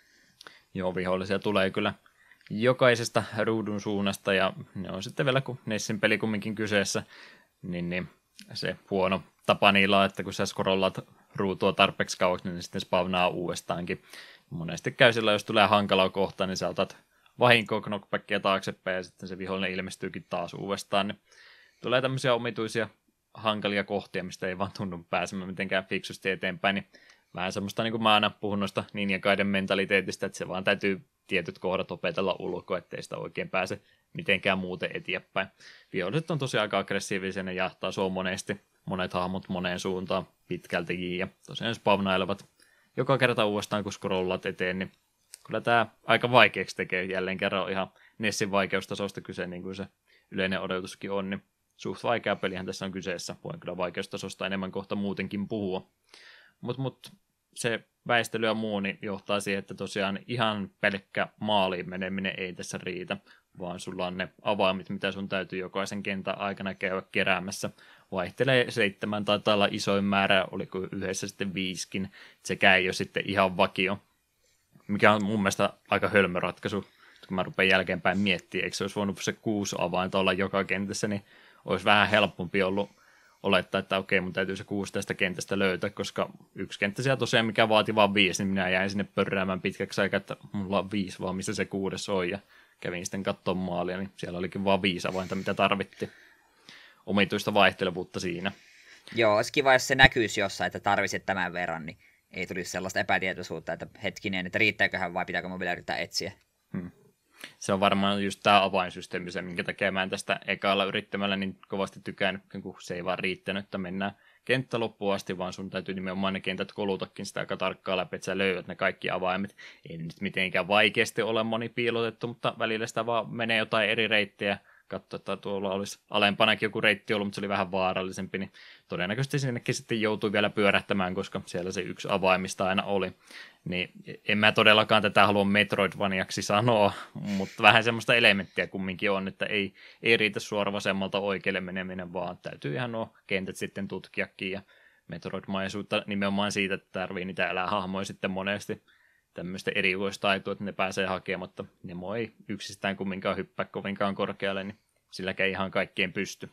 Joo, vihollisia tulee kyllä jokaisesta ruudun suunnasta, ja ne on sitten vielä, kun Nessin peli kumminkin kyseessä, niin, niin se huono tapa niillä on, että kun sä scrollaat ruutua tarpeeksi kauaksi, niin sitten spawnaa uudestaankin. Monesti käy sillä, jos tulee hankala kohta, niin sä otat vahinkoa knockbackia taaksepäin, ja sitten se vihollinen ilmestyykin taas uudestaan. Niin tulee tämmöisiä omituisia hankalia kohtia, mistä ei vaan tunnu pääsemään mitenkään fiksusti eteenpäin, niin vähän semmoista, niin kuin mä aina puhun noista Ninja Gaiden mentaliteetistä, että se vaan täytyy tietyt kohdat opetella ulkoa, ettei sitä oikein pääse mitenkään muuten eteenpäin. Viholliset on tosiaan aika aggressiivisia, ne jahtaa sua monesti, monet hahmot moneen suuntaan pitkältikin, ja tosiaan spawnailevat joka kerta uudestaan, kun scrollat eteen, niin kyllä tämä aika vaikeaksi tekee jälleen kerran ihan Nessin vaikeustasosta kyse, niin kuin se yleinen odotuskin on, niin suht vaikea pelihän tässä on kyseessä. Voin kyllä vaikeustasosta enemmän kohta muutenkin puhua. Mutta mut, se väistely ja muu niin johtaa siihen, että tosiaan ihan pelkkä maaliin meneminen ei tässä riitä, vaan sulla on ne avaimet, mitä sun täytyy jokaisen kentän aikana käydä keräämässä. Vaihtelee seitsemän, taitaa olla isoin määrä, oliko yhdessä sitten viiskin. Sekä ei ole sitten ihan vakio, mikä on mun mielestä aika hölmö ratkaisu, kun mä rupean jälkeenpäin miettimään, eikö se olisi voinut se kuusi avainta olla joka kentässä, niin olisi vähän helpompi ollut olettaa, että okei, mun täytyy se kuusi tästä kentästä löytää, koska yksi kenttä siellä tosiaan, mikä vaati vaan viisi, niin minä jäin sinne pörräämään pitkäksi aikaa, että mulla on viisi vaan, missä se kuudes on, ja kävin sitten katsomaan maalia, niin siellä olikin vaan viisi avainta, mitä tarvittiin. Omituista vaihtelevuutta siinä. Joo, olisi kiva, jos se näkyisi jossain, että tarvisit tämän verran, niin ei tulisi sellaista epätietoisuutta, että hetkinen, että riittääköhän vai pitääkö mun vielä yrittää etsiä. Hmm. Se on varmaan just tämä avainsysteemi, se, minkä takia mä en tästä ekalla yrittämällä niin kovasti tykännyt, kun se ei vaan riittänyt, että mennään kenttä loppuun asti, vaan sun täytyy nimenomaan ne kentät kolutakin sitä aika tarkkaan läpi, että sä löydät ne kaikki avaimet. Ei nyt mitenkään vaikeasti ole moni piilotettu, mutta välillä sitä vaan menee jotain eri reittejä. Katso, että tuolla olisi alempanakin joku reitti ollut, mutta se oli vähän vaarallisempi, niin todennäköisesti sinnekin sitten joutui vielä pyörähtämään, koska siellä se yksi avaimista aina oli. Niin en mä todellakaan tätä halua Metroidvaniaksi sanoa, mutta vähän semmoista elementtiä kumminkin on, että ei, ei riitä suora vasemmalta oikealle meneminen, vaan täytyy ihan nuo kentät sitten tutkiakin, ja Metroidmaisuutta nimenomaan siitä, että tarvii niitä elähahmoja sitten monesti tämmöistä erikoistaitoa, että ne pääsee hakematta. Nemo ei yksistään kumminkaan hyppää kovinkaan korkealle, niin silläkään ihan kaikkien pysty.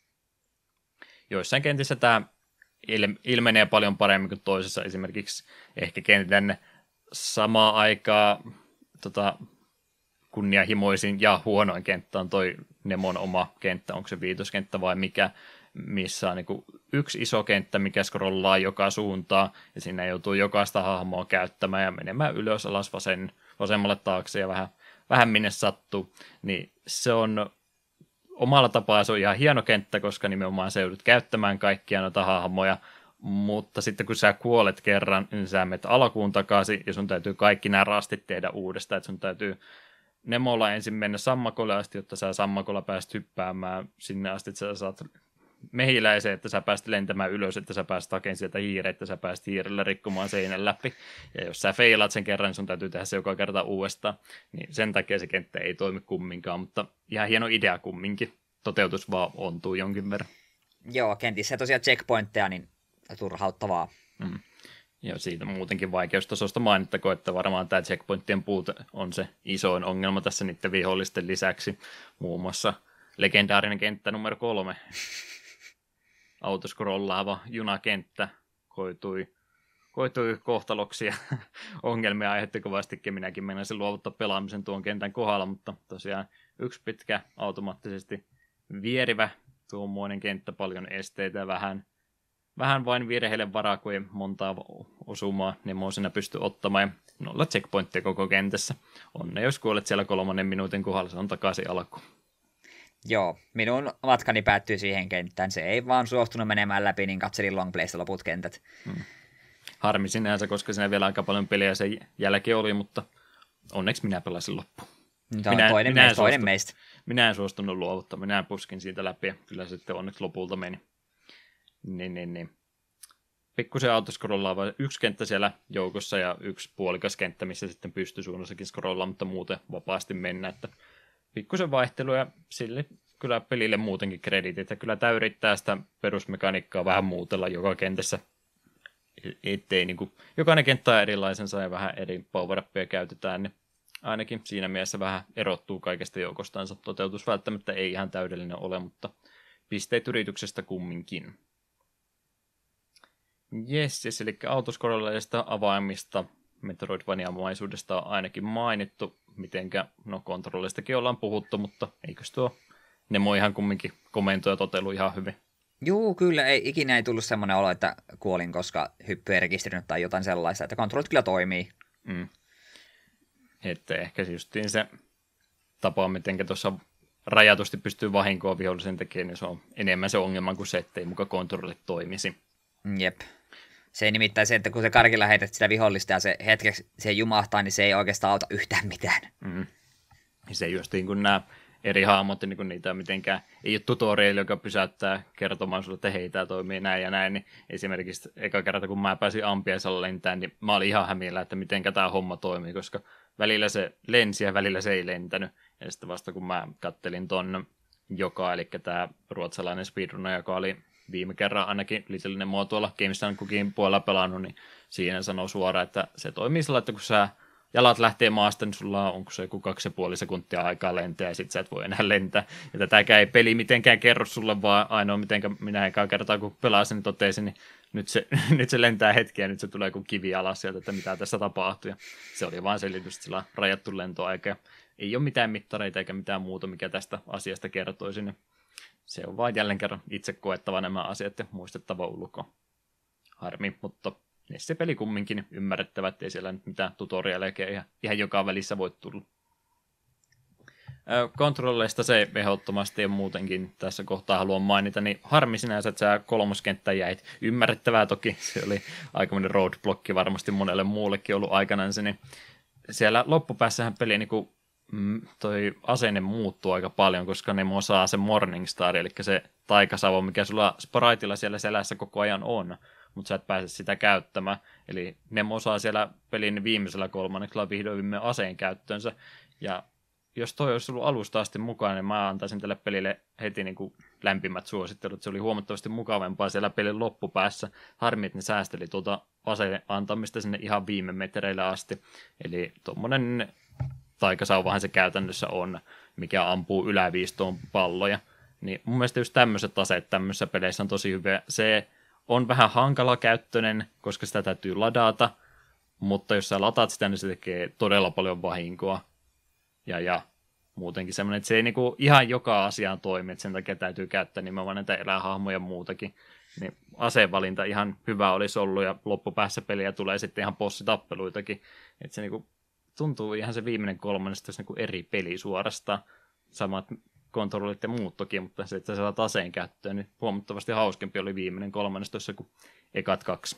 Joissain kentissä tämä ilmenee paljon paremmin kuin toisessa. Esimerkiksi ehkä kentän samaa aikaa tota, kunnianhimoisin ja huonoin kenttä on toi Nemon oma kenttä, onko se viitoskenttä vai mikä, missä on niin kuin yksi iso kenttä, mikä scrollaa joka suuntaan, ja siinä joutuu jokaista hahmoa käyttämään ja menemään ylös alas vasen, vasemmalle taakse ja vähän, vähän minne sattuu. Niin se on omalla tapaa se on ihan hieno kenttä, koska nimenomaan sä joudut käyttämään kaikkia noita hahmoja, mutta sitten kun sä kuolet kerran, niin sä menet alkuun takaisin, ja sun täytyy kaikki nämä rastit tehdä uudestaan, että sun täytyy Nemolla ensin mennä sammakolle asti, jotta sä sammakolla pääst hyppäämään sinne asti, että sä saat mehiläisen, että sä pääst lentämään ylös, että sä pääst hakemaan sieltä hiire, että sä pääst hiirellä rikkomaan seinän läpi. Ja jos sä feilaat sen kerran, niin sun täytyy tehdä se joka kerta uudestaan. Niin sen takia se kenttä ei toimi kumminkaan, mutta ihan hieno idea kumminkin. Toteutus vaan ontuu jonkin verran. Joo, kentissä tosiaan checkpointteja, niin turhauttavaa. Mm. Ja siitä muutenkin vaikeustasosta mainittakoon, että varmaan tämä checkpointtien puute on se isoin ongelma tässä niiden vihollisten lisäksi. Muun muassa legendaarinen kenttä numero kolme. Autoskrollaava junakenttä koitui koitui kohtaloksi ja ongelmia aiheutti kovastikin. Minäkin menisin luovuttaa pelaamisen tuon kentän kohdalla, mutta tosiaan yksi pitkä automaattisesti vierivä tuommoinen kenttä, paljon esteitä ja vähän, vähän vain virheille varaa, kun ei montaa osumaa Nemosina pysty ottamaan ja nolla checkpointtia koko kentässä. Onne jos kuolet siellä kolmannen minuutin kohdalla, se on takaisin alku. Joo, minun matkani päättyi siihen kenttään. Se ei vaan suostunut menemään läpi, niin katselin longplaysta loput kentät. Hmm. Harmi sinänsä, koska siinä vielä aika paljon peliä sen jälkeen oli, mutta onneksi minä pelasin loppuun. Minä, toinen, minä, meistä, toinen meistä. Minä en suostunut luovuttaa, minä puskin siitä läpi ja kyllä se sitten onneksi lopulta meni. Niin, niin, niin. Pikkusen autoskrollaava yksi kenttä siellä joukossa ja yksi puolikas kenttä, missä sitten pystyy suunnassakin scrollaamaan, mutta muuten vapaasti mennä. Että pikkusen vaihtelu ja sille kyllä pelille muutenkin kreditit. Ja kyllä tämä yrittää sitä perusmekaniikkaa vähän muutella joka kentässä. Ettei niin kuin, jokainen kenttä on erilaisensa ja vähän eri power-upia käytetään, niin ainakin siinä mielessä vähän erottuu kaikesta joukostansa. Toteutus välttämättä ei ihan täydellinen ole, mutta pisteet yrityksestä kumminkin. Jes, yes, eli autoskorolleista avaimista Metroidvania-maisuudesta on ainakin mainittu. Mitenkä, no kontrollistakin ollaan puhuttu, mutta eikös tuo Nemo ihan kumminkin komento ja totelu ihan hyvin? Juu, kyllä. Ei, ikinä ei tullut semmoinen olo, että kuolin, koska hyppy ei rekisteröinyt tai jotain sellaista, että kontrollit kyllä toimii. Mm. Että ehkä justiin se tapa, miten tuossa rajatusti pystyy vahinkoa vihollisen tekemään, niin se on enemmän se ongelma kuin se, ettei muka kontrollit toimisi. Jep. Se ei nimittäin se, että kun se karkilla heität sitä vihollista ja se hetkeksi se jumahtaa, niin se ei oikeastaan auta yhtään mitään. Mm. Se justiin kun nämä eri hahmot, niin kun niitä mitenkään, ei ole tutoriali, joka pysäyttää kertomaan sulle, että hei, tämä toimii näin ja näin, niin esimerkiksi eka kerta, kun mä pääsin ampiaisella lentämään, niin mä olin ihan hämillä, että mitenkä tämä homma toimii, koska välillä se lensi ja välillä se ei lentänyt, ja sitten vasta kun mä kattelin ton joka, eli tämä ruotsalainen speedrunner, joka oli viime kerran ainakin Little Nemo tuolla Games and Cookin puolella pelannut, niin siinä sanoo suoraan, että se toimii sillä, että kun sä jalat lähtee maasta, niin sulla on, onko se joku kaksi ja puoli sekuntia aikaa lentää, ja sit sä et voi enää lentää. Ja tätäkään ei peli mitenkään kerro sulle, vaan ainoa mitenkä minä ekaa kertaa, kun pelasin, niin totesin, niin nyt se, nyt se lentää hetkeä, ja nyt se tulee kuin kivi alas sieltä, että mitä tässä tapahtuu. Ja se oli vaan selitys, että sillä on rajattu lentoaika, ja ei ole mitään mittareita eikä mitään muuta, mikä tästä asiasta kertoisi. Niin se on vaan jälleen kerran itse koettava nämä asiat ja muistettava ulkoa. Harmi, mutta se peli kumminkin ymmärrettävä, ettei siellä nyt mitään tutorialeja ihan, ihan joka välissä voi tulla. Kontrolleista se ehdottomasti ja muutenkin tässä kohtaa haluan mainita, niin harmi sinänsä, että sä kolmoskenttä jäit. Ymmärrettävää toki, se oli aikamoinen roadblocki varmasti monelle muullekin ollut aikanaan se, niin siellä loppupäässähän peli niin kuin toi asenne muuttuu aika paljon, koska ne osaa se Morningstar, eli se taikasavo, mikä sulla spriteilla siellä selässä koko ajan on, mutta sä et pääse sitä käyttämään. Eli ne osaa siellä pelin viimeisellä kolmanneksella vihdoin viime aseen käyttöönsä. Ja jos toi olisi ollut alusta asti mukaan, niin mä antaisin tälle pelille heti niin kuin lämpimät suosittelut. Se oli huomattavasti mukavempaa siellä pelin loppupäässä. Harmi, että ne säästeli tuota aseen antamista sinne ihan viime metreille asti. Eli tuommoinen taikasauvahan se käytännössä on, mikä ampuu yläviistoon palloja. Niin mun mielestä just tämmöiset aseet tämmöisissä peleissä on tosi hyviä. Se on vähän hankala käyttöinen, koska sitä täytyy ladata, mutta jos sä lataat sitä, niin se tekee todella paljon vahinkoa. Ja, ja muutenkin semmoinen, että se ei niinku ihan joka asiaan toimi, että sen takia täytyy käyttää nimenomaan näitä elähahmoja ja muutakin. Niin asevalinta ihan hyvä olisi ollut, ja loppupäässä peliä tulee sitten ihan bossitappeluitakin. Että se niinku tuntuu ihan se viimeinen kolmannesta niinku eri peli suorastaan. Samat kontrollit ja muut toki, mutta se, että sä saat aseen käyttöön, niin huomattavasti hauskempi oli viimeinen kolmannestossa kuin ekat kaksi.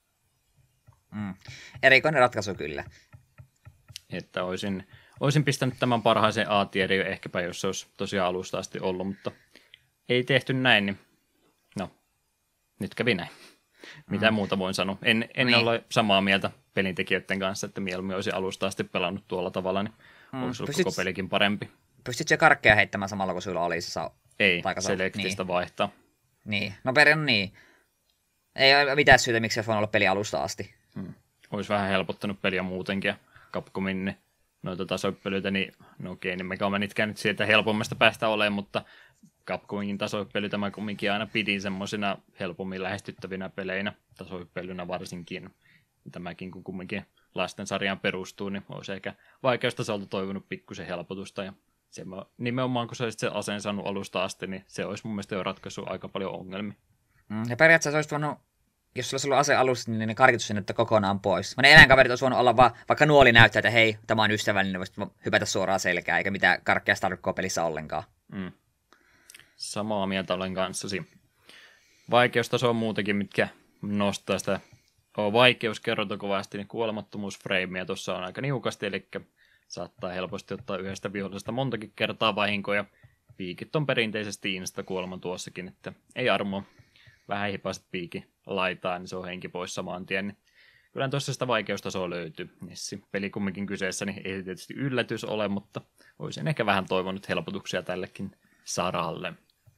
Mm. Erikoinen ratkaisu kyllä. Että olisin, olisin pistänyt tämän parhaaseen A-tieriin ehkäpä, jos se olisi tosiaan alusta asti ollut, mutta ei tehty näin, niin no, nyt kävi näin. Mitä mm. muuta voin sanoa? En, en niin. ole samaa mieltä pelintekijöiden kanssa, että mieluummin olisi alusta asti pelannut tuolla tavalla, niin mm. olisi ollut Pystyt... koko pelikin parempi. Pystytkö karkkeja heittämään samalla, kun sulla oli se sa- Ei, selektistä niin. Vaihtaa. Niin, no perin niin. Ei ole mitään syytä, miksi se voi olla peli alusta asti. Hmm. Olisi vähän helpottanut peliä muutenkin, ja Capcomin niin noita tasoippelyitä, niin no okei, niin Mega Manitkään nyt sieltä helpommasta päästä olemaan, mutta Capcomin tasoippelytä mä kumminkin aina pidin semmoisina helpommin lähestyttävinä peleinä, tasoippelynä varsinkin. tämäkin kun kumminkin lastensarjaan perustuu, niin olisi ehkä vaikeustasolta toivonut pikkusen helpotusta. Ja se, nimenomaan kun sä olisit sen aseen saanut alusta asti, niin se olisi mun mielestä jo ratkaissut aika paljon ongelmia. Mm, ja periaatteessa olisi voinut, jos sulla olisi ollut ase alussa, niin ne karkitussinettä kokonaan pois. Monen eläinkaverit olisi voinut olla vaan, vaikka nuoli näyttää, että hei, tämä on ystävällinen, voisit hypätä suoraan selkään, eikä mitään karkkia starkkoa pelissä ollenkaan. Mm. Samaa mieltä olen kanssasi. Vaikeustaso on muutenkin, mitkä nostaa sitä vaikeuskerronta kovasti, niin kuolemattomuusfreimiä tuossa on aika niukasti, eli saattaa helposti ottaa yhdestä vihollisesta montakin kertaa vahinkoja. Piikit on perinteisesti insta-kuolema tuossakin, että ei armoa. Vähän hipaiset piiki laitaa, niin se on henki pois saman tien. Niin kyllä tuossa sitä vaikeustasoa löytyy. Nissi peli kumminkin kyseessä, niin ei tietysti yllätys ole, mutta olisin ehkä vähän toivonut helpotuksia tällekin saralle.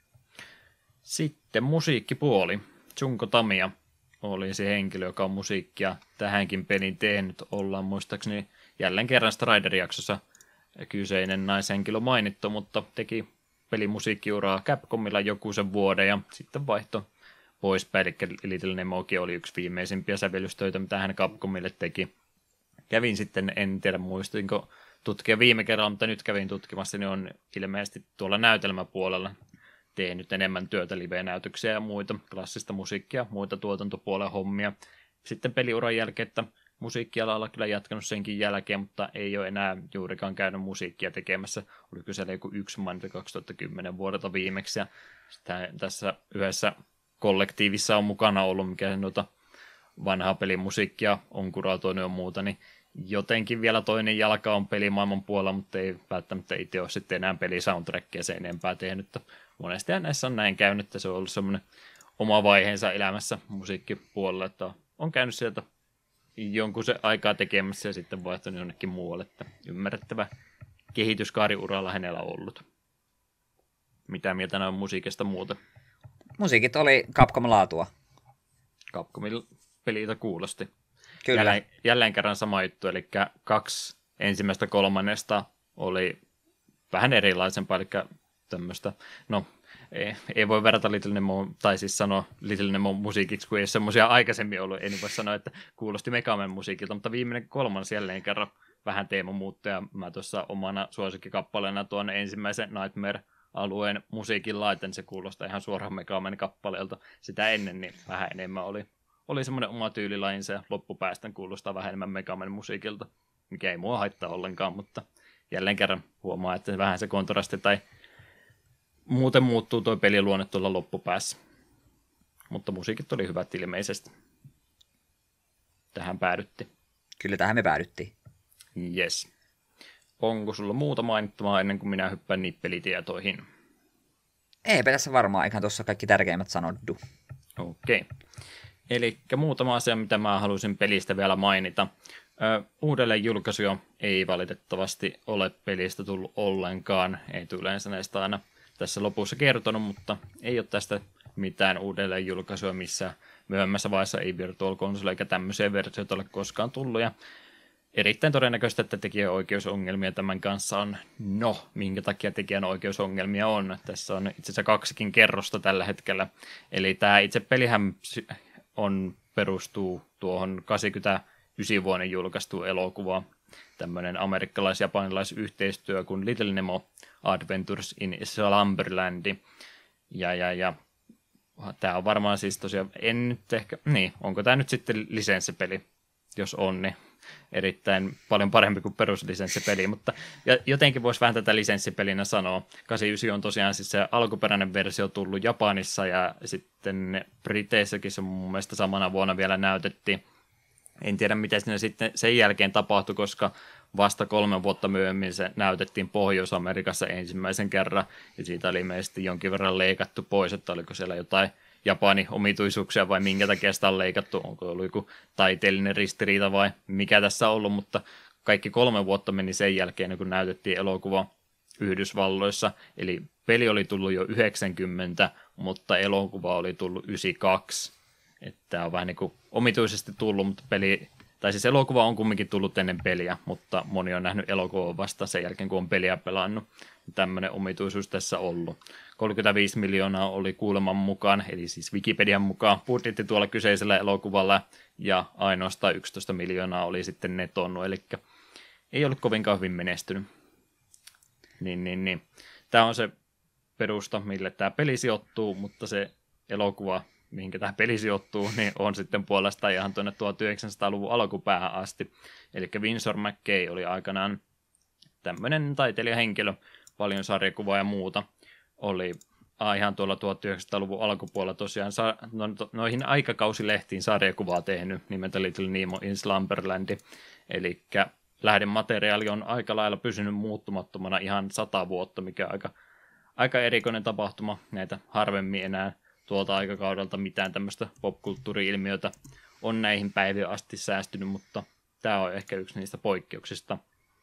Sitten musiikkipuoli. Junko Tamiya oli se henkilö, joka on musiikkia tähänkin pelin tehnyt. Ollaan muistaakseni jälleen kerran Strider-jaksossa kyseinen naishenkilö mainittu, mutta teki pelimusiikkiuraa Capcomilla joku sen vuoden ja sitten vaihto poispäin. Eli Little Nemokin oli yksi viimeisimpiä sävellystöitä, mitä hän Capcomille teki. Kävin sitten, en tiedä muistinko tutkia viime kerralla, mutta nyt kävin tutkimassa, niin on ilmeisesti tuolla näytelmäpuolella tehnyt enemmän työtä, live-näytöksiä ja muita, klassista musiikkia, muita tuotantopuolen hommia. Sitten peliuran jälkeen, että musiikkialalla kyllä jatkanut senkin jälkeen, mutta ei ole enää juurikaan käynyt musiikkia tekemässä. Oli kyseellä joku yksi mainita kaksituhattakymmenen vuodelta viimeksi, ja tässä yhdessä kollektiivissa on mukana ollut, mikä noita vanhaa pelimusiikkia on kuratoinut ja muuta, niin jotenkin vielä toinen jalka on pelimaailman puolella, mutta ei välttämättä itse ole sitten enää pelisoundtrackia sen enempää tehnyt. Monesti näissä on näin käynyt, että se on ollut semmoinen oma vaiheensa elämässä musiikkipuolella, että on käynyt sieltä jonkun se aikaa tekemässä ja sitten vaihtanut jonnekin muualle, että ymmärrettävä kehityskaariuralla hänellä on ollut. Mitä mieltä näin musiikista muuten? Musiikit oli Capcom-laatua. Capcomin peliltä kuulosti. Kyllä. Jälleen, jälleen kerran sama juttu, eli kaksi ensimmäistä kolmannesta oli vähän erilaisempaa, eli tämmöistä, no ei, ei voi verrata Little Nemo, tai siis sanoa Little Nemo musiikiksi, kun ei ole semmoisia aikaisemmin ollut, ei voi sanoa, että kuulosti Mega Man musiikilta, mutta viimeinen kolmannes jälleen kerran vähän teema muuttui, ja mä tuossa omana suosikkikappaleena tuon ensimmäisen Nightmare-alueen musiikin laiten, se kuulostaa ihan suoraan Mega Man kappaleelta. Sitä ennen niin vähän enemmän oli, oli semmoinen oma tyylilajinsa, ja loppupäästön kuulostaa vähän enemmän Mega Man musiikilta, mikä ei mua haittaa ollenkaan, mutta jälleen kerran huomaa, että vähän se kontrasti tai muuten muuttuu tuo peliluonne tuolla loppupäässä. Mutta musiikit oli hyvät ilmeisesti. Tähän päädyttiin. Kyllä tähän me päädyttiin. Yes. Onko sulla muuta mainittavaa ennen kuin minä hyppään nippelitietoihin? Eipä tässä varmaan, eiköhän tuossa kaikki tärkeimmät sanottu. Okei. Okay. Eli muutama asia, mitä mä halusin pelistä vielä mainita. Ö, uudelleen julkaisuja ei valitettavasti ole pelistä tullut ollenkaan. Ei tule yleensä näistä aina tässä lopussa kertonut, mutta ei ole tästä mitään uudelleen julkaisua, missä myöhemmässä vaiheessa ei Virtual Console eikä tämmöisiä versioita ole koskaan tullut. Ja erittäin todennäköistä, että tekijänoikeusongelmia tämän kanssa on. No, minkä takia tekijänoikeusongelmia on? Tässä on itse asiassa kaksikin kerrosta tällä hetkellä. Eli tämä itse pelihän on, perustuu tuohon kahdeksankymmentäyhdeksän vuoden julkaistuun elokuvaan. Tämmöinen amerikkalais-japanilaisyhteistyö kuin Little Nemo Adventures in Slumberland. Ja, ja, ja tämä on varmaan siis tosiaan, en nyt ehkä, niin, onko tämä nyt sitten lisenssipeli? Jos on, niin erittäin paljon parempi kuin peruslisenssipeli, mutta jotenkin voisi vähän tätä lisenssipelinä sanoa. kahdeksankymmentäyhdeksän on tosiaan siis se alkuperäinen versio tullut Japanissa ja sitten Briteissäkin se mun mielestä samana vuonna vielä näytettiin. En tiedä, mitä siinä sitten sen jälkeen tapahtui, koska vasta kolme vuotta myöhemmin se näytettiin Pohjois-Amerikassa ensimmäisen kerran, ja siitä oli ilmeisesti jonkin verran leikattu pois, että oliko siellä jotain Japanin omituisuuksia vai minkä takia sitä on leikattu, onko ollut joku taiteellinen ristiriita vai mikä tässä on ollut, mutta kaikki kolme vuotta meni sen jälkeen, kun näytettiin elokuva Yhdysvalloissa, eli peli oli tullut jo yhdeksänkymmentä, mutta elokuva oli tullut yhdeksänkymmentäkaksi. Että tämä on vähän niin kuin omituisesti tullut, mutta peli tai siis elokuva on kumminkin tullut ennen peliä, mutta moni on nähnyt elokuvan vasta sen jälkeen, kun on peliä pelannut. Tämmöinen omituisuus tässä ollut. kolmekymmentäviisi miljoonaa oli kuuleman mukaan, eli siis Wikipedian mukaan budjetti tuolla kyseisellä elokuvalla, ja ainoastaan yksitoista miljoonaa oli sitten netonnut, eli ei ollut kovinkaan hyvin menestynyt. Niin, niin, niin. Tämä on se perusta, mille tämä peli sijoittuu, mutta se elokuva, mihinkä tämä peli sijoittuu, niin on sitten puolestaan ihan tuonne tuhatyhdeksänsataaluvun alkupäähän asti. Eli Winsor McCay oli aikanaan tämmöinen taiteilijahenkilö, paljon sarjakuvaa ja muuta. Oli ah, ihan tuolla tuhatyhdeksänsataaluvun alkupuolella tosiaan sa- no, to, noihin aikakausilehtiin sarjakuvaa tehnyt nimeltä Little Nemo in Slumberland. Eli lähdemateriaali on aika lailla pysynyt muuttumattomana ihan sata vuotta, mikä on aika, aika erikoinen tapahtuma. Näitä harvemmin enää tuolta aikakaudelta mitään tämmöistä popkulttuuri-ilmiötä on näihin päiviin asti säästynyt, mutta tämä on ehkä yksi niistä poikkeuksista.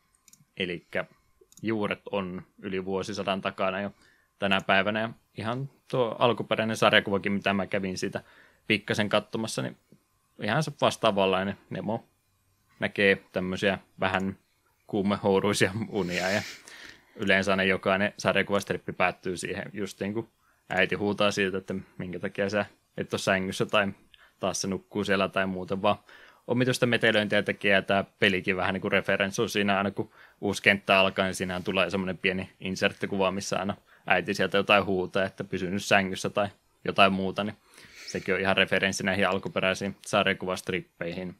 Eli juuret on yli vuosisadan takana jo tänä päivänä, ja ihan tuo alkuperäinen sarjakuvakin, mitä mä kävin siitä pikkasen katsomassa, niin ihan se vastaavanlainen. Nemo näkee tämmöisiä vähän kuumehouruisia unia, ja yleensä aina jokainen sarjakuvastrippi päättyy siihen just niin kuin äiti huutaa siitä, että minkä takia sä et ole sängyssä tai taas se nukkuu siellä tai muuten, vaan omituista metelöintiä tekee, ja tämä pelikin vähän niin kuin referenssi on siinä, aina kun uusi kenttä alkaa, niin siinähän tulee semmoinen pieni inserttikuva, missä aina äiti sieltä jotain huutaa, että pysynyt sängyssä tai jotain muuta, niin sekin on ihan referenssi näihin alkuperäisiin sarjakuvastrippeihin.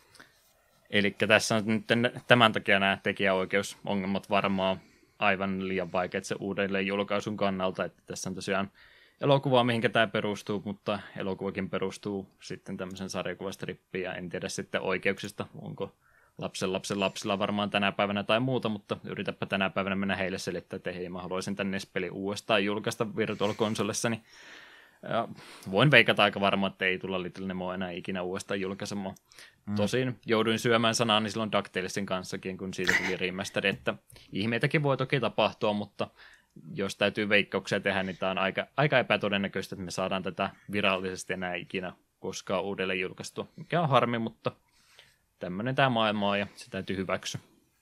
Eli tässä on nyt tämän takia nämä tekijäoikeusongelmat varmaan aivan liian vaikeat se uudelleen julkaisun kannalta, että tässä on tosiaan elokuva, mihinkä tämä perustuu, mutta elokuvakin perustuu sitten tämmöisen sarjakuvastrippiin, ja en tiedä sitten oikeuksista, onko lapsen lapsen lapsilla varmaan tänä päivänä tai muuta, mutta yritäpä tänä päivänä mennä heille selittää, että hei, mä haluaisin tänne N E S-peli uudestaan julkaista Virtual Consolessani. Ja voin veikata aika varmaan, että ei tulla Little Nemoa enää ikinä uudestaan julkaisemaan. Mm. Tosin jouduin syömään sanaa niin silloin DuckTalesin kanssakin, kun siitä tuli remasteri, että ihmeitäkin voi toki tapahtua, mutta jos täytyy veikkauksia tehdä, niin tämä on aika, aika epätodennäköistä, että me saadaan tätä virallisesti enää ikinä koskaan uudelleen julkaistua. Mikä on harmi, mutta tämmöinen tämä maailma on ja se täytyy hyväksyä.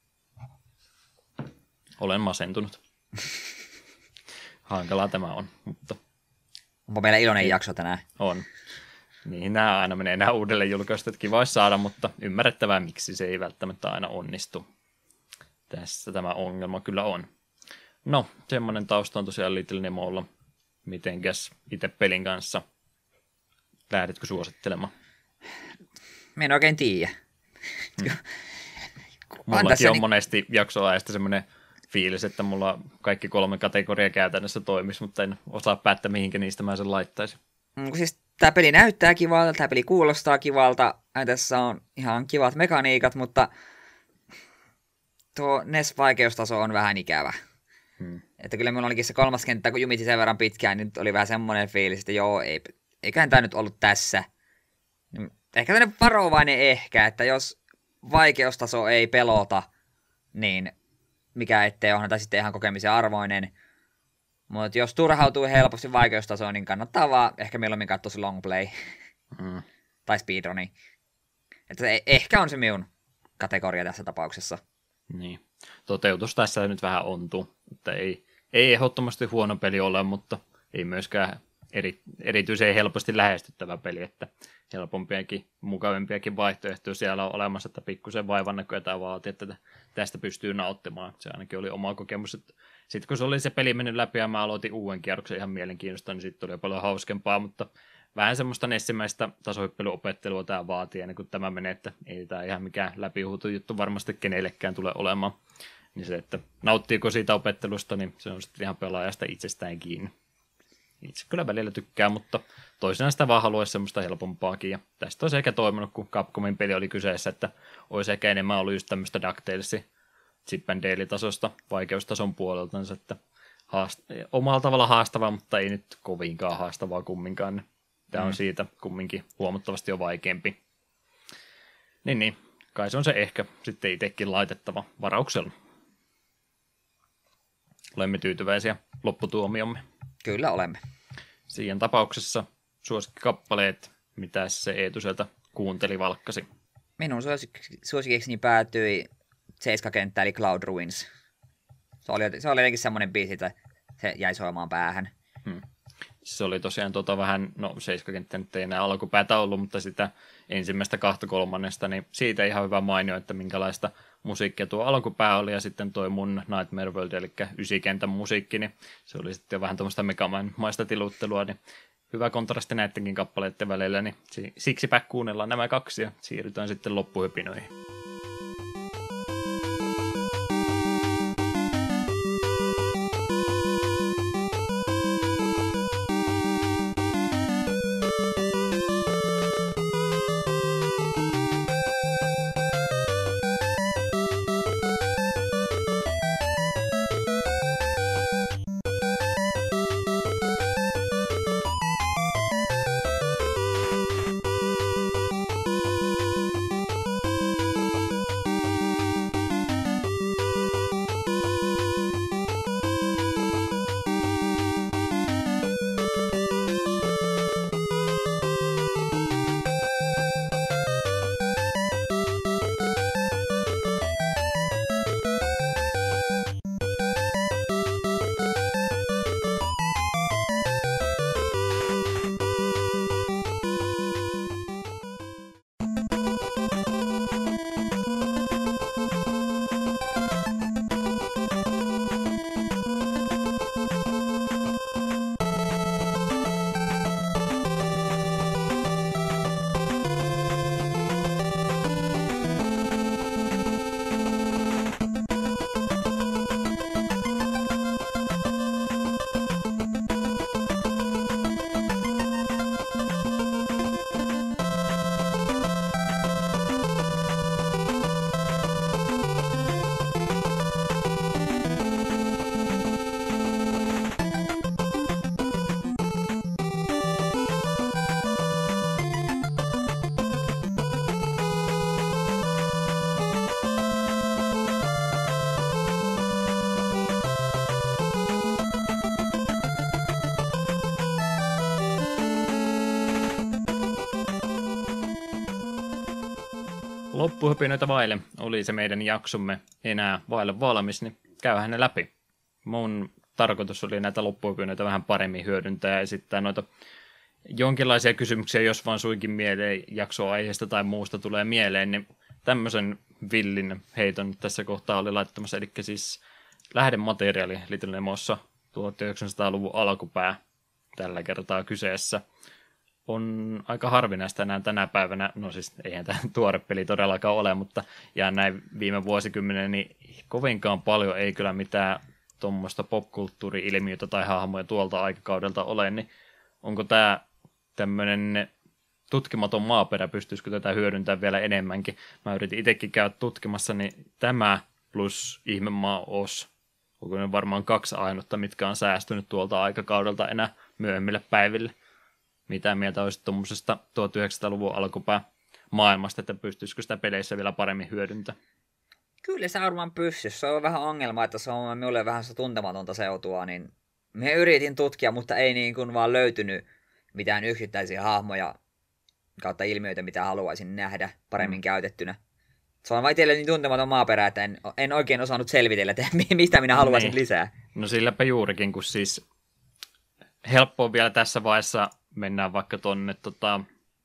Olen masentunut. Hankalaa tämä on, mutta onpa meillä iloinen jakso tänään. On. Niin, nämä aina menee nämä uudelleen julkaistu, että kiva olisi saada, mutta ymmärrettävää, miksi se ei välttämättä aina onnistu. Tässä tämä ongelma kyllä on. No, semmoinen tausta on tosiaan Little Nemolla. Mitenkäs itse pelin kanssa? Lähdetkö suosittelemaan? Mä en oikein tiedä. Hmm. Mullakin on niin monesti jaksoajasta semmoinen fiilis, että mulla kaikki kolme kategoriaa käytännössä toimisi, mutta en osaa päättää, mihinkä niistä mä sen laittaisin. Mm, siis tämä peli näyttää kivalta, tämä peli kuulostaa kivalta, tässä on ihan kivat mekaniikat, mutta tuo N E S-vaikeustaso on vähän ikävä. Hmm. Että kyllä minulla olikin se kolmas kenttä, kun jumitin sen verran pitkään, niin nyt oli vähän semmoinen fiilis, että joo, ei, eiköhän tämä nyt ollut tässä. Ehkä tämmöinen varovainen ehkä, että jos vaikeustaso ei pelota, niin mikä ettei onhan tai sitten ihan kokemisen arvoinen. Mutta jos turhautuu helposti vaikeustasoon, niin kannattaa vaan ehkä mieluummin katsoa se long play. Mm. Tai speedruni. Että se ehkä on se minun kategoria tässä tapauksessa. Niin. Toteutus tässä nyt vähän ontuu. Että ei, ei ehdottomasti huono peli ole, mutta ei myöskään eri, erityisen helposti lähestyttävä peli, että helpompiakin, mukavempiakin vaihtoehtoja siellä on olemassa, että pikkusen vaivannäköä tämä vaatii, että tästä pystyy nauttimaan. Se ainakin oli oma kokemus. Sitten kun se oli se peli mennyt läpi ja mä aloitin uuden kierroksen ihan mielenkiinnosta, niin sitten tuli paljon hauskempaa, mutta vähän semmoista nessimäistä tasohyppelyopettelua tämä vaatii ennen kuin tämä menee, että ei tämä ihan mikään läpihuutu juttu varmasti kenellekään tule olemaan. Niin se, että nauttiiko siitä opettelusta, niin se on sitten ihan pelaajasta itsestään kiinni. Itse kyllä välillä tykkää, mutta toisenaan sitä vaan haluaisi semmoista helpompaakin. Ja tästä olisi ehkä toiminut, kun Capcomin peli oli kyseessä, että olisi ehkä enemmän ollut just tämmöistä DuckTalesin Chip and Dale-tasosta vaikeustason puoleltansa, että haast- omalla tavalla haastavaa, mutta ei nyt kovinkaan haastavaa kumminkaan. Tämä on mm. siitä kumminkin huomattavasti jo vaikeampi. Niin, niin. Kai se on se ehkä sitten itsekin laitettava varauksella. Olemme tyytyväisiä lopputuomiomme. Kyllä olemme. Siinä tapauksessa suosikkikappaleet, mitä se Eetu sieltä kuunteli valkkasi. minun suosik- suosikikseni päätyi seiskakenttä eli Cloud Ruins. Se oli, se oli jotenkin semmoinen biisi, että se jäi soimaan päähän. Hmm. Se oli tosiaan tota vähän, no seiskakenttä nyt ei enää alkupäätä ollut, mutta sitä ensimmäistä kahta kolmannesta, niin siitä ihan hyvä mainio, että minkälaista musiikkia tuo alkupää oli, ja sitten toi mun Nightmare World, eli ysikentän musiikki, niin se oli sitten jo vähän tuommoista Megaman-maista tiluttelua, niin hyvä kontrasti näidenkin kappaleiden välillä, niin siksipä kuunnellaan nämä kaksi, ja siirrytään sitten loppuhypinoihin. Loppuhypinoita vaille oli se meidän jaksomme enää vaille valmis, niin käyhän ne läpi. Mun tarkoitus oli näitä loppuhypinoita vähän paremmin hyödyntää ja esittää noita jonkinlaisia kysymyksiä, jos vaan suinkin mieleen jaksoaiheesta tai muusta tulee mieleen, niin tämmöisen villin heiton tässä kohtaa oli laittamassa, eli siis lähdemateriaali Little Nemossa tuhatyhdeksänsataaluvun alkupää tällä kertaa kyseessä. On aika harvinaista enää tänä päivänä, no siis eihän tämä tuore peli todellakaan ole, mutta ja näin viime vuosikymmenen, niin kovinkaan paljon ei kyllä mitään tuommoista popkulttuuri-ilmiötä tai hahmoja tuolta aikakaudelta ole, niin onko tämä tämmöinen tutkimaton maaperä, pystyisikö tätä hyödyntämään vielä enemmänkin? Mä yritin itsekin käydä tutkimassa, niin tämä plus Ihmemaa Oz, onko ne varmaan kaksi ainutta, mitkä on säästynyt tuolta aikakaudelta enää myöhemmille päiville. Mitä mieltä olisi tuommoisesta tuhatyhdeksänsataaluvun alkupää maailmasta, että pystyisikö sitä peleissä vielä paremmin hyödyntämään? Kyllä se varmaan pystyisi. Se on vähän ongelma, että se on minulle vähän se tuntematonta seutua, niin me yritin tutkia, mutta ei niin kuin vaan löytynyt mitään yksittäisiä hahmoja kautta ilmiöitä, mitä haluaisin nähdä paremmin mm. käytettynä. Se on vain itselle niin tuntematon maaperä, että en, en oikein osannut selvitellä, että mistä minä haluaisin niin lisää. No silläpä juurikin, kun siis helppoa vielä tässä vaiheessa mennään vaikka tonne, tota,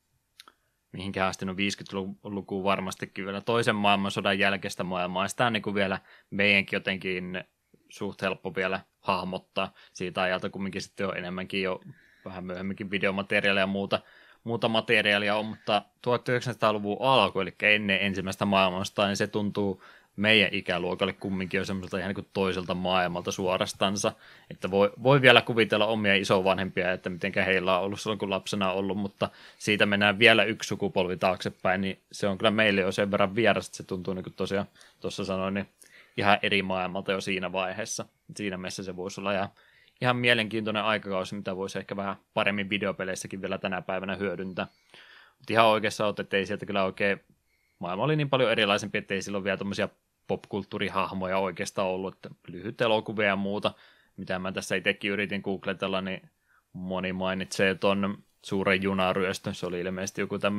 mihinkä asti no viisikymmentälukuun varmastikin vielä toisen maailmansodan jälkeistä maailmaa. Sitä on niin kuin vielä meidänkin jotenkin suht helppo vielä hahmottaa siitä ajalta, kumminkin sitten on enemmänkin jo vähän myöhemminkin videomateriaalia ja muuta, muuta materiaalia on, mutta tuhatyhdeksänsataaluvun alku, eli ennen ensimmäistä maailmansotaa, niin se tuntuu meidän ikäluokalle kumminkin jo semmoiselta ihan niin kuin toiselta maailmalta suorastansa, että voi, voi vielä kuvitella omia isovanhempia, että mitenkä heillä on ollut silloin, kun lapsena on ollut, mutta siitä mennään vielä yksi sukupolvi taaksepäin, niin se on kyllä meille jo sen verran vieras, että se tuntuu niin kuin tosiaan tuossa sanoin, niin ihan eri maailmalta jo siinä vaiheessa. Siinä mielessä se voisi olla ja ihan mielenkiintoinen aikakausi, mitä voisi ehkä vähän paremmin videopeleissäkin vielä tänä päivänä hyödyntää. Mutta ihan oikeassa olet, että ei sieltä kyllä oikein, maailma oli niin paljon erilaisempi, että ei silloin vielä tuommoisia popkulttuurihahmoja oikeastaan ollut, että lyhyt elokuvia ja muuta, mitä mä tässä itsekin yritin googletella, niin moni mainitsee ton suuren junaryöstön, se oli ilmeisesti joku tämmöinen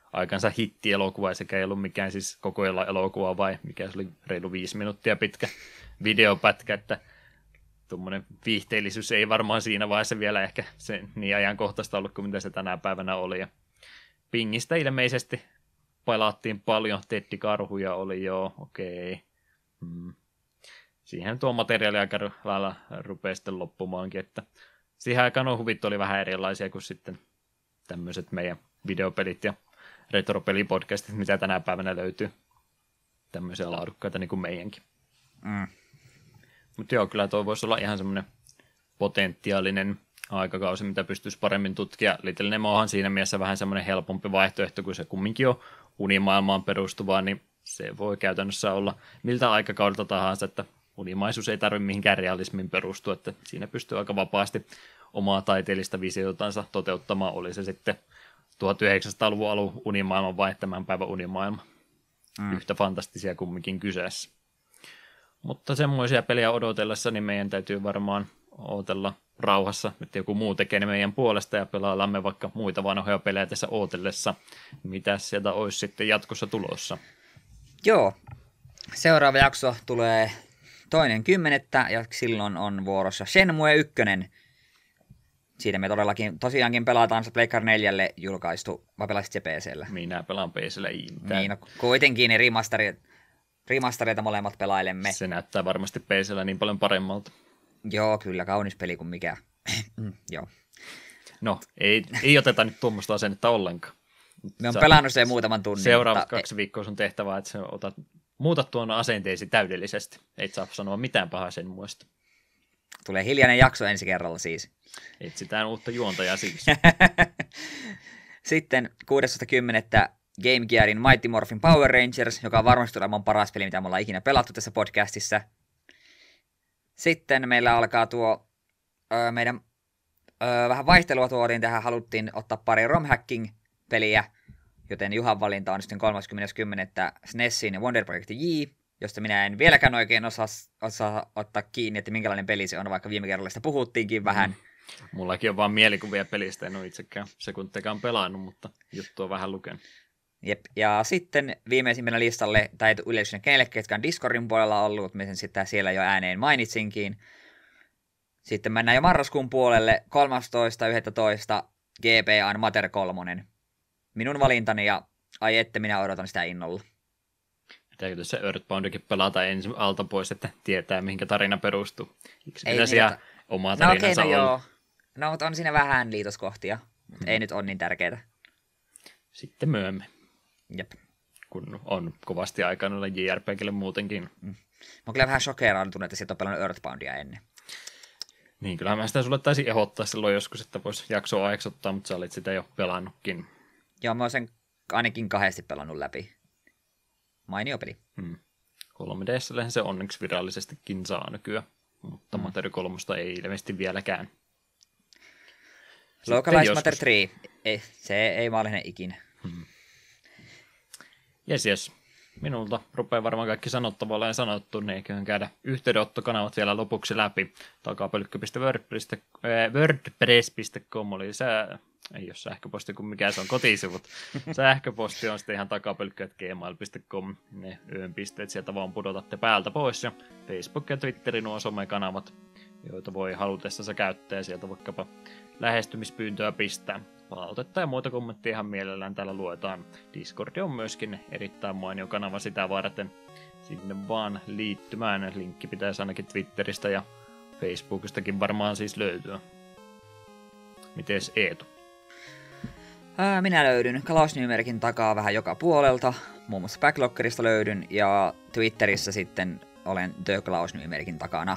aikansa hittielokuva, sekä ei ollut mikään siis koko ajan elokuva, vai mikä se oli reilu viisi minuuttia pitkä videopätkä, että tuommoinen viihteellisyys ei varmaan siinä vaiheessa vielä ehkä se niin ajankohtaista ollut kuin mitä se tänä päivänä oli. Ja Pingistä ilmeisesti palaattiin paljon, Teddy Karhuja oli jo, okei. Okay. Hmm. Siihen tuo materiaali aika lailla rupeaa sitten loppumaankin, että siihen aikaan huvit oli vähän erilaisia kuin sitten tämmöiset meidän videopelit ja retropelipodcastit, mitä tänä päivänä löytyy. Tämmöisiä laadukkaita niin kuin meidänkin. Mm. Mutta joo, kyllä toi voisi olla ihan semmoinen potentiaalinen aikakausi, mitä pystyisi paremmin tutkia. Little Nemo on siinä mielessä vähän semmoinen helpompi vaihtoehto, kun se kumminkin on unimaailmaan perustuvaa, niin se voi käytännössä olla miltä aikakaudelta tahansa, että unimaisuus ei tarvitse mihinkään realismin perustua, että siinä pystyy aika vapaasti omaa taiteellista visiotansa toteuttamaan, oli se sitten tuhatyhdeksänsataaluvun alun unimaailman vai tämän päivän unimaailma. Mm. Yhtä fantastisia kumminkin kyseessä. Mutta semmoisia pelejä odotellessa, niin meidän täytyy varmaan ootella rauhassa, että joku muu tekee ne meidän puolesta ja pelaamme vaikka muita vanhoja pelejä tässä ootellessa. Mitä sieltä olisi sitten jatkossa tulossa? Joo, seuraava jakso tulee toinen kymmenettä ja silloin on vuorossa Shenmue yksi. Siitä me todellakin tosiaankin pelataan se Pleikkari neljälle julkaistu, vai pelasit se P C:llä? Minä pelaan P C:llä intään. Niin, no, kuitenkin ne remasterit, remastereita molemmat pelailemme. Se näyttää varmasti P C:llä niin paljon paremmalta. Joo, kyllä, kaunis peli kuin mikä. Joo. No, ei, ei oteta nyt tuommoista asennetta ollenkaan. Me on Sä pelannut sen muutaman tunnin. Seuraavat mutta... kaksi viikkoa sun tehtävää, että sä otat, muutat tuon asenteesi täydellisesti. Ei saa sanoa mitään pahaa sen muista. Tulee hiljainen jakso ensi kerralla siis. Etsitään uutta juontajaa siis. Sitten kuudestoista kymmenettä Game Gearin Mighty Morphin Power Rangers, joka on varmasti tulemaan paras peli, mitä me ollaan ikinä pelattu tässä podcastissa. Sitten meillä alkaa tuo öö, meidän öö, vähän vaihtelua tuotiin tähän, haluttiin ottaa pari romhacking-peliä, joten Juhan valinta on sitten kolmaskymmenes kymmenettä SNESin Wonder Project J, josta minä en vieläkään oikein osaa, osaa ottaa kiinni, että minkälainen peli se on, vaikka viime kerralla sitä puhuttiinkin vähän. Mm. Mullakin on vaan mielikuvia pelistä, en ole itsekään sekuntikaan pelannut, mutta juttu on vähän lukenut. Jep. Ja sitten viimeisimmällä listalle, tai yleisöinen kenelle, ketkä on Discordin puolella ollut, mä sen sitten siellä jo ääneen mainitsinkin. Sitten mennään jo marraskuun puolelle, kolmastoista yhdestoista G P A Mater kolme. Minun valintani, ja ai että minä odotan sitä innolla. Pitääkö se Earthboundikin pelata ensin alta pois, että tietää, mihinkä tarina perustuu? Eikö ei siellä niitä... omaa tarinansa no, okay, no olla? joo. No, mutta on siinä vähän liitoskohtia, mutta hmm. ei nyt ole niin tärkeää. Sitten myöhemmin. Jep. Kun on kovasti aikaa noilla J R P Gille muutenkin. Mm. Mä oon kyllä vähän shokeraantunut, että sieltä on pelannut Earthboundia ennen. Niin, kyllähän mä sitä sulle taisin ehdottaa silloin joskus, että voisi jaksoa aiksottaa, mutta sä olit sitä jo pelannutkin. Joo, mä oon sen ainakin kahdesti pelannut läpi. Mainio peli. Hmm. kolme D S:llähän se onneksi virallisestikin saa nykyään, mutta hmm. Mater kolme ei ilmeisesti vieläkään. Localized Mater kolme, ei, se ei vaalinen ikinä. Hmm. Jes, jes. Minulta rupeaa varmaan kaikki sanottavalla ja sanottu, niin eiköhän käydä yhteydenottokanavat vielä lopuksi läpi. Takapölkky piste wordpress piste com oli se, ei ole sähköposti kuin mikä se on, kotisivut. Sähköposti on sitten ihan takapölkky piste gmail piste com, ne yön pisteet sieltä vaan pudotatte päältä pois. Ja Facebook ja Twitteri nuo somekanavat, joita voi halutessansa käyttää ja sieltä vaikkapa lähestymispyyntöä pistää. Palautetta ja muita kommentteja ihan mielellään täällä luetaan. Discord on myöskin erittäin mainio kanava sitä varten. Sinne vaan liittymään. Linkki pitäisi ainakin Twitteristä ja Facebookistakin varmaan siis löytyä. Mites Eetu? Ää, minä löydyn Klaus-nimimerkin takaa vähän joka puolelta. Muun muassa Backloggerista löydyn ja Twitterissä sitten olen The Klaus-nimimerkin takana.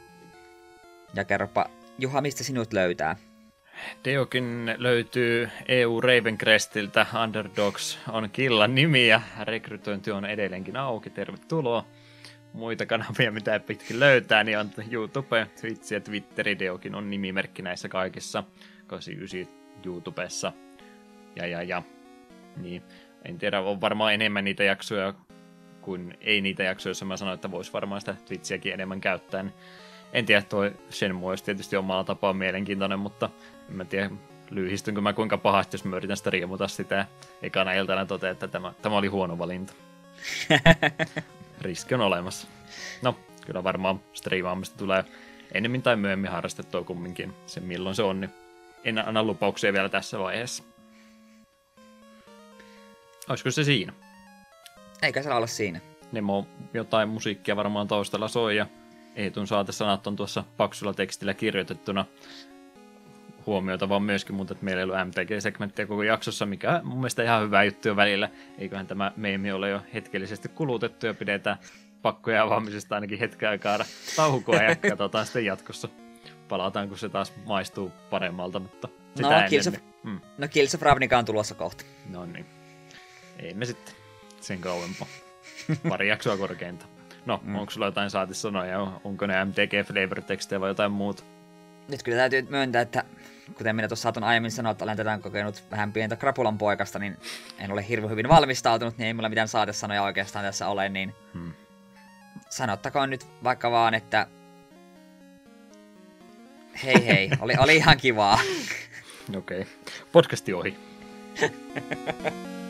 Ja kerropa Juha, mistä sinut löytää? Deokin löytyy E U Ravencrestiltä, Underdogs on killan nimi ja rekrytointi on edelleenkin auki, tervetuloa. Muita kanavia, mitä pitkin löytää, niin on YouTube, Twitch ja Twitteri, Deokin on nimimerkki näissä kaikissa, kahdeksankymmentäyhdeksän YouTubessa ja ja ja. Niin, en tiedä, on varmaan enemmän niitä jaksoja kuin ei niitä jaksoja, joissa mä sanoin, että voisi varmaan sitä Twitchiäkin enemmän käyttää. En tiedä, toi Shenmue olisi tietysti omalla tapaa mielenkiintoinen, mutta en mä tiedä, lyhistynkö mä kuinka pahasti, jos mä yritän sitä riemuta sitä. Ekana iltana totean, että tämä, tämä oli huono valinta. Riski on olemassa. No, kyllä varmaan striimaamista tulee enemmän tai myöhemmin harrastettua kumminkin. Se milloin se on, niin en anna lupauksia vielä tässä vaiheessa. Olisiko se siinä? Eikä se olla siinä. Nemo jotain musiikkia varmaan taustalla soi ja Eetun saatesanat on tuossa paksulla tekstillä kirjoitettuna. Huomiota vaan myöskin, mutta että meillä ei ollut M T G-segmenttiä koko jaksossa, mikä on mun mielestä ihan hyvä juttu jo välillä. Eiköhän tämä meemi ole jo hetkellisesti kulutettu ja pidetään pakkoja avaamisesta ainakin hetken aikaa taukoa ja katsotaan sitten jatkossa. Palataan, kun se taas maistuu paremmalta, mutta sitä no, ennen... Kills of... Mm. No Kills of Ravnica on tulossa kohta. No niin. Ei me sitten sen kauempaa. Pari jaksoa korkeinta. No, mm. onko sulla jotain saatesanoja? Onko ne M T G-flavor-tekstejä vai jotain muuta? Nyt kyllä täytyy myöntää, että kuten minä tuossa saatan aiemmin sanoa, että olen tätä kokenut vähän pientä krapulan poikasta, niin en ole hirveän hyvin valmistautunut, niin ei mulla mitään saatesanoja oikeastaan tässä ole, niin hmm. sanottakoon nyt vaikka vaan, että hei hei, oli, oli ihan kivaa. Okei, okay. Podcasti ohi.